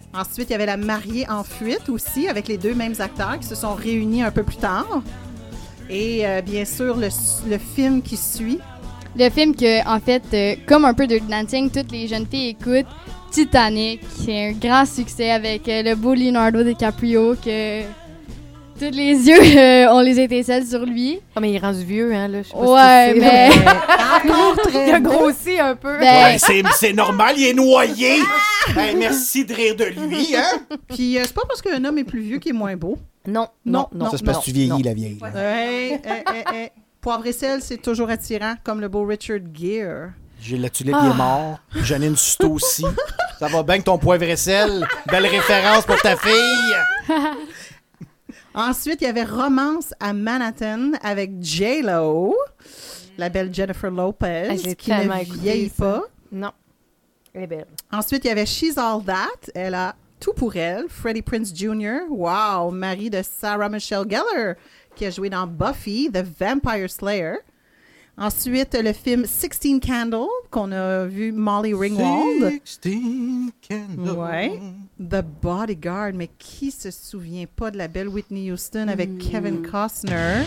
Ensuite, il y avait La mariée en fuite aussi, avec les deux mêmes acteurs qui se sont réunis un peu plus tard. Et bien sûr, le film qui suit. Le film que, en fait, comme un peu de Dancing, toutes les jeunes filles écoutent, Titanic, qui est un grand succès avec le beau Leonardo DiCaprio, que tous les yeux ont les étincelles sur lui. Ah, mais il est rendu vieux, hein, là. Je sais pas Ouais, si mais... il a grossi un peu. Ouais, c'est normal, il est noyé. Ben, merci de rire de lui, hein? Puis c'est pas parce qu'un homme est plus vieux qu'il est moins beau. Non. Ça, c'est parce que tu vieillis, la vieille. Poivre et sel, c'est toujours attirant, comme le beau Richard Gere. Gilles Latulippe, il est mort. Janine Suto aussi. Ça va bien que ton poivre et sel. Belle référence pour ta fille. Ensuite, il y avait Romance à Manhattan avec J-Lo, la belle Jennifer Lopez, qui ne vieillit pas. Non, elle est belle. Ensuite, il y avait She's All That. Elle a tout pour elle. Freddie Prinze Jr., wow, mari de Sarah Michelle Gellar, qui a joué dans Buffy, The Vampire Slayer. Ensuite, le film 16 Candles, qu'on a vu Molly Ringwald. 16 Candles. Ouais. The Bodyguard, mais qui se souvient pas de la belle Whitney Houston avec Kevin Costner?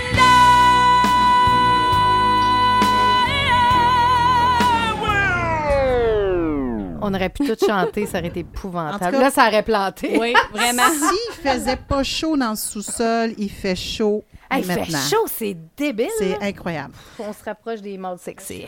On aurait pu tout chanter, ça aurait été épouvantable. Cas, là, ça aurait planté. Oui, vraiment. S'il faisait pas chaud dans le sous-sol, il fait chaud il maintenant. fait chaud, c'est débile. C'est incroyable. On se rapproche des modes sexy.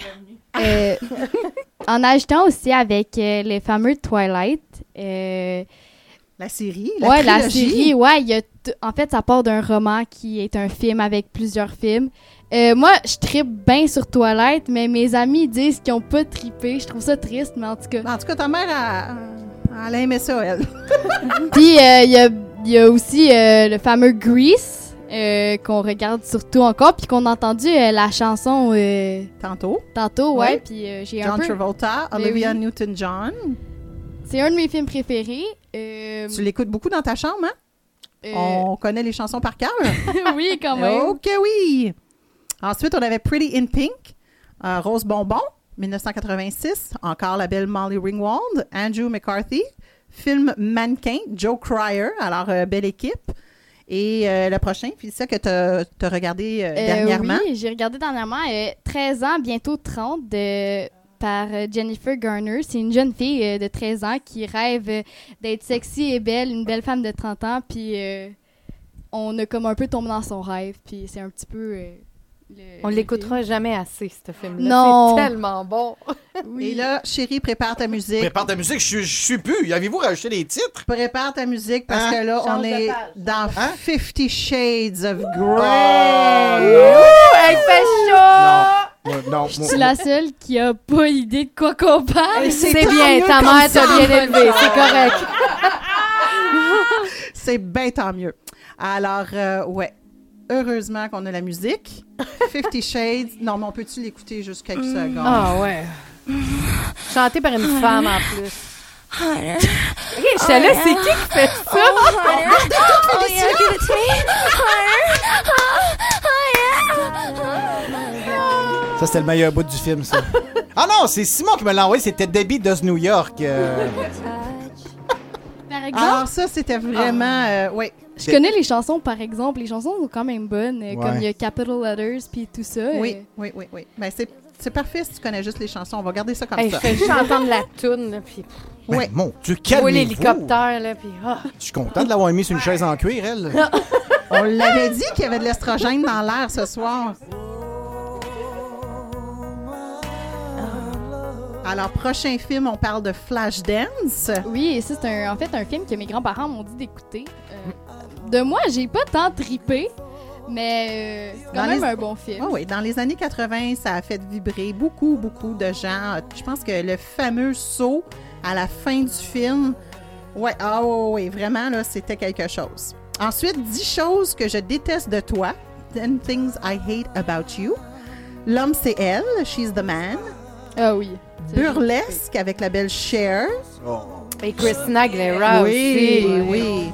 En ajoutant aussi avec les fameux Twilight. La série, la série, ouais. En fait, ça part d'un roman qui est un film avec plusieurs films. Moi, je trippe bien sur Twilight, mais mes amis disent qu'ils n'ont pas trippé. Je trouve ça triste, mais en tout cas... En tout cas, ta mère, elle a aimé ça, elle. Puis, il y a aussi le fameux Grease, qu'on regarde surtout encore, puis qu'on a entendu la chanson... Tantôt, ouais. Puis j'ai John un peu... Travolta, Olivia Newton-John. C'est un de mes films préférés. Tu l'écoutes beaucoup dans ta chambre, hein? On connaît les chansons par cœur? Oui, quand même. OK, oui! Ensuite, on avait Pretty in Pink, Rose Bonbon, 1986, encore la belle Molly Ringwald, Andrew McCarthy, film Mannequin, Joe Cryer, alors belle équipe. Et le prochain, puis ça que tu as regardé dernièrement. Oui, j'ai regardé dernièrement, 13 ans, bientôt 30, par Jennifer Garner. C'est une jeune fille de 13 ans qui rêve d'être sexy et belle, une belle femme de 30 ans, puis on a comme un peu tombé dans son rêve, puis c'est un petit peu... On l'écoutera jamais assez, ce film-là. Non. C'est tellement bon. Oui. Et là, chérie, prépare ta musique. Prépare ta musique, je suis plus. Avez-vous rajouté les titres? Prépare ta musique parce que là, on est dans 50 Shades of Grey. Elle fait chaud! Non. Je suis la seule qui a pas idée de quoi qu'on parle. C'est bien, ta mère t'a bien élevé, c'est correct. C'est bien tant mieux. Alors, ouais. Heureusement qu'on a la musique. 50 Shades. Non, mais on peut-tu l'écouter juste quelques secondes? Ah ouais. Chanté par une femme en plus. J'étais là, c'est qui fait ça? Ça, c'était le meilleur bout du film, ça. Ah non, c'est Simon qui me l'a envoyé. C'était Debbie Does New York. Par exemple? Alors ça, c'était vraiment... oui. Je connais les chansons, par exemple. Les chansons sont quand même bonnes, comme il y a Capital Letters puis tout ça. Oui. Ben, c'est parfait si tu connais juste les chansons. On va garder ça comme ça. Je fais juste entendre la toune, là, puis... Ouais. Mon Dieu, calmez-vous. l'hélicoptère, là, puis... Je suis content de l'avoir mis sur une chaise en cuir, elle. On l'avait dit qu'il y avait de l'estrogène dans l'air ce soir. Alors, prochain film, on parle de Flashdance. Oui, et ça, c'est en fait un film que mes grands-parents m'ont dit d'écouter. De moi, j'ai pas tant trippé, mais c'est quand même un bon film. Oh oui, dans les années 80, ça a fait vibrer beaucoup de gens. Je pense que le fameux saut à la fin du film, oui, vraiment, là, c'était quelque chose. Ensuite, 10 choses que je déteste de toi. 10 things I hate about you. L'homme, c'est elle. She's the man. Ah oui. Burlesque avec la belle Cher. Oh. Et Christina Aguilera aussi. Oui.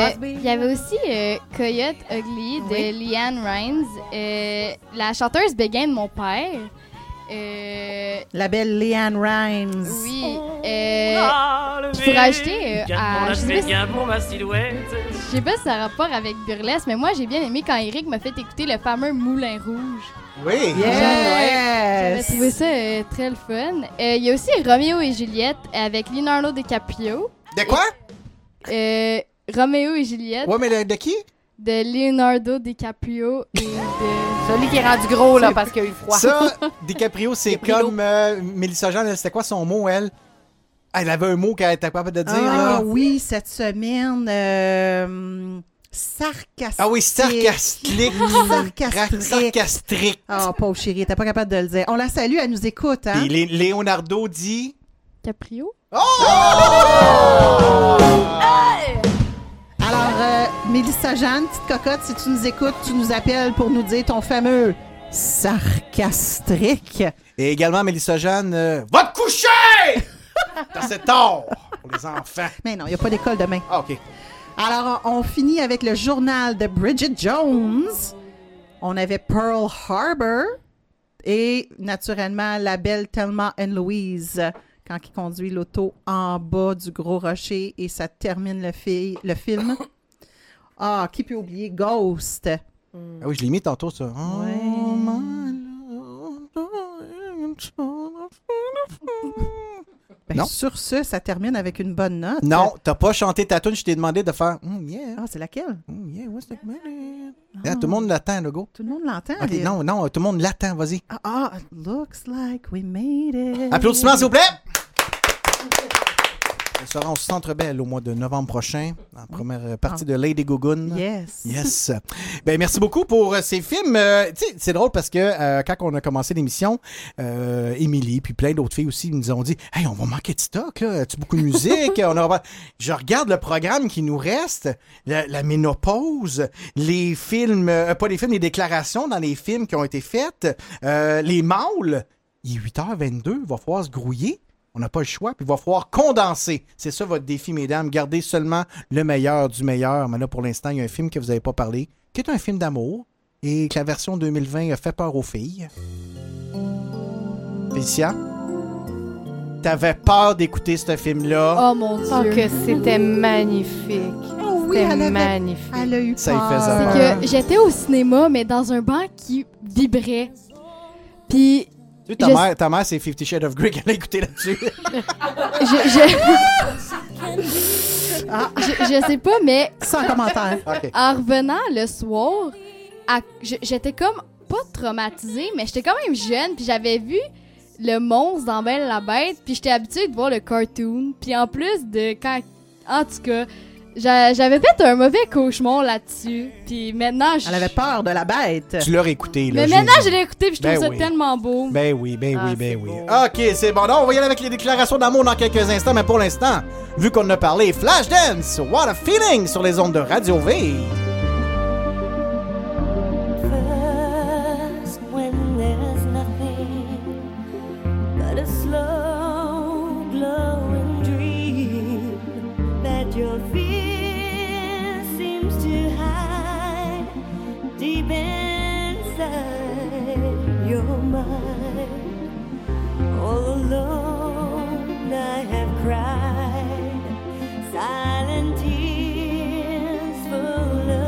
Il y avait aussi Coyote Ugly de Leanne Rimes. La chanteuse béguin de mon père. La belle Leanne Rimes. Oui. Je pourrais ajouter je sais pas si ça a rapport avec Burlesque, mais moi j'ai bien aimé quand Eric m'a fait écouter le fameux Moulin Rouge. Oui. J'avais trouvé ça très le fun. Il y a aussi Roméo et Juliette avec Leonardo DiCaprio. De quoi? Roméo et Juliette. Ouais, mais de qui? De Leonardo DiCaprio et de... Celui qui est rendu gros, là, parce qu'il a eu froid. Ça, DiCaprio, c'est comme Mélissa Jean, c'était quoi son mot, elle? Elle avait un mot qu'elle était capable de dire. Ah oui, cette semaine... sarcastique. Ah oui, sarcastique. Sarcastique. Ah, pauvre chérie, elle était pas capable de le dire. On la salue, elle nous écoute, hein? Et Leonardo dit... Caprio? Oh! Hey! Alors, Mélissa Jeanne, petite cocotte, si tu nous écoutes, tu nous appelles pour nous dire ton fameux sarcastique. Et également, Mélissa Jeanne, va te coucher! C'est tard pour les enfants. Mais non, il n'y a pas d'école demain. Ah, OK. Alors, on finit avec le journal de Bridget Jones. On avait Pearl Harbor et, naturellement, la belle Thelma and Louise quand il conduit l'auto en bas du gros rocher et ça termine le film. Ah, qui peut oublier Ghost? Ah oui, je l'ai mis tantôt, ça. Ben, sur ce, ça termine avec une bonne note. Non, t'as pas chanté ta tune, je t'ai demandé de faire yeah. Ah, c'est laquelle? Yeah, what's the money? Tout le monde l'attend, le go. Tout le monde l'entend. Okay, non, tout le monde l'attend, vas-y. Looks like we made it. Applaudissements, s'il vous plaît! Elle sera au Centre Bell au mois de novembre prochain, en première partie de Lady Gougoune. Yes. Ben, merci beaucoup pour ces films. Tu sais, c'est drôle parce que quand on a commencé l'émission, Émilie puis plein d'autres filles aussi nous ont dit « Hey, on va manquer de stock, là. As-tu beaucoup de musique? » Je regarde le programme qui nous reste, la ménopause, les films, pas les films, les déclarations dans les films qui ont été faites, les mâles. Il est 8h22, il va falloir se grouiller. On n'a pas le choix, puis il va falloir condenser. C'est ça votre défi, mesdames. Gardez seulement le meilleur du meilleur. Mais là, pour l'instant, il y a un film que vous n'avez pas parlé, qui est un film d'amour, et que la version 2020 a fait peur aux filles. Félicia, t'avais peur d'écouter ce film-là. Oh mon Dieu! Oh, que c'était magnifique. Oh oui, c'était magnifique. Elle a eu peur. Ça y faisait peur. C'est que j'étais au cinéma, mais dans un banc qui vibrait. Puis... Tu sais, ta mère, c'est 50 Shades of Grey qu'elle a écouté là-dessus. Je sais pas, mais... Sans commentaire. Okay. En revenant le soir, j'étais comme pas traumatisée, mais j'étais quand même jeune, puis j'avais vu le monstre dans Belle la Bête, puis j'étais habituée de voir le cartoon. Puis en plus de quand... En tout cas... J'avais fait un mauvais cauchemar là-dessus. Puis maintenant, Elle avait peur de la bête. Tu l'as réécouté, là. Mais maintenant, je l'ai écouté puis je trouve ça oui. tellement beau. Ben oui. OK, c'est bon. Donc, on va y aller avec les déclarations d'amour dans quelques instants. Mais pour l'instant, vu qu'on en a parlé, Flashdance, What a Feeling sur les ondes de Radio V. First, when there's nothing but a slow glowing dream that your fear seems to hide deep inside your mind. All alone I have cried silent tears full of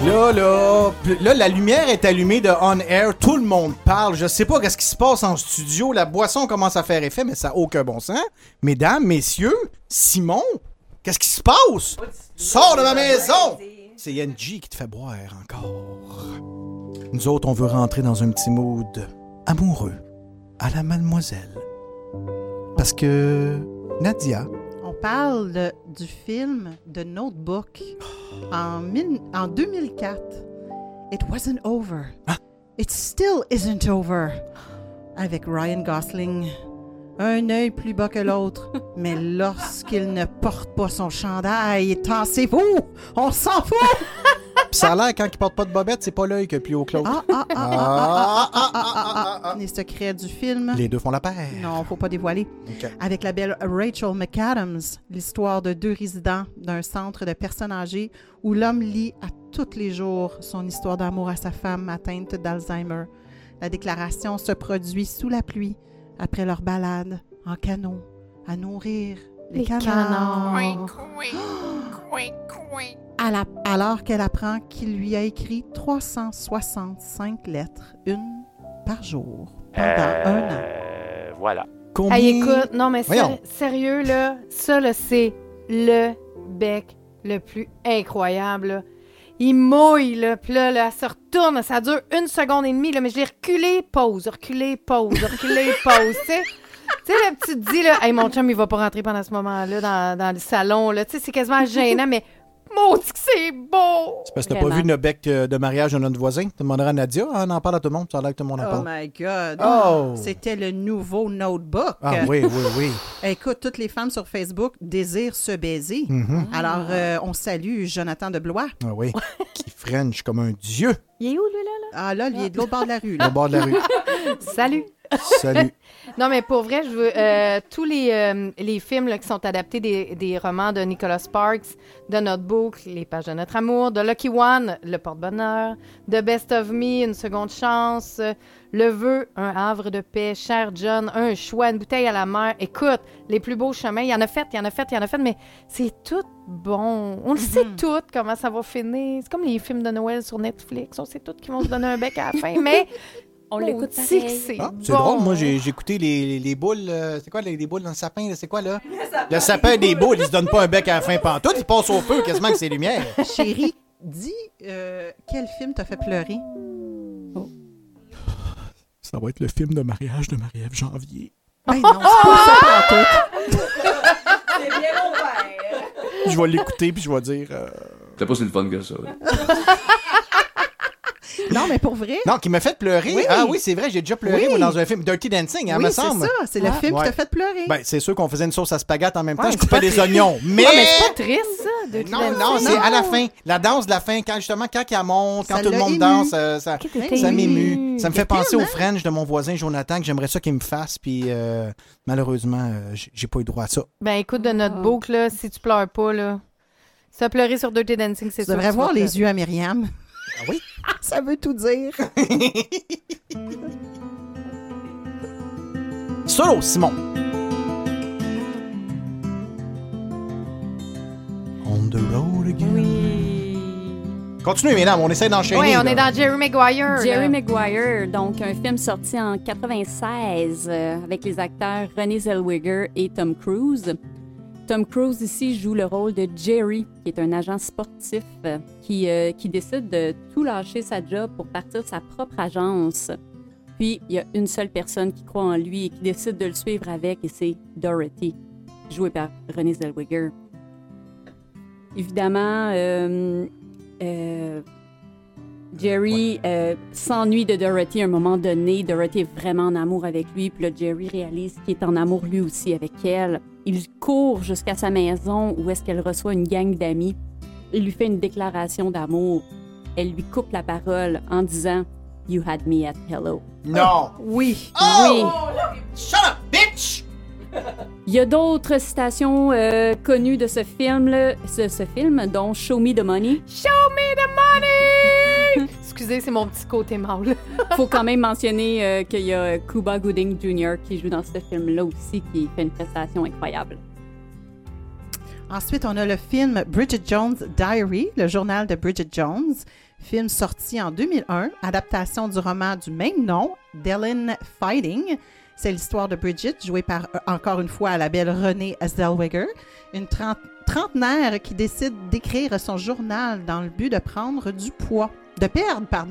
Là, la lumière est allumée de On Air. Tout le monde parle. Je sais pas qu'est-ce qui se passe en studio. La boisson commence à faire effet, mais ça n'a aucun bon sens. Mesdames, messieurs, Simon, qu'est-ce qui se passe? Sors de ma maison! C'est Yenji qui te fait boire encore. Nous autres, on veut rentrer dans un petit mood amoureux à la mademoiselle. Parce que Nadia... On parle du film The Notebook en 2004. It wasn't over. It still isn't over. Avec Ryan Gosling. Un œil plus bas que l'autre. Mais lorsqu'il ne porte pas son chandail, tassez-vous! On s'en fout! Pis ça a l'air, quand il porte pas de bobette, c'est pas l'œil qui est plus haut que l'autre. Les secrets du film. Les deux font la paire. Non, faut pas dévoiler. Okay. Avec la belle Rachel McAdams, l'histoire de deux résidents d'un centre de personnes âgées où l'homme lit à tous les jours son histoire d'amour à sa femme atteinte d'Alzheimer. La déclaration se produit sous la pluie, après leur balade en canot, à nourrir les canards. Alors qu'elle apprend qu'il lui a écrit 365 lettres, une par jour, pendant un an. Voilà. Hey, écoute, non, mais sérieux, là, ça, là, c'est le bec le plus incroyable, là. Il mouille, là, puis là, elle se retourne, ça dure 1 seconde et demie, là, mais je l'ai reculé, pause, tu sais. Tu sais, là, tu te dis, là, hey, mon chum, il va pas rentrer pendant ce moment-là dans le salon, là, tu sais, c'est quasiment gênant, mais maudit que c'est beau! C'est parce que t'as pas vu le bec de mariage de notre voisin? Tu demanderas à Nadia, on en parle à tout le monde, ça a l'air que tout le monde en parle. Oh my God! Oh! C'était le nouveau Notebook. Ah oui. Écoute, toutes les femmes sur Facebook désirent se baiser. Mm-hmm. Alors, on salue Jonathan de Blois. Ah oui, qui French comme un dieu. Il est où, lui, là? Ah là, il est de l'autre bord de la rue. Là. Au bord de la rue. Salut! Salut. Non, mais pour vrai, je veux tous les films là, qui sont adaptés des romans de Nicholas Sparks, de Notebook, Les pages de notre amour, de Lucky One, Le porte-bonheur, The Best of Me, Une seconde chance, Le vœu, Un havre de paix, Cher John, Un choix, Une bouteille à la mer. Écoute, les plus beaux chemins, il y en a fait, mais c'est tout bon. On le sait tout comment ça va finir. C'est comme les films de Noël sur Netflix. On sait tout qu'ils vont se donner un bec à la fin, mais... On l'écoute pareil. C'est C'est drôle, moi j'ai écouté les boules. C'est quoi les boules dans le sapin? C'est quoi là? Le sapin des boules, il se donne pas un bec à la fin pantoute, il passe au feu quasiment avec ses lumières. Chérie, dis quel film t'a fait pleurer? Ça va être le film de mariage de Marie-Ève Janvier. Ben non, c'est pas ça pantoute. C'est bien mon père. Je vais l'écouter puis je vais dire... C'est pas si le fun que ça. Non, mais pour vrai. Non, qui m'a fait pleurer. Oui. Ah oui, c'est vrai, j'ai déjà pleuré moi, dans un film. Dirty Dancing, me semble. C'est ça, c'est le film qui t'a fait pleurer. Ben, c'est sûr qu'on faisait une sauce à spaghetti en même temps. Je coupais des oignons. Mais c'est pas triste, ça, Dirty Dancing. Non, c'est à la fin. La danse de la fin, quand il monte, quand tout le monde danse, ça m'émue. Ça me fait penser au French de mon voisin Jonathan, que j'aimerais ça qu'il me fasse, puis malheureusement, j'ai pas eu droit à ça. Ben, écoute, de notre boucle, là, si tu pleures pas, là, si tu as pleuré sur Dirty Dancing, c'est ça. Tu devrais voir les yeux à Myriam. Ah oui? Ça veut tout dire. Solo, Simon. On the road again. Oui. Continuez, mesdames, on essaie d'enchaîner. Oui, on est dans Jerry Maguire. Jerry Maguire, donc un film sorti en 96 avec les acteurs Renée Zellweger et Tom Cruise. Tom Cruise ici joue le rôle de Jerry, qui est un agent sportif qui décide de tout lâcher sa job pour partir sa propre agence. Puis, il y a une seule personne qui croit en lui et qui décide de le suivre avec, et c'est Dorothy, jouée par Renée Zellweger. Évidemment, Jerry s'ennuie de Dorothy à un moment donné. Dorothy est vraiment en amour avec lui. Puis là, Jerry réalise qu'il est en amour lui aussi avec elle. Il court jusqu'à sa maison où est-ce qu'elle reçoit une gang d'amis. Il lui fait une déclaration d'amour. Elle lui coupe la parole en disant « You had me at hello ». Non! Oui. Oh! Oui. Shut up, bitch! Il y a d'autres citations connues de ce film, dont « Show me the money ». Show me the money! Excusez, c'est mon petit côté mâle. Faut quand même mentionner qu'il y a Cuba Gooding Jr. qui joue dans ce film-là aussi, qui fait une prestation incroyable. Ensuite, on a le film Bridget Jones' Diary, le journal de Bridget Jones, film sorti en 2001, adaptation du roman du même nom, d'Ellen Fighting. C'est l'histoire de Bridget, jouée par, encore une fois, la belle Renée Zellweger, une trentenaire qui décide d'écrire son journal dans le but de prendre du poids. De perdre, pardon.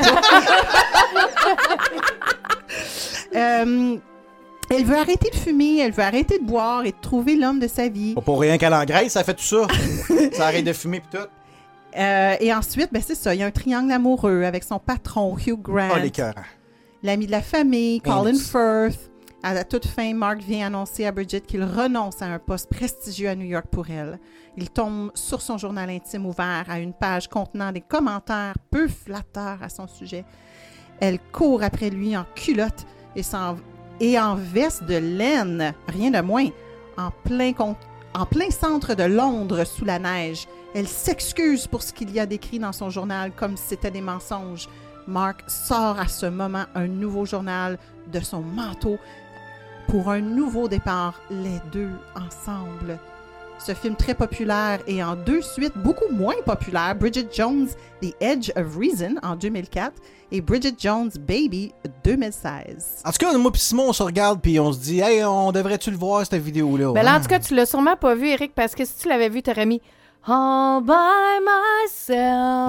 Elle veut arrêter de fumer, elle veut arrêter de boire et de trouver l'homme de sa vie. Pas pour rien qu'elle engraisse, ça fait tout ça. Ça arrête de fumer pis tout. Et ensuite, ben c'est ça, il y a un triangle amoureux avec son patron, Hugh Grant. Oh, les cœurs. L'ami de la famille, Colin Firth. À la toute fin, Mark vient annoncer à Bridget qu'il renonce à un poste prestigieux à New York pour elle. Il tombe sur son journal intime ouvert à une page contenant des commentaires peu flatteurs à son sujet. Elle court après lui en culotte et en veste de laine, rien de moins, en plein centre de Londres sous la neige. Elle s'excuse pour ce qu'il y a décrit dans son journal comme si c'était des mensonges. Mark sort à ce moment un nouveau journal de son manteau pour un nouveau départ, les deux ensemble. Ce film très populaire et en 2 suites beaucoup moins populaires, Bridget Jones' The Edge of Reason en 2004 et Bridget Jones' Baby 2016. En tout cas, moi pis Simon, on se regarde puis on se dit « Hey, on devrait-tu le voir, cette vidéo-là? » Ben là, en tout cas, tu l'as sûrement pas vu, Eric, parce que si tu l'avais vu, t'aurais mis « All by myself ».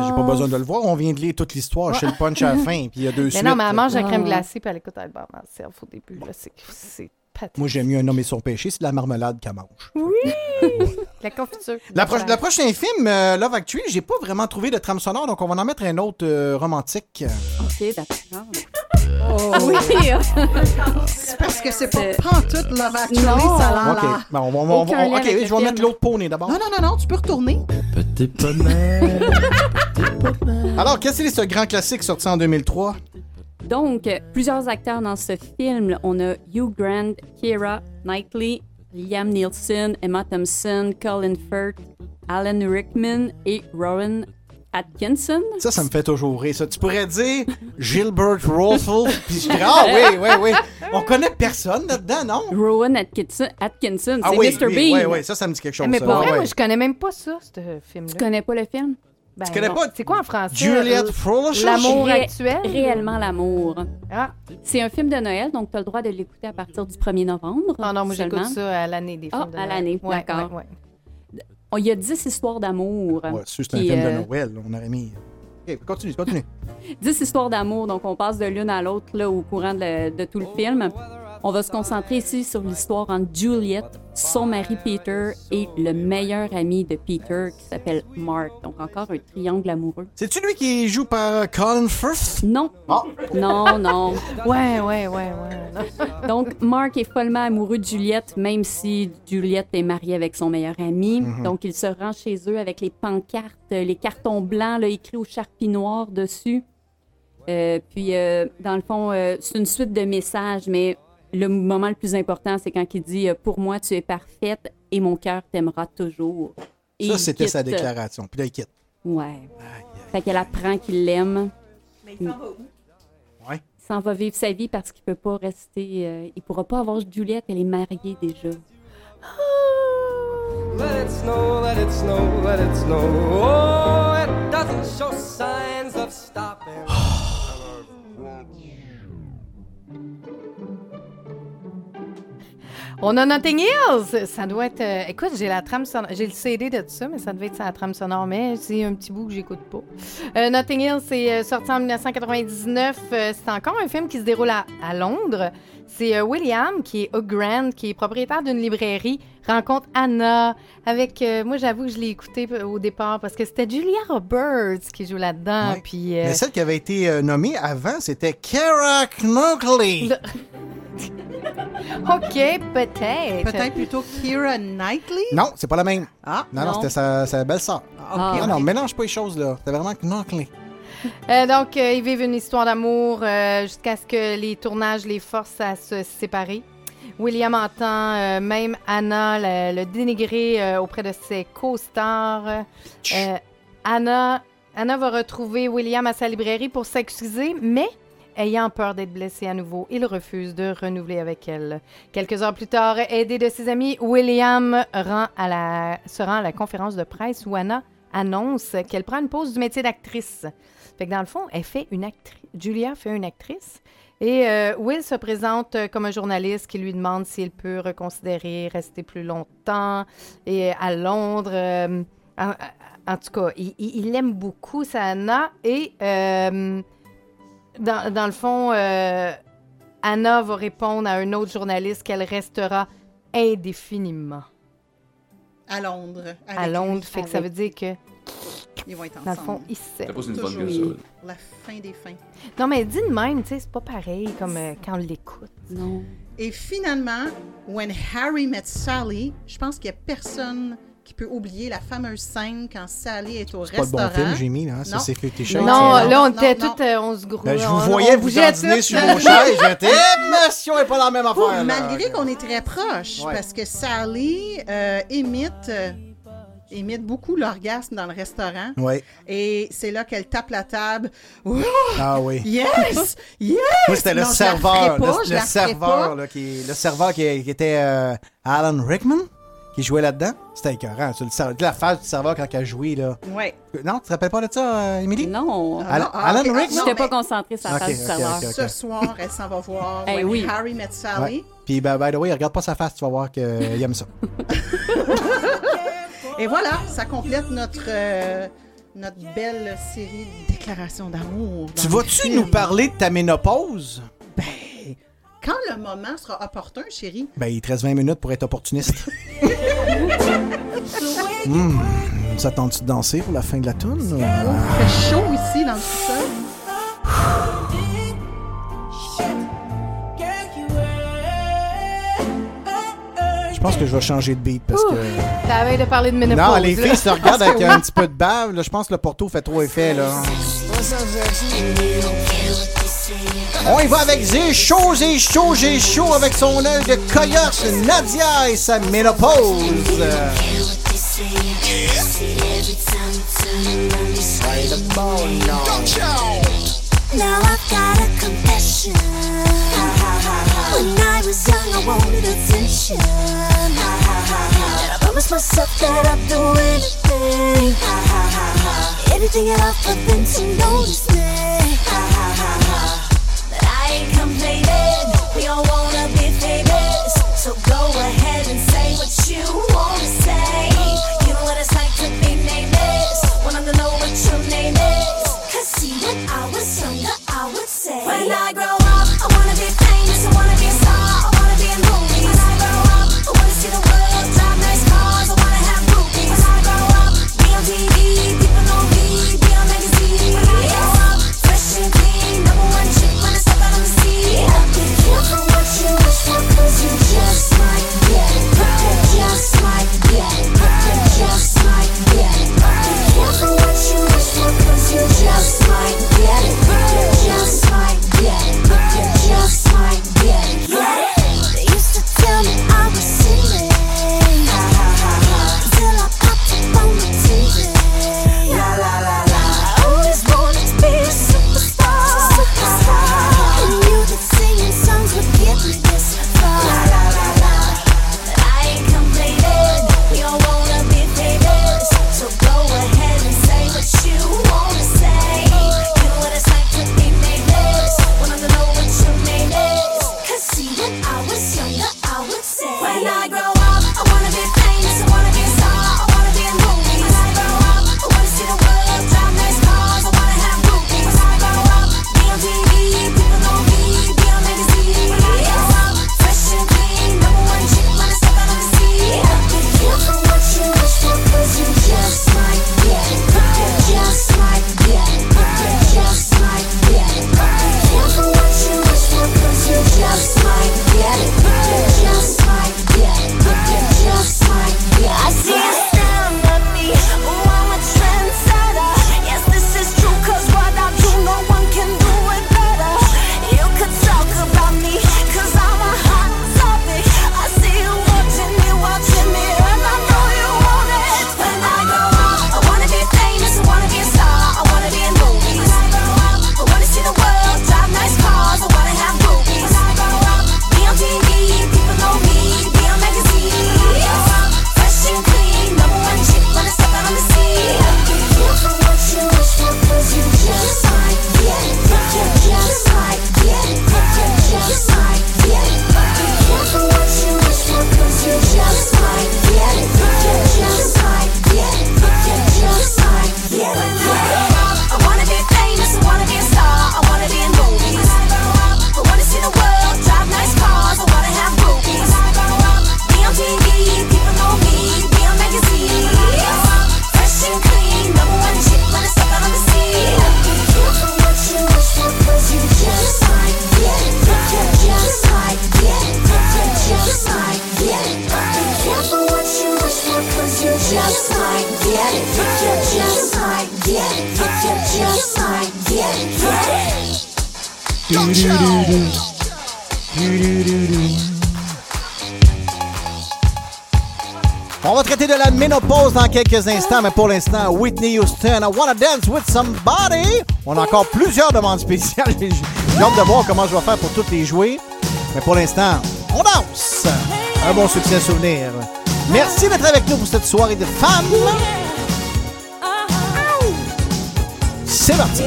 J'ai pas besoin de le voir, on vient de lire toute l'histoire chez le punch à la fin, puis il y a 2 suites. Mais non, mais elle mange la crème glacée puis elle écoute « All by myself » au début. Là, c'est pathétique. Moi, j'aime mieux un homme et son péché, c'est de la marmelade qu'elle mange. Oui! La confiture. Le prochain film, Love Actually, j'ai pas vraiment trouvé de trame sonore, donc on va en mettre un autre romantique. OK, d'accord. Oh oui! C'est parce que c'est pas pantoute Love Actually, ça a l'air. OK, ben, je vais mettre l'autre poney d'abord. Non, tu peux retourner. Petit poney. Alors, qu'est-ce que c'est ce grand classique sorti en 2003? Donc, plusieurs acteurs dans ce film. On a Hugh Grant, Keira Knightley, Liam Neeson, Emma Thompson, Colin Firth, Alan Rickman et Rowan Atkinson. Ça me fait toujours rire, ça. Tu pourrais dire Gilbert Russell, puis je dirais, oui. On connaît personne là-dedans, non? Rowan Atkinson, c'est oui, Mr. Bean. Oui, ça me dit quelque chose. Mais ça. pour vrai, moi, je connais même pas ça, ce film-là. Tu connais pas le film? Ben, tu connais pas? C'est quoi en français? Juliette Froelich? L'amour actuel? Réellement l'amour. Ah. C'est un film de Noël, donc tu as le droit de l'écouter à partir du 1er novembre. Ah non, moi seulement. J'écoute ça à l'année des films de Noël. À l'année, d'accord. Ouais. Il y a 10 histoires d'amour. Ouais, c'est un film de Noël, on aurait mis... OK, continue. 10 histoires d'amour, donc on passe de l'une à l'autre là, au courant de tout le film. On va se concentrer ici sur l'histoire entre Juliette, son mari Peter et le meilleur ami de Peter qui s'appelle Mark. Donc encore un triangle amoureux. C'est-tu lui qui joue par Colin Firth? Non. Oh. Non. Ouais. Donc Mark est follement amoureux de Juliette, même si Juliette est mariée avec son meilleur ami. Mm-hmm. Donc il se rend chez eux avec les pancartes, les cartons blancs là, écrits au charpie noir dessus. Puis dans le fond, c'est une suite de messages, mais le moment le plus important, c'est quand il dit « Pour moi, tu es parfaite et mon cœur t'aimera toujours ». Ça, c'était sa déclaration. Puis là, il quitte. Ouais. Fait qu'elle apprend qu'il l'aime. Mais il s'en va où? Ouais. Il s'en va vivre sa vie parce qu'il peut pas rester... il pourra pas avoir Juliette, elle est mariée déjà. Let it snow, let it snow, let it snow. Oh, it doesn't show signs of stopping. On a Notting Hill! Ça doit être... écoute, j'ai la trame sonore. J'ai le CD de tout ça, mais ça devait être la trame sonore. Mais c'est un petit bout que j'écoute pas. Notting Hill, c'est sorti en 1999. C'est encore un film qui se déroule à Londres. C'est William, qui est Hugh Grant, qui est propriétaire d'une librairie, rencontre Anna. Avec... moi, j'avoue que je l'ai écouté au départ parce que c'était Julia Roberts qui joue là-dedans. Ouais. Puis, mais celle qui avait été nommée avant, c'était Keira Knightley. OK, peut-être. Peut-être plutôt Keira Knightley? Non, c'est pas la même. Ah, non, c'était sa belle-sœur. Non, mélange pas les choses, là. C'était vraiment Knightley. Donc, ils vivent une histoire d'amour jusqu'à ce que les tournages les forcent à se séparer. William entend même Anna le dénigrer auprès de ses co-stars. Anna va retrouver William à sa librairie pour s'excuser, mais ayant peur d'être blessé à nouveau, il refuse de renouveler avec elle. Quelques heures plus tard, aidé de ses amis, William se rend à la conférence de presse où Anna annonce qu'elle prend une pause du métier d'actrice. Fait que dans le fond, Julia fait une actrice. Et Will se présente comme un journaliste qui lui demande s'il peut reconsidérer rester plus longtemps et à Londres. En tout cas, il aime beaucoup sa Anna. Et dans le fond, Anna va répondre à un autre journaliste qu'elle restera indéfiniment. À Londres. À Londres, fait que ça veut dire que... Ils vont être ensemble. Dans le fond, ils s'aiment. C'est pas une bonne que ça. La fin des fins. Non, mais dis de même, tu sais, c'est pas pareil comme quand on l'écoute. Non. Et finalement, When Harry Met Sally, je pense qu'il y a personne qui peut oublier la fameuse scène quand Sally est au restaurant. C'est pas le bon film, j'ai mis, là. Ça, c'est Fifty Shades. Non, là, on était tous, on se grouillait. Je vous voyais vous dîner sur vos chaises. J'étais, monsieur, n'est pas dans la même affaire. Malgré qu'on est très proche, parce que Sally imite beaucoup l'orgasme dans le restaurant. Oui. Et c'est là qu'elle tape la table. Oh! Ah oui. Yes! Yes! Moi, c'était le serveur. Le serveur qui était Alan Rickman, qui jouait là-dedans. C'était écœurant. La phase du serveur quand elle jouait, là. Oui. Non, tu te rappelles pas de ça, Émilie? Non. Alan Rickman? Je n'étais pas concentrée sur la face du serveur. Ce soir, elle s'en va voir Harry Met Sally. Ouais. Puis, by the way, regarde pas sa face, tu vas voir qu'il aime ça. Et voilà, ça complète notre belle série de déclarations d'amour. Tu vas-tu nous parler de ta ménopause? Ben, quand le moment sera opportun, chérie. Ben, il te reste 20 minutes pour être opportuniste. Ça tente-tu de danser pour la fin de la toune? Il fait chaud ici dans le sous-sol. Je pense que je vais changer de beat parce que... T'avais de parler de ménopause. Non, les filles se regardent avec un petit peu de bave. Là, je pense que le Porto fait trop effet. Là. On y va avec J'ai chaud avec son œil de coyote, Nadia et sa ménopause. Now I've got a confession. When I was young, I wanted attention. I promised myself that I'd do anything. Anything at all for them to notice me. But I ain't complaining. We all wanna be famous. So go ahead and say what you wanna say. You know what it's like to be nameless. Wanna know what your name is. Cause see, when I was younger, I would say, when I grow up, I wanna be famous, I wanna be a star, I wanna be in movies. When I grow up, I wanna see the world, drive nice cars, I wanna have groupies. When I grow up, be on TV, people know me, be on magazines. When I grow up, On va traiter de la ménopause dans quelques instants, mais pour l'instant, Whitney Houston, I Wanna Dance With Somebody. On a encore plusieurs demandes spéciales. J'ai hâte de voir comment je vais faire pour toutes les jouer. Mais pour l'instant, on danse. Un bon succès souvenir. Merci d'être avec nous pour cette soirée de femmes. C'est parti.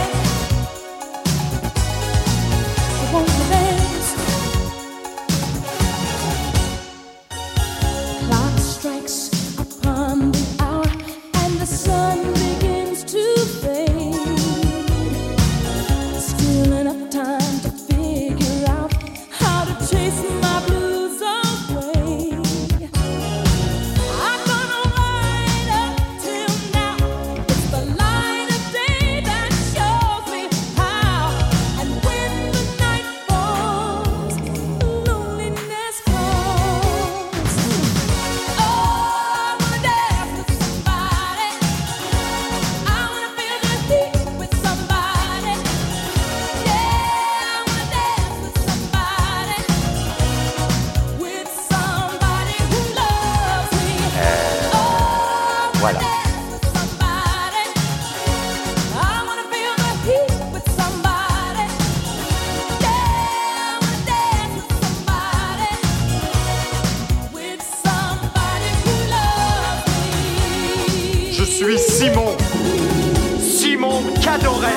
Voilà. Je suis Simon. Simon Cadoret.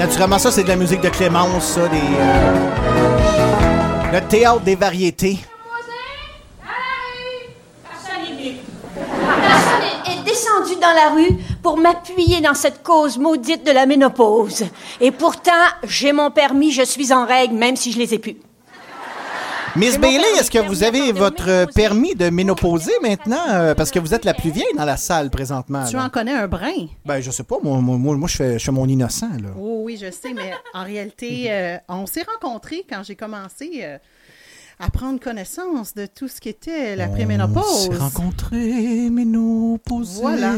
Naturellement, ça, c'est de la musique de Clémence, ça, le théâtre des variétés. Personne est descendu dans la rue pour m'appuyer dans cette cause maudite de la ménopause. Et pourtant, j'ai mon permis, je suis en règle, même si je les ai plus. Miss Bailey, est-ce que vous avez votre permis de ménopauser maintenant? Parce que vous êtes la plus vieille dans la salle présentement. Tu en connais un brin? Ben, je sais pas. Moi je fais mon innocent, là. Oh, oui, je sais, mais en réalité, on s'est rencontrés quand j'ai commencé à prendre connaissance de tout ce qui était la préménopause. On s'est rencontrés, ménopausés. Voilà.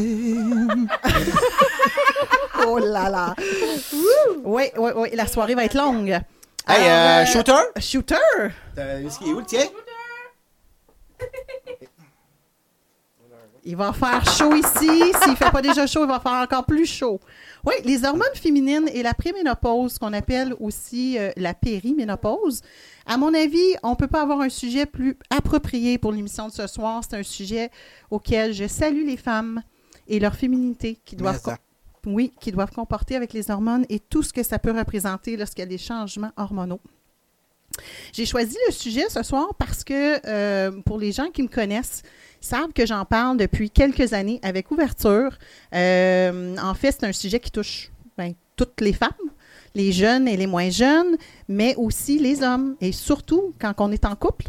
Oh là là. Oui, la soirée va être longue. Hey, Alors, Shooter? Shooter? Est-ce qu'il est où, le tien? Il va faire chaud ici. S'il ne fait pas déjà chaud, il va faire encore plus chaud. Oui, les hormones féminines et la préménopause, qu'on appelle aussi la périménopause. À mon avis, on ne peut pas avoir un sujet plus approprié pour l'émission de ce soir. C'est un sujet auquel je salue les femmes et leur féminité qui doivent comporter avec les hormones et tout ce que ça peut représenter lorsqu'il y a des changements hormonaux. J'ai choisi le sujet ce soir parce que pour les gens qui me connaissent, ils savent que j'en parle depuis quelques années avec ouverture. En fait, c'est un sujet qui touche toutes les femmes, les jeunes et les moins jeunes, mais aussi les hommes, et surtout quand on est en couple.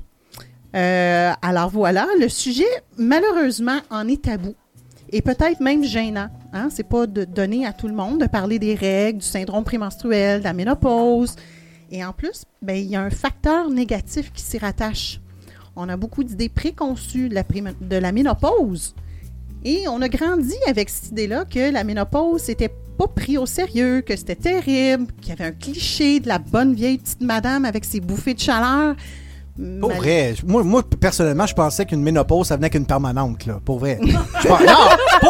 Alors voilà, le sujet, malheureusement, en est tabou. Et peut-être même gênant. Hein? C'est pas de donner à tout le monde de parler des règles, du syndrome prémenstruel, de la ménopause. Et en plus, il y a un facteur négatif qui s'y rattache. On a beaucoup d'idées préconçues de la ménopause. Et on a grandi avec cette idée-là que la ménopause, c'était pas pris au sérieux, que c'était terrible, qu'il y avait un cliché de la bonne vieille petite madame avec ses bouffées de chaleur. Pour vrai. Moi, personnellement, je pensais qu'une ménopause, ça venait qu'une permanente, là. Pour vrai. Non, pour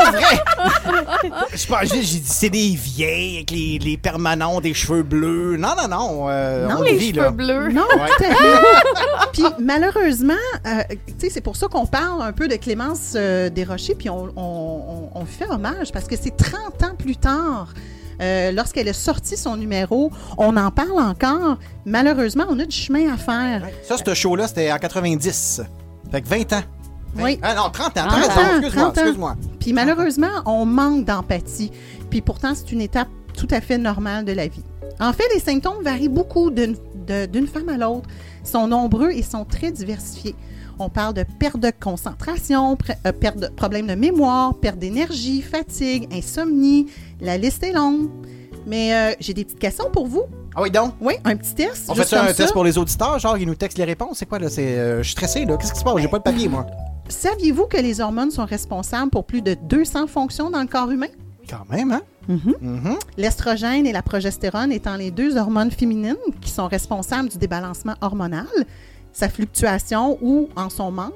vrai! J'ai dit, c'est des vieilles avec les permanents, des cheveux bleus. Non. Non, on les vit, cheveux là. bleus. Non, tout à fait. Puis, malheureusement, c'est pour ça qu'on parle un peu de Clémence Desrochers, puis on fait hommage, parce que c'est 30 ans plus tard. Lorsqu'elle a sorti son numéro, on en parle encore. Malheureusement, on a du chemin à faire. Ça, ce show-là, c'était en 90. Fait que 20 ans. Oui. Ah non, 30 ans. 30 ans. Excuse-moi. Puis malheureusement, on manque d'empathie. Puis pourtant, c'est une étape tout à fait normale de la vie. En fait, les symptômes varient beaucoup d'une femme à l'autre. Ils sont nombreux et sont très diversifiés. On parle de perte de concentration, perte de problèmes de mémoire, perte d'énergie, fatigue, insomnie. La liste est longue. Mais j'ai des petites questions pour vous. Ah oui, donc? Oui, un petit test. On fait un test pour les auditeurs, genre, ils nous textent les réponses. C'est quoi, là? Je suis stressé, là. Qu'est-ce qui se passe? J'ai pas de papier, moi. Saviez-vous que les hormones sont responsables pour plus de 200 fonctions dans le corps humain? Quand même, hein? L'estrogène et la progestérone étant les deux hormones féminines qui sont responsables du débalancement hormonal, sa fluctuation ou en son manque,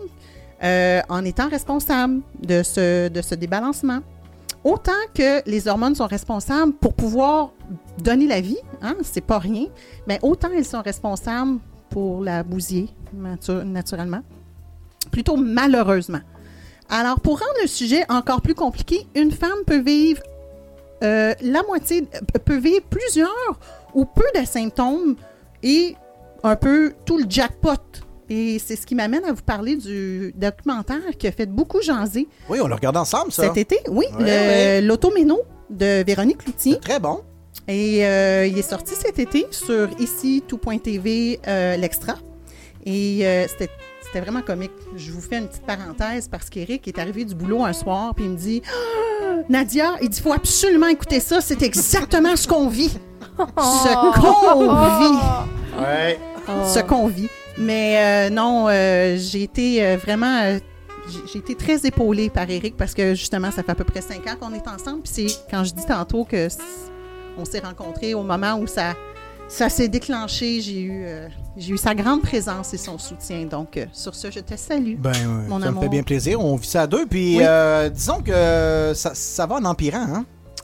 en étant responsable de ce débalancement. Autant que les hormones sont responsables pour pouvoir donner la vie, hein, c'est pas rien, mais autant elles sont responsables pour la bousiller, naturellement. Plutôt malheureusement. Alors, pour rendre le sujet encore plus compliqué, une femme peut vivre peut vivre plusieurs ou peu de symptômes et un peu tout le jackpot. Et c'est ce qui m'amène à vous parler du documentaire qui a fait beaucoup jaser. Oui, on l'a regardé ensemble, ça. Cet été, oui. L'Automéno de Véronique Cloutier. C'est très bon. Et il est sorti cet été sur ici, tout.tv, l'Extra. Et c'était vraiment comique. Je vous fais une petite parenthèse parce qu'Éric est arrivé du boulot un soir puis il me dit « Nadia, il dit, faut absolument écouter ça. C'est exactement ce qu'on vit. Ce qu'on vit. » Ouais. Ce qu'on vit. Mais non, j'ai été vraiment... j'ai été très épaulée par Éric parce que justement, ça fait à peu près 5 ans qu'on est ensemble. Puis c'est quand je dis tantôt que on s'est rencontrés au moment où ça s'est déclenché, j'ai eu sa grande présence et son soutien. Donc, sur ce, je te salue, mon amour. Ça me fait bien plaisir. On vit ça à deux. Puis, disons que ça va en empirant. Hein?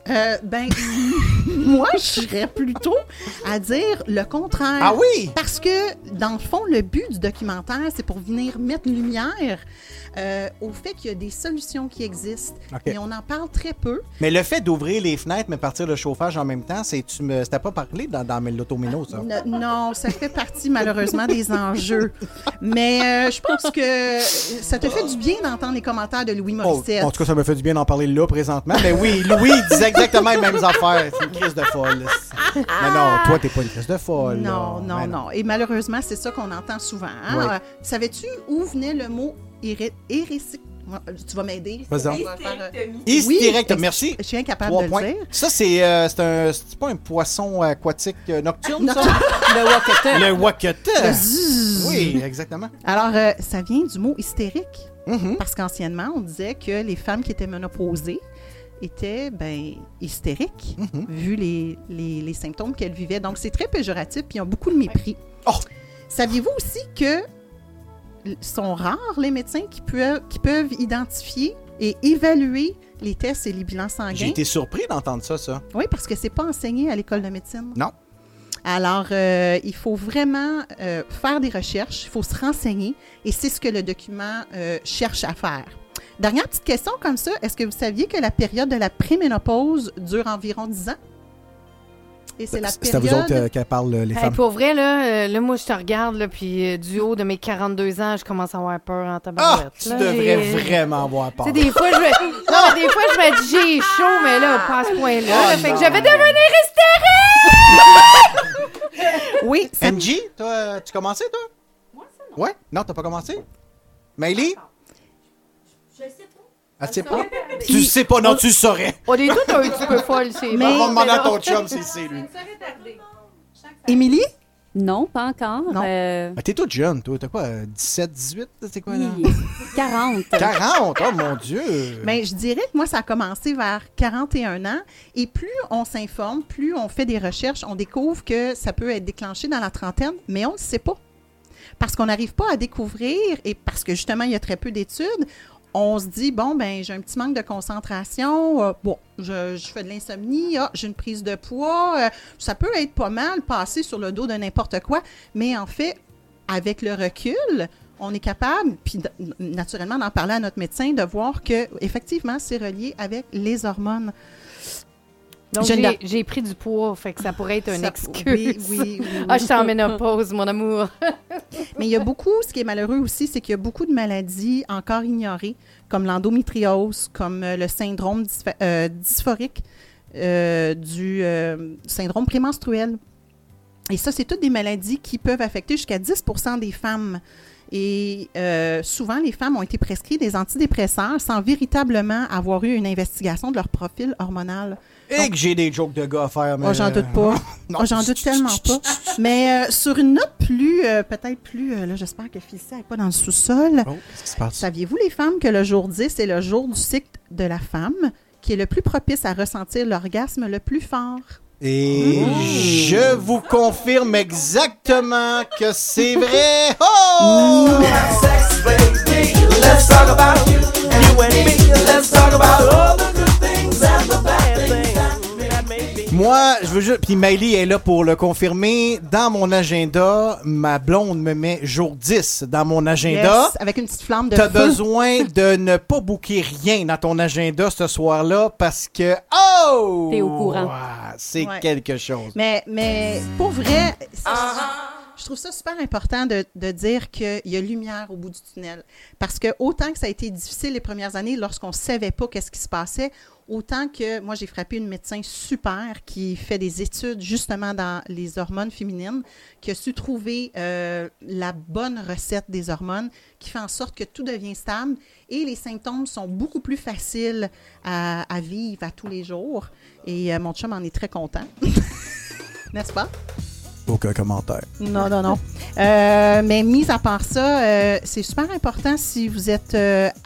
Moi, je serais plutôt à dire le contraire. Ah oui? Parce que, dans le fond, le but du documentaire, c'est pour venir mettre lumière au fait qu'il y a des solutions qui existent. Okay. Et on en parle très peu. Mais le fait d'ouvrir les fenêtres, mais partir le chauffage en même temps, c'était pas parlé dans l'automino, ça? Non, ça fait partie, malheureusement, des enjeux. Mais je pense que ça te fait du bien d'entendre les commentaires de Louis Morissette. En tout cas, ça me fait du bien d'en parler là, présentement. Mais oui, Louis disait exactement les mêmes affaires. C'est une crise de folle. Mais non, toi, t'es pas une crise de folle. Non. Et malheureusement, c'est ça qu'on entend souvent. Hein? Ouais. Savais-tu où venait le mot hérétique? Tu vas m'aider. Hystérectomie. Merci. Je suis incapable 3 de points. le dire. Ça, c'est pas un poisson aquatique nocturne, ça? Le wakata. Le wakata. Oui, exactement. Alors, ça vient du mot hystérique. Parce qu'anciennement, on disait que les femmes qui étaient ménopausées étaient hystériques, vu les symptômes qu'elles vivaient. Donc, c'est très péjoratif, puis ils ont beaucoup de mépris. Oh! Saviez-vous aussi que sont rares les médecins qui peuvent identifier et évaluer les tests et les bilans sanguins? J'ai été surpris d'entendre ça. Oui, parce que c'est pas enseigné à l'école de médecine. Non. Alors, il faut vraiment faire des recherches, il faut se renseigner, et c'est ce que le document cherche à faire. Dernière petite question comme ça, est-ce que vous saviez que la période de la préménopause dure environ 10 ans? Et c'est la période... C'est à vous autres qu'elle parle, les femmes. Pour vrai, là, moi, je te regarde, là, puis du haut de mes 42 ans, je commence à avoir peur en tabarouette. Tu devrais vraiment avoir peur. Tu sais, des fois, je vais dire j'ai chaud, mais là, pas à ce point-là. Fait que je vais devenir hystérique! Oui. Angie, toi, tu commençais, toi? Moi, ça, non. Ouais? Non, t'as pas commencé? Maëlie? Je sais pas. Ah, tu sais pas? Tu sais pas, non, tu le saurais. On est tous un petit peu folles, c'est On va demander à ton chum si c'est lui. Émilie? Non, pas encore. Non. T'es toute jeune, toi. T'as quoi, 17, 18? C'est quoi, là? 40. 40? Oh, mon Dieu! Bien, je dirais que moi, ça a commencé vers 41 ans. Et plus on s'informe, plus on fait des recherches, on découvre que ça peut être déclenché dans la trentaine, mais on ne le sait pas. Parce qu'on n'arrive pas à découvrir, et parce que justement, il y a très peu d'études, on se dit, j'ai un petit manque de concentration, je fais de l'insomnie, j'ai une prise de poids, ça peut être pas mal passé sur le dos de n'importe quoi, mais en fait, avec le recul, on est capable, puis naturellement d'en parler à notre médecin, de voir que effectivement c'est relié avec les hormones. Donc, j'ai pris du poids, fait que ça pourrait être une excuse. Oui. Je suis en ménopause, mon amour. Mais il y a beaucoup, ce qui est malheureux aussi, c'est qu'il y a beaucoup de maladies encore ignorées, comme l'endométriose, comme le syndrome dysphorique, du syndrome prémenstruel. Et ça, c'est toutes des maladies qui peuvent affecter jusqu'à 10% des femmes. Et souvent, les femmes ont été prescrites des antidépresseurs sans véritablement avoir eu une investigation de leur profil hormonal. Et que j'ai des jokes de gars à faire, mais... j'en doute pas. J'en doute tellement pas. Mais sur une note peut-être plus... là, j'espère que Félicia n'est pas dans le sous-sol. Qu'est-ce qui se passe? Saviez-vous, les femmes, que le jour 10 est le jour du cycle de la femme, qui est le plus propice à ressentir l'orgasme le plus fort? Et je vous confirme exactement que c'est vrai. Oh! Let's talk about you and me. Let's talk about all the good things and the bad things. Moi, je veux juste... Puis Maëlie est là pour le confirmer. Dans mon agenda, ma blonde me met jour 10 dans mon agenda. Yes, avec une petite flamme de T'as feu. besoin de ne pas booker rien dans ton agenda ce soir-là parce que... Oh! T'es au courant. C'est Ouais. quelque chose. Mais pour vrai, je trouve ça super important de dire qu'il y a lumière au bout du tunnel. Parce que autant que ça a été difficile les premières années lorsqu'on ne savait pas qu'est-ce qui se passait, autant que moi, j'ai frappé une médecin super qui fait des études justement dans les hormones féminines, qui a su trouver la bonne recette des hormones, qui fait en sorte que tout devient stable et les symptômes sont beaucoup plus faciles à vivre à tous les jours. Et mon chum en est très content. N'est-ce pas? Aucun commentaire. Non. Mais mis à part ça, c'est super important si vous êtes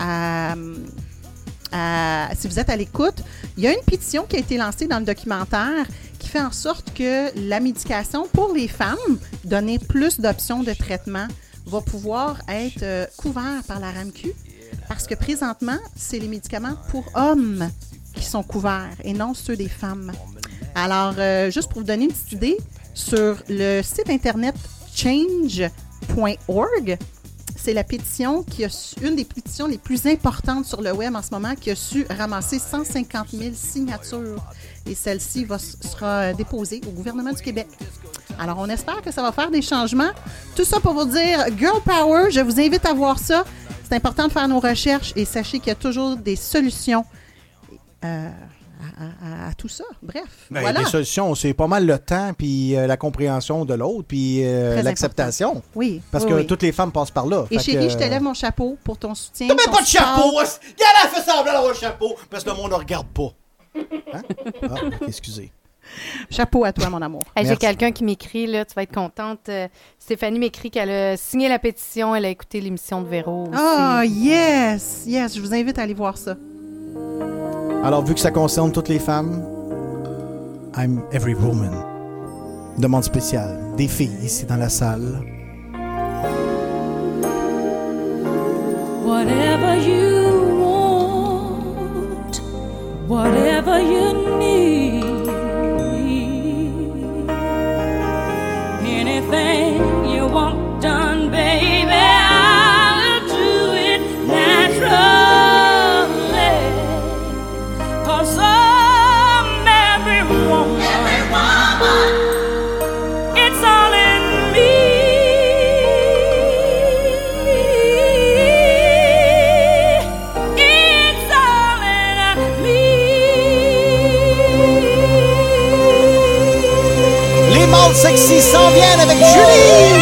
si vous êtes à l'écoute. Il y a une pétition qui a été lancée dans le documentaire qui fait en sorte que la médication pour les femmes, donner plus d'options de traitement, va pouvoir être couvert par la RAMQ. Parce que présentement, c'est les médicaments pour hommes qui sont couverts et non ceux des femmes. Alors, juste pour vous donner une petite idée, sur le site internet change.org, c'est la pétition qui a une des pétitions les plus importantes sur le web en ce moment, qui a su ramasser 150 000 signatures. Et celle-ci sera déposée au gouvernement du Québec. Alors, on espère que ça va faire des changements. Tout ça pour vous dire, Girl Power, je vous invite à voir ça. C'est important de faire nos recherches et sachez qu'il y a toujours des solutions à tout ça. Bref, ben, voilà. Les solutions, c'est pas mal le temps, puis la compréhension de l'autre, puis l'acceptation. Important. Oui. Parce oui, que oui. toutes les femmes passent par là. Et chérie, je te lève mon chapeau pour ton soutien. T'as même pas de chapeau! Regarde, elle fait semblant d'avoir un chapeau, parce que le monde ne regarde pas. Hein? Ah, excusez. Chapeau à toi, mon amour. Hey, j'ai quelqu'un qui m'écrit, là, tu vas être contente. Stéphanie m'écrit qu'elle a signé la pétition, elle a écouté l'émission de Véro aussi. Oh, yes! Yes, je vous invite à aller voir ça. Alors, vu que ça concerne toutes les femmes, I'm every woman. Demande spéciale. Des filles ici dans la salle. Whatever you want, whatever you need, anything you want done, baby, I'll do it naturally. 'Cause I'm every woman. It's all in me. It's all in me. Les mâles sexy s'en viennent avec Julie!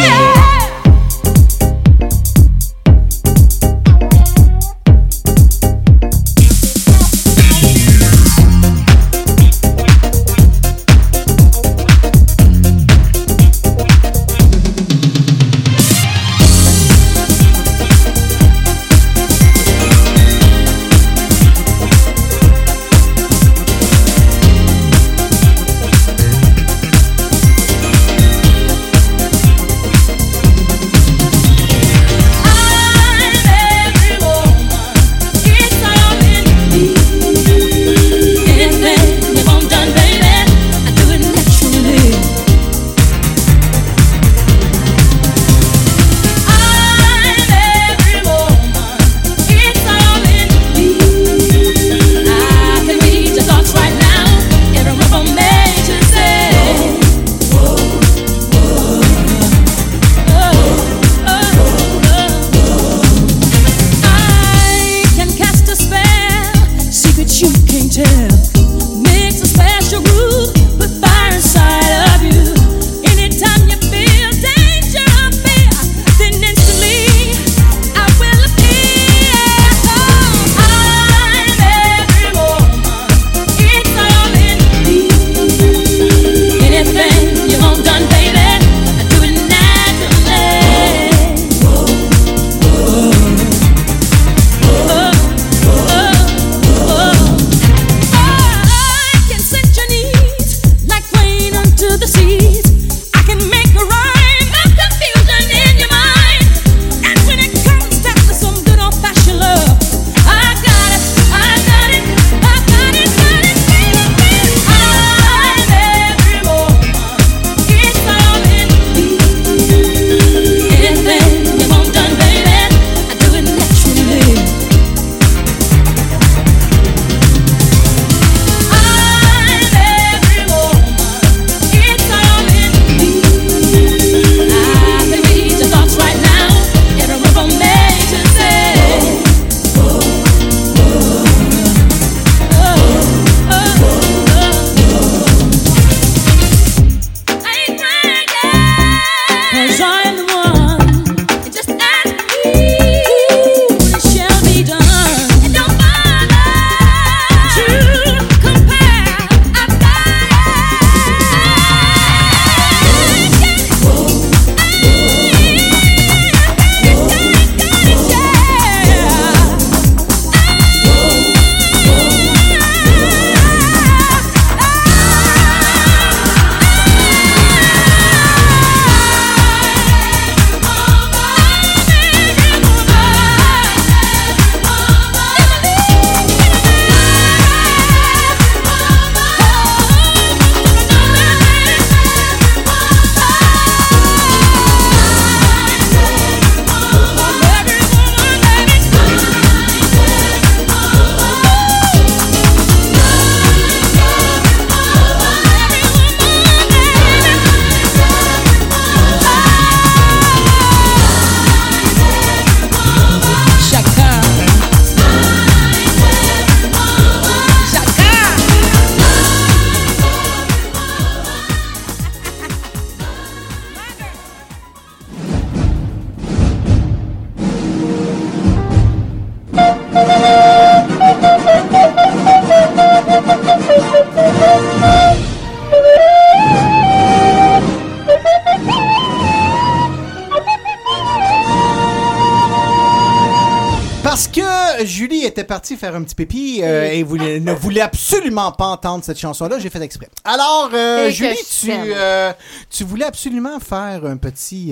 parti faire un petit pipi et vous ne voulez absolument pas entendre cette chanson-là. J'ai fait exprès. Alors, Julie, tu voulais absolument faire un petit...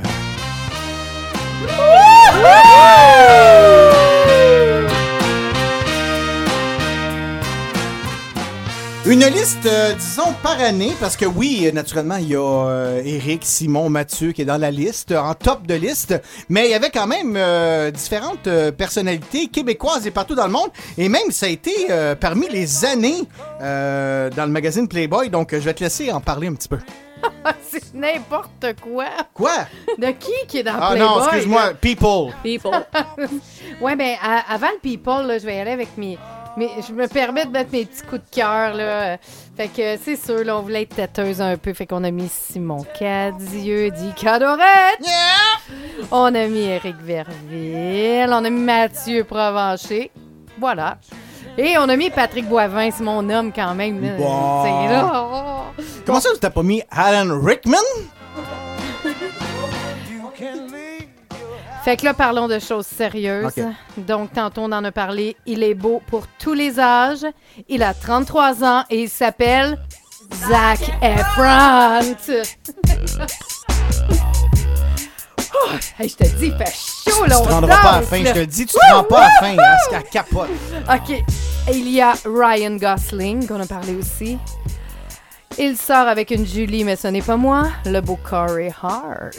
Une liste, disons, par année, parce que oui, naturellement, il y a Éric, Simon, Mathieu qui est dans la liste, en top de liste, mais il y avait quand même différentes personnalités québécoises et partout dans le monde, et même ça a été parmi les années dans le magazine Playboy, donc je vais te laisser en parler un petit peu. C'est n'importe quoi. Quoi? De qui est dans Playboy? Ah non, excuse-moi, People. Ouais, ben avant le People, là, je vais y aller avec mes... Mais je me permets de mettre mes petits coups de cœur, là. Fait que c'est sûr, là, on voulait être têteuse un peu. Fait qu'on a mis Simon Cadieux, dit Cadorette. Yeah! On a mis Éric Verville. On a mis Mathieu Provencher. Voilà. Et on a mis Patrick Boivin, c'est mon homme quand même. Là. Bon. C'est là. Comment ça, tu t'as pas mis Alan Rickman? Fait que là, parlons de choses sérieuses. Okay. Donc, tantôt, on en a parlé. Il est beau pour tous les âges. Il a 33 ans et il s'appelle Zac Efron. Hey, je te dis, il fait chaud, là. Tu te rendras pas à la fin, je te le dis, tu te rends pas à la fin. Elle capote. OK. Et il y a Ryan Gosling, qu'on a parlé aussi. Il sort avec une Julie, mais ce n'est pas moi, le beau Corey Hart.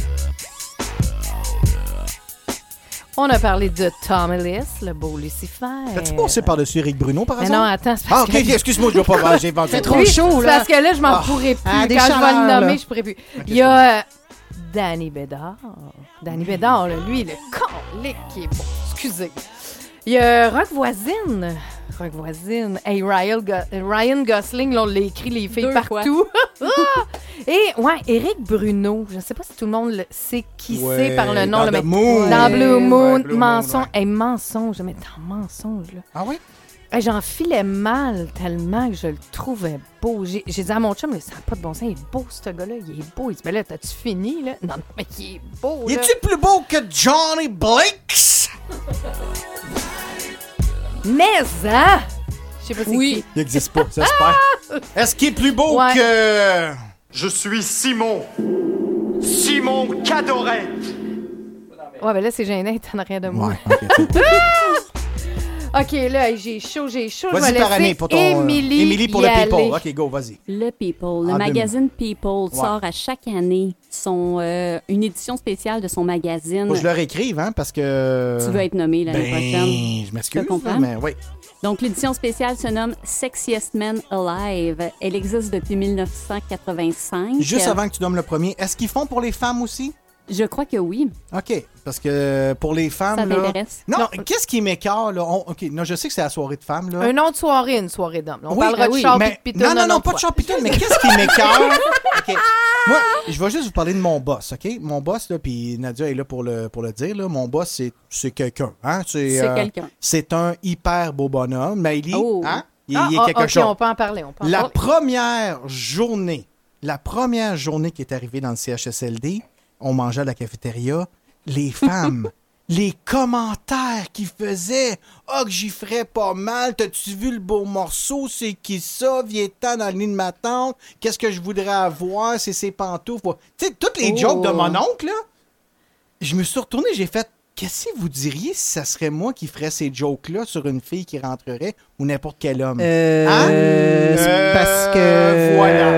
On a parlé de Tom Ellis, le beau Lucifer. As-tu passé par-dessus Éric Bruno, par exemple? Non, attends, c'est parce que... OK, excuse-moi, je dois pas voir, j'ai vendu. C'est trop chaud, là. Parce que là, je m'en pourrais plus. Quand je vais le nommer, je pourrais plus. Okay, il y a Danny Bédard. Danny Bédard, là, lui, le colique qui est bon. Excusez. Il y a Rock Voisine. Hey, Ryan Gosling, là, on l'a écrit, les filles partout. Et, ouais, Éric Bruno. Je ne sais pas si tout le monde sait qui c'est par le nom. Dans là, Blue Moon. Dans Blue Moon. Blue mensonge. Moon, ouais. Hey, mensonge. Mais dans mensonge, là. Ah oui? Hey, j'en filais mal tellement que je le trouvais beau. J'ai dit à mon chum, mais ça n'a pas de bon sens. Il est beau, ce gars-là. Il est beau. Il dit, mais là, t'as-tu fini, là? Non, mais il est beau, là. Es-tu plus beau que Johnny Blakes? Mais, hein? Je sais pas c'est qui. Il n'existe pas, j'espère. Est-ce qu'il est plus beau que... Je suis Simon Cadorette. Ouais, ben là, c'est gênant, t'en as rien de moi. Ouais, OK. OK, là, j'ai chaud. Vas-y par année pour ton... Émilie pour le People. OK, go, vas-y. Le People. Le magazine People sort à chaque année une édition spéciale de son magazine. Faut que je leur écrive, hein, parce que... Tu veux être nommé l'année prochaine. Je m'excuse, mais oui. Donc, l'édition spéciale se nomme Sexiest Man Alive. Elle existe depuis 1985. Juste avant que tu nommes le premier, est-ce qu'ils font pour les femmes aussi? Je crois que oui. OK, parce que pour les femmes, ça t'intéresse? Non, qu'est-ce qui m'écoeure, là? OK, non, je sais que c'est la soirée de femmes, là. Un nom de soirée, une soirée d'hommes. On parlera de char pis de piton. Non, pas de char piton, mais qu'est-ce qui m'écoeure? OK. Moi, je vais juste vous parler de mon boss, OK? Mon boss, là, puis Nadia est là pour le dire, là. Mon boss, c'est quelqu'un, hein? C'est quelqu'un. C'est un hyper beau bonhomme. Mais il hein? Il est quelque chose. OK, on peut en parler. La première journée qui est arrivée dans le CHSLD, on mangeait à la cafétéria, les femmes, les commentaires qu'ils faisaient. « Ah, que j'y ferais pas mal. T'as-tu vu le beau morceau? C'est qui ça? Viens-t'en dans le lit de ma tante. Qu'est-ce que je voudrais avoir? C'est ses pantoufles. » Tu sais, toutes les jokes de mon oncle, là, je me suis retourné, j'ai fait « Qu'est-ce que vous diriez si ça serait moi qui ferais ces jokes-là sur une fille qui rentrerait ou n'importe quel homme? » C'est parce que...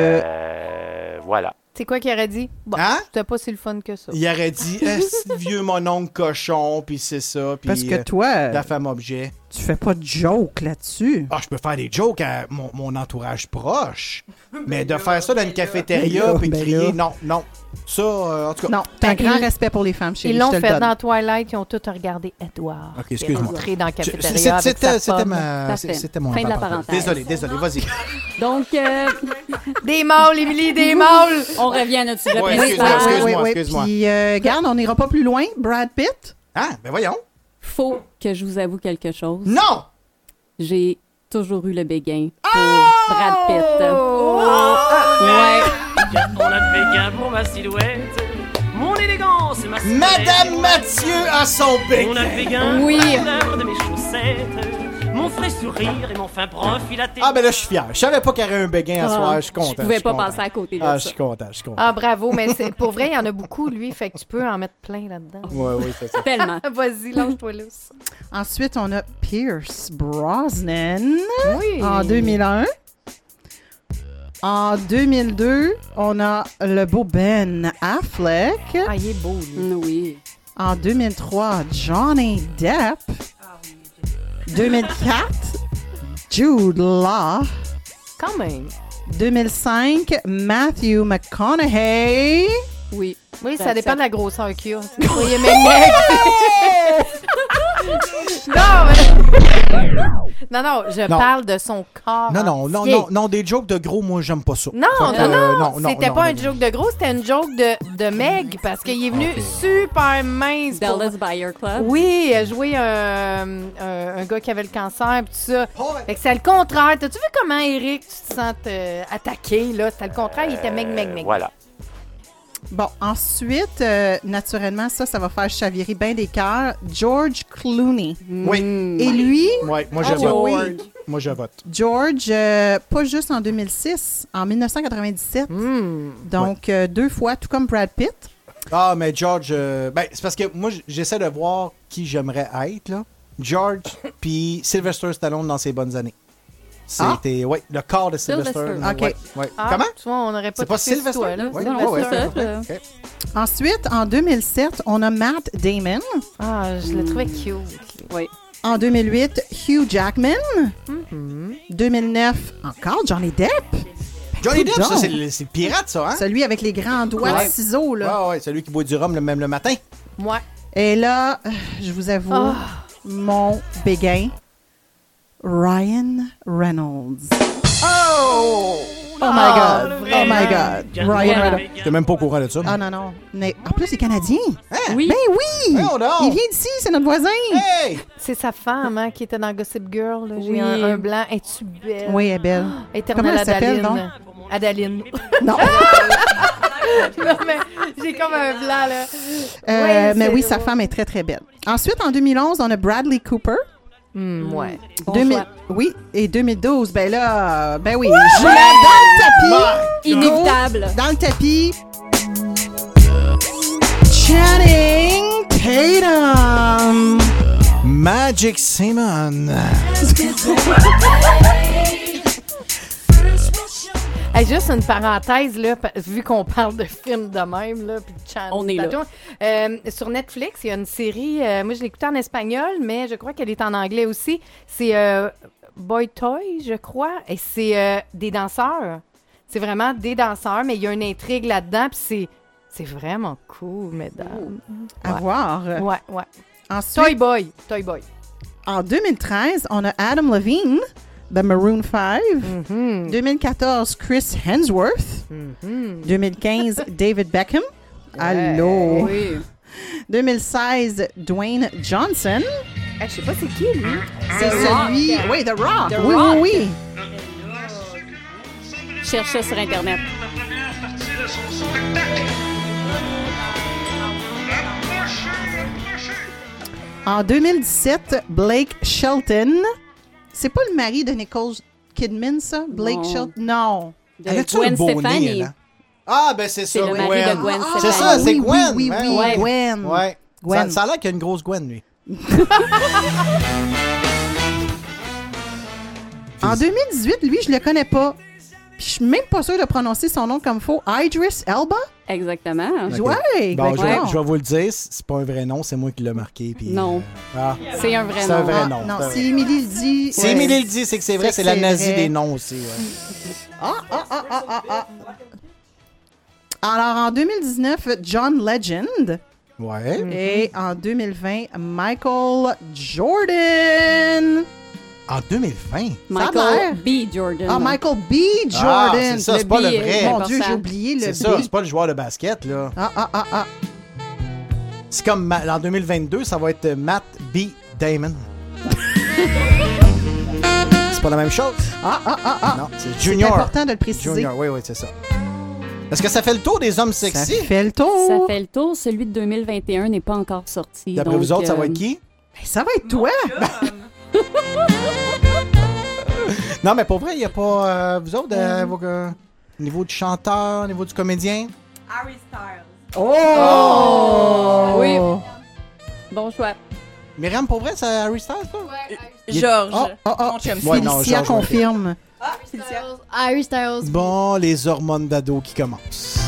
Voilà. C'est quoi qu'il aurait dit? Bon, c'était pas si le fun que ça. Il aurait dit, vieux mon oncle cochon, puis c'est ça. Pis, parce que toi, la femme objet. Tu fais pas de joke là-dessus. Ah, je peux faire des jokes à mon entourage proche. Mais de faire ça dans une cafétéria puis crier, non. Ça, en tout cas. Non, t'as un grand respect pour les femmes, chérie. Ils l'ont fait dans Twilight, ils ont tous regardé Edward. OK, excuse-moi. Entré dans la cafétéria c'était mon fin de la parenthèse. Désolé, vas-y. Donc, des mâles, Émilie, des mâles. On revient à notre sujet principal. Excuse-moi. Puis, regarde, on n'ira pas plus loin. Brad Pitt. Ah, ben voyons. Faut que je vous avoue quelque chose. Non! J'ai toujours eu le béguin pour Brad Pitt. Ouais. Mon béguin pour ma silhouette. Mon l'élégance, ma Madame Mathieu a son bec. On a le béguin, Oui. la couleur de mes chaussettes, mon frais sourire et mon fin profil à tes... Ah, ben là, je suis fier. Je savais pas qu'il y aurait un béguin à soir. Je suis content. Je pouvais pas content. passer à côté de Ah, ça. je suis content, je suis content. Ah, bravo, mais pour vrai, il y en a beaucoup, lui, fait que tu peux en mettre plein là-dedans. Oui, c'est ça. Tellement. Vas-y, lâche-toi lousse. Ensuite, on a Pierce Brosnan Oui. en 2001. En 2002, on a le beau Ben Affleck. Ah, il est beau, lui. Oui. En 2003, Johnny Depp. 2004, Jude Law. Quand même. 2005, Matthew McConaughey. Oui. Oui, ça dépend de la grosseur qu'il y a. Vous voyez, même mec. Non, je parle de son corps. Non, des jokes de gros, moi, j'aime pas ça. Non, c'était pas un joke de gros, c'était une joke de Meg, parce qu'il est venu super mince. Dallas Buyer Club. Oui, il a joué un gars qui avait le cancer, pis tout ça. Fait que c'est le contraire. T'as-tu vu comment, Eric, tu te sens attaqué, là? C'était le contraire, il était Meg. Voilà. Bon, ensuite, naturellement, ça va faire chavirer bien des cœurs. George Clooney. Oui. Et lui... Oui, moi, je vote. Oui. Moi, je vote. George, pas juste en 2006, en 1997. Donc, 2 fois, tout comme Brad Pitt. Ah, mais George... c'est parce que moi, j'essaie de voir qui j'aimerais être, là. George, puis Sylvester Stallone dans ses bonnes années. C'était, le corps de Sylvester. OK. Ouais. Ah, Comment? Tu vois, on n'aurait pas C'est pas trippé sur Sylvester? toi, là. Oui, Sylvester. Ensuite, en 2007, on a Matt Damon. Ah, je le trouvais cute. Oui. En 2008, Hugh Jackman. 2009, encore Johnny Depp. Johnny Depp, ça, c'est le pirate, ça, hein? Celui avec les grands doigts de ciseaux, là. Ouais, celui qui boit du rhum même le matin. Ouais. Et là, je vous avoue, mon béguin, Ryan Reynolds. Oh! Oh my God. Ryan Reynolds. J'étais même pas au courant de ça. Ah non. Mais en plus, il est canadien. Hein? Oui. Ben oui! Oh, non. Il vient d'ici, c'est notre voisin. Hey! C'est sa femme, hein, qui était dans Gossip Girl. Là. J'ai un blanc. Es-tu belle? Oui, elle est belle. Éternelle Comment elle s'appelle, Adaline. non? Adaline. Non. Non, mais j'ai comme un blanc, là. Mais oui, sa femme est très, très belle. Ensuite, en 2011, on a Bradley Cooper. Ouais. Oui, et 2012, ben là, ben oui, je l'ai dans le tapis. Inévitable. Dans le tapis. Channing Tatum. Magic Simon. Hey, juste une parenthèse, là, vu qu'on parle de films de même, là, puis de Channing On est Tatum. Sur Netflix, il y a une série, moi je l'ai écoutée en espagnol, mais je crois qu'elle est en anglais aussi. C'est Boy Toy, je crois, et c'est des danseurs. C'est vraiment des danseurs, mais il y a une intrigue là-dedans, puis c'est vraiment cool, mesdames. À voir. Ouais. Ensuite, Toy Boy. en 2013, on a Adam Levine de Maroon 5. 2014, Chris Hemsworth. 2015, David Beckham. Allô. Oui. 2016, Dwayne Johnson. Je sais pas c'est qui, lui. C'est celui... Oui, The Rock. The Oui. Rock. Cherche ça sur Internet. En 2017, Blake Shelton. C'est pas le mari de Nicole Kidman, ça? Blake Shelton? Non. Elle a-tu un beau nez, là? Ah, ben c'est ça. C'est le mari de Gwen Stefani. C'est ça, c'est Gwen. Oui, Gwen. Ouais. Gwen. Ça a l'air qu'il y a une grosse Gwen, lui. En 2018, lui, je le connais pas. Puis je suis même pas sûre de prononcer son nom comme faux. Idris Elba? Exactement. Okay. Ouais, bon, exactement. je vais vous le dire, c'est pas un vrai nom, c'est moi qui l'ai marqué. Puis, non. C'est un vrai nom. C'est un vrai nom. Non, si Émilie le dit... Si Émilie le dit, c'est que c'est vrai, c'est la nazie des noms aussi. Ouais. Alors, en 2019, John Legend. Ouais. Et en 2020, Michael Jordan. En 2020? Michael B. Jordan. Ah, Michael B. Jordan. Ah, c'est ça, c'est pas le vrai. Mon Dieu, j'ai oublié le B. C'est ça, c'est pas le joueur de basket, là. C'est comme en 2022, ça va être Matt B. Damon. C'est pas la même chose. Non, c'est Junior. C'est important de le préciser. Junior, oui, c'est ça. Est-ce que ça fait le tour des hommes sexy? Ça fait le tour. Ça fait le tour. Celui de 2021 n'est pas encore sorti. D'après donc, vous autres, ça va être qui? Ben, ça va être toi. Non, mais pour vrai, il n'y a pas... vous autres, au niveau du chanteur, au niveau du comédien? Harry Styles. Oh! Oui. Bon choix. Myriam, pour vrai, c'est Harry Styles, ça? Ouais, Georges. Mon Félicia Ouais, non, Georges, confirme. Harry Styles. Bon, les hormones d'ado qui commencent.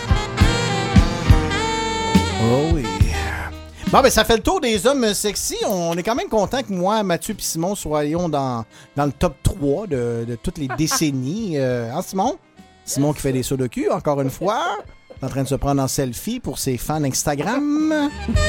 Oh oui. Bon, ben ça fait le tour des hommes sexy. On est quand même content que moi, Mathieu et Simon soyons dans le top 3 de toutes les décennies. Hein, Simon? Simon qui fait des sauts de cul, encore une fois. En train de se prendre en selfie pour ses fans Instagram.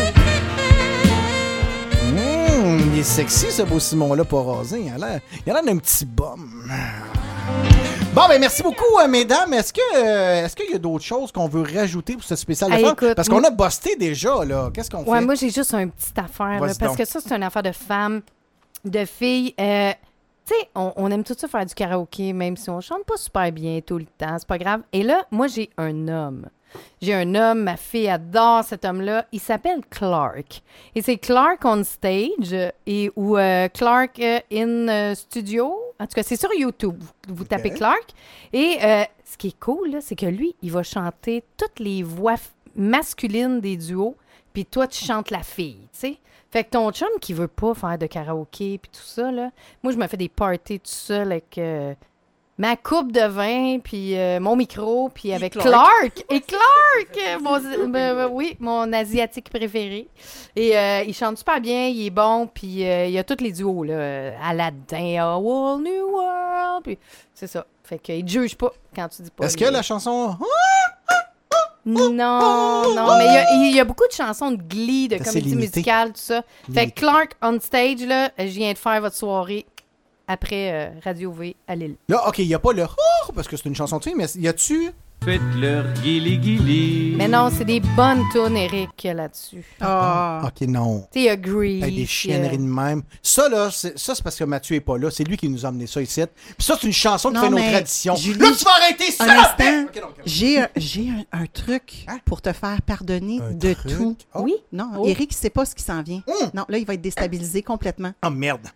Il est sexy, ce beau Simon-là, pas rasé. Il a l'air d'un petit bum. Bon, ben merci beaucoup, mesdames. Est-ce qu'il y a d'autres choses qu'on veut rajouter pour ce spécial de femme? Parce qu'on a busté déjà, là. Qu'est-ce qu'on fait? Ouais, moi, j'ai juste une petite affaire, là, parce que ça, c'est une affaire de femmes, de filles. Tu sais, on aime tout ça faire du karaoké, même si on chante pas super bien tout le temps. C'est pas grave. Et là, moi, j'ai un homme. Ma fille adore cet homme-là. Il s'appelle Clark. Et c'est Clark on Stage ou Clark in Studio. En tout cas, c'est sur YouTube. Vous tapez Clark. Et ce qui est cool, là, c'est que lui, il va chanter toutes les voix masculines des duos. Puis toi, tu chantes la fille, tu sais. Fait que ton chum qui veut pas faire de karaoké puis tout ça, là, moi, je me fais des parties tout seul avec... ma coupe de vin, puis mon micro, puis avec Clark. Et Clark! Mon Asiatique préféré. Et il chante super bien, il est bon, puis il y a tous les duos, là. Aladdin, A Whole New World, puis c'est ça. Fait qu'il ne juge pas quand tu dis pas. Est-ce que la chanson... Non, mais il y a beaucoup de chansons de Glee, de comédie musicale, tout ça. Fait que Clark on Stage, là, je viens de faire votre soirée après Radio V à Lille. Là, OK, il n'y a pas le « parce que c'est une chanson de fille, mais y a-tu... Faites-leur guili-guili. Mais non, c'est des bonnes tunes, Eric, là-dessus. OK, non. Tu sais, il y a Grease. Des chienneries de même. Ça, là, c'est parce que Mathieu n'est pas là. C'est lui qui nous a amené ça ici. Puis ça, c'est une chanson qui fait nos traditions. Julie, là, tu vas arrêter ça! Un instant. J'ai un truc pour te faire pardonner de tout. Oh. Oui? Non, Eric, il ne sait pas ce qui s'en vient. Non, là, il va être déstabilisé complètement. Oh, merde.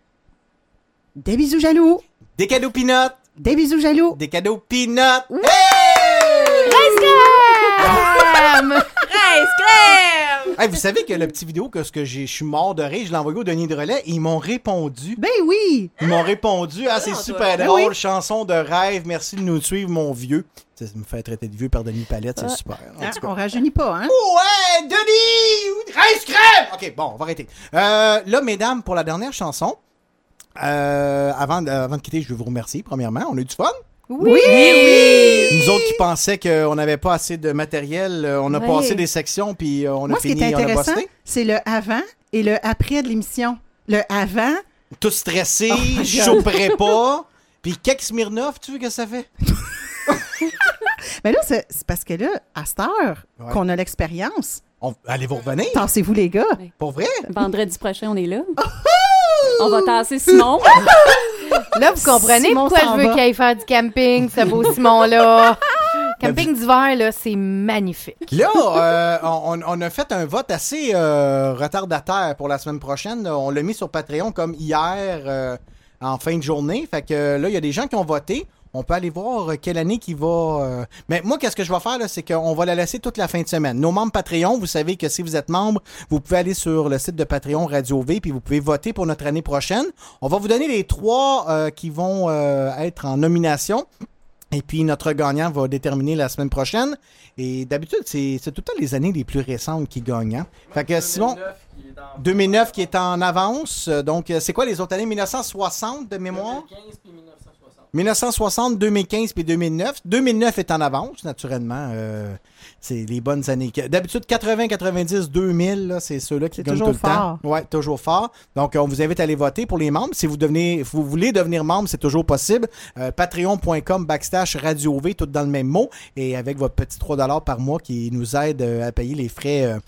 Des bisous jaloux. Des cadeaux peanuts. Des bisous jaloux. Des cadeaux peanuts. Oui. Hey! Crème! Crème! Hey, vous savez que le petit vidéo que je suis mort de rire, je l'ai envoyé au Denis de Relais et ils m'ont répondu. Ben oui! Ils m'ont répondu. Ah, c'est super drôle. Chanson de rêve. Merci de nous suivre, mon vieux. Ça me fait traiter de vieux par Denis Palette. C'est super. On rajeunit pas, hein? Ouais, Denis! Reste crème! OK, bon, on va arrêter. Là, mesdames, pour la dernière chanson, avant de quitter, je veux vous remercier, premièrement. On a eu du fun. Oui! Nous autres qui pensaient qu'on n'avait pas assez de matériel, on a passé des sections, puis on a fini, on a bossé. C'est le avant et le après de l'émission. Le avant... Tout stressé, je choperais pas. Puis quelques Smirnoff, tu veux que ça fait? Mais là, c'est parce que là, à cette heure qu'on a l'expérience... Allez-vous revenir? Tassez-vous, les gars. Pour vrai? Vendredi prochain, on est là. On va tasser Simon. Là, vous comprenez Simon pourquoi je veux qu'il aille faire du camping, ce beau Simon-là. Camping d'hiver, là, c'est magnifique. Là, on a fait un vote assez retardataire pour la semaine prochaine. On l'a mis sur Patreon comme hier en fin de journée. Fait que là, il y a des gens qui ont voté. On peut aller voir quelle année qui va... Mais moi, qu'est-ce que je vais faire, là, c'est qu'on va la laisser toute la fin de semaine. Nos membres Patreon, vous savez que si vous êtes membre, vous pouvez aller sur le site de Patreon Radio V, puis vous pouvez voter pour notre année prochaine. On va vous donner les 3 qui vont être en nomination. Et puis, notre gagnant va déterminer la semaine prochaine. Et d'habitude, c'est tout le temps les années les plus récentes qui gagnent. Hein? Fait que Simon... 2009 qui est en avance. Donc, c'est quoi les autres années? 1960 de mémoire? 2015 puis 1960, 2015 puis 2009. 2009 est en avance, naturellement. C'est les bonnes années. D'habitude, 80, 90, 2000, là, c'est ceux-là qui gagnent tout le temps. Oui, toujours fort. Donc, on vous invite à aller voter pour les membres. Si vous voulez devenir membre, c'est toujours possible. Patreon.com/Radio V, tout dans le même mot. Et avec votre petit 3$ par mois qui nous aide à payer les frais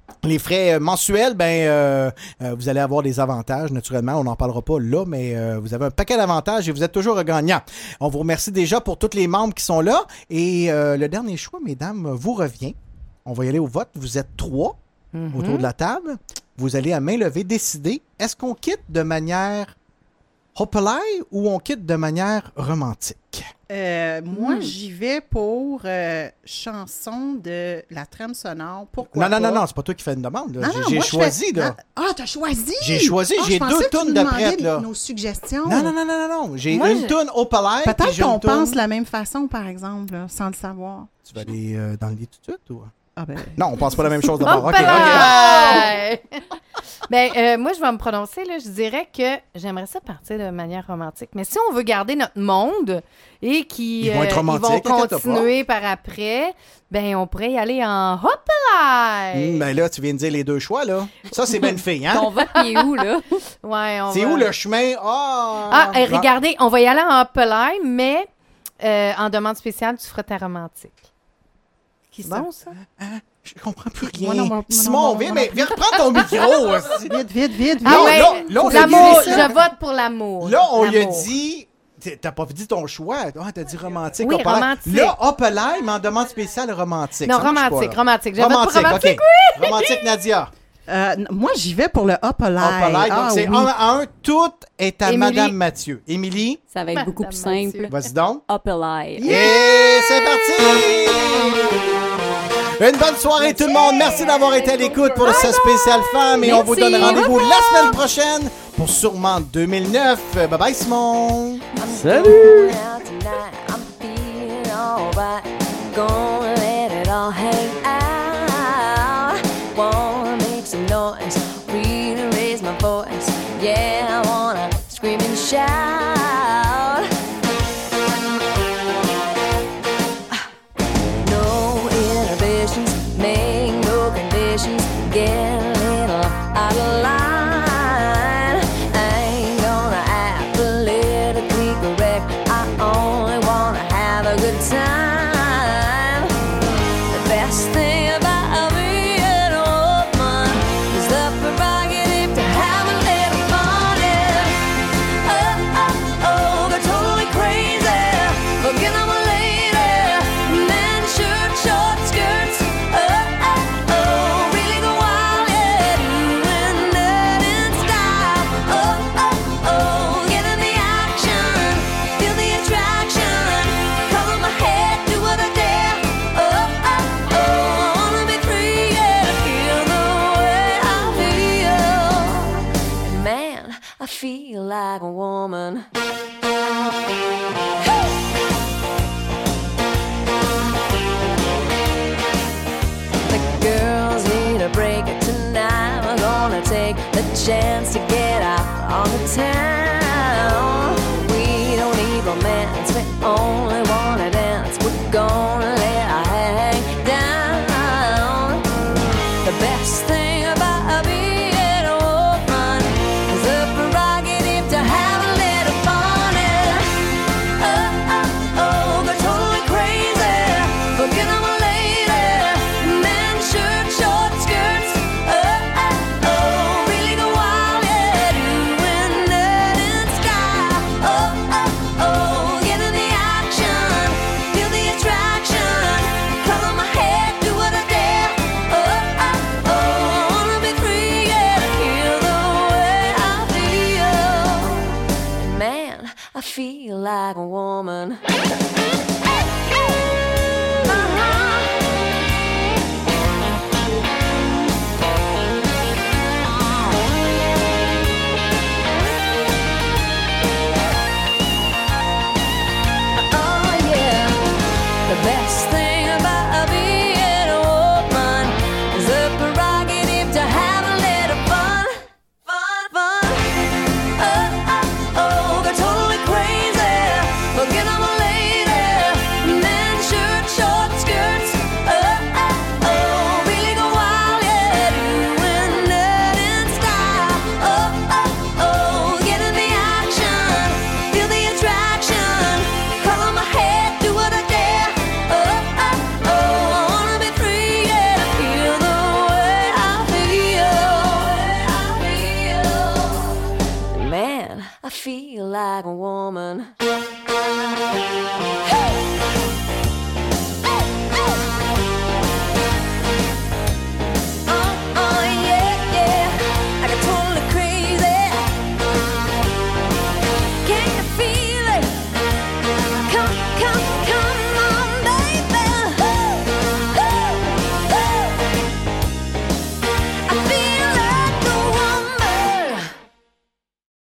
les frais mensuels, vous allez avoir des avantages, naturellement. On n'en parlera pas là, mais vous avez un paquet d'avantages et vous êtes toujours gagnant. On vous remercie déjà pour tous les membres qui sont là. Et le dernier choix, mesdames, vous revient. On va y aller au vote. Vous êtes 3 autour de la table. Vous allez à main levée décider, est-ce qu'on quitte de manière hopelay ou on quitte de manière romantique? Moi, j'y vais pour chanson de la trame sonore. Pourquoi Non, c'est pas toi qui fais une demande. Là. Non, J'ai choisi. Là. Ah, t'as choisi? J'ai choisi, j'ai 2 tunes de prête. Nos suggestions. Non. J'ai une tune hopelay. Peut-être qu'on pense de la même façon, par exemple, là, sans le savoir. Tu vas aller dans le lit tout de suite ou... Ah ben... Non, on pense pas la même chose d'abord. Moi, je vais me prononcer. Là, je dirais que j'aimerais ça partir de manière romantique. Mais si on veut garder notre monde et qu'ils vont continuer par après, on pourrait y aller en hopelay. Ben là, tu viens de dire les 2 choix, là. Ça, c'est bien fait, hein? On va est où, là? Ouais, c'est où le chemin? Regardez, on va y aller en hopelay, mais en demande spéciale, tu feras ta romantique. C'est bon, ça? Je comprends plus rien. Simon, viens reprendre ton micro. Vite. L'amour, je vote pour l'amour. Là, on lui a dit... T'as pas dit ton choix. T'as dit romantique. Oui, romantique. Là, hopelay, mais en demande spéciale romantique. Non, romantique. Je vote pour romantique, oui. Romantique, Nadia. Moi, j'y vais pour le hopelay. Donc, c'est 1 à 1. Tout est à Madame Mathieu. Émilie? Ça va être beaucoup plus simple. Vas-y donc. Hopelay. Et c'est parti! Une bonne soirée tout le monde. Merci d'avoir été à l'écoute pour ce spécial femme. Et on vous donne rendez-vous la semaine prochaine pour sûrement 2009. Bye bye Simon. Salut. Get a little out of line. I ain't gonna act politically correct. I only wanna have a good time. The best thing about being a woman is the prerogative to have a little fun. Oh, they're totally crazy. Forget I'm a lady. Men shirt, short skirts. Feel like a woman. The girls need a break tonight. We're gonna take the chance to get out on the town. We don't need romance, we only wanna dance. We're gonna let our hang down. The best thing about being a woman is the prerogative to have a little fun. Oh, they're totally crazy. Forget I'm a lady. Men shirt, short skirts. Oh, really go wild, yeah. Doing that like a woman.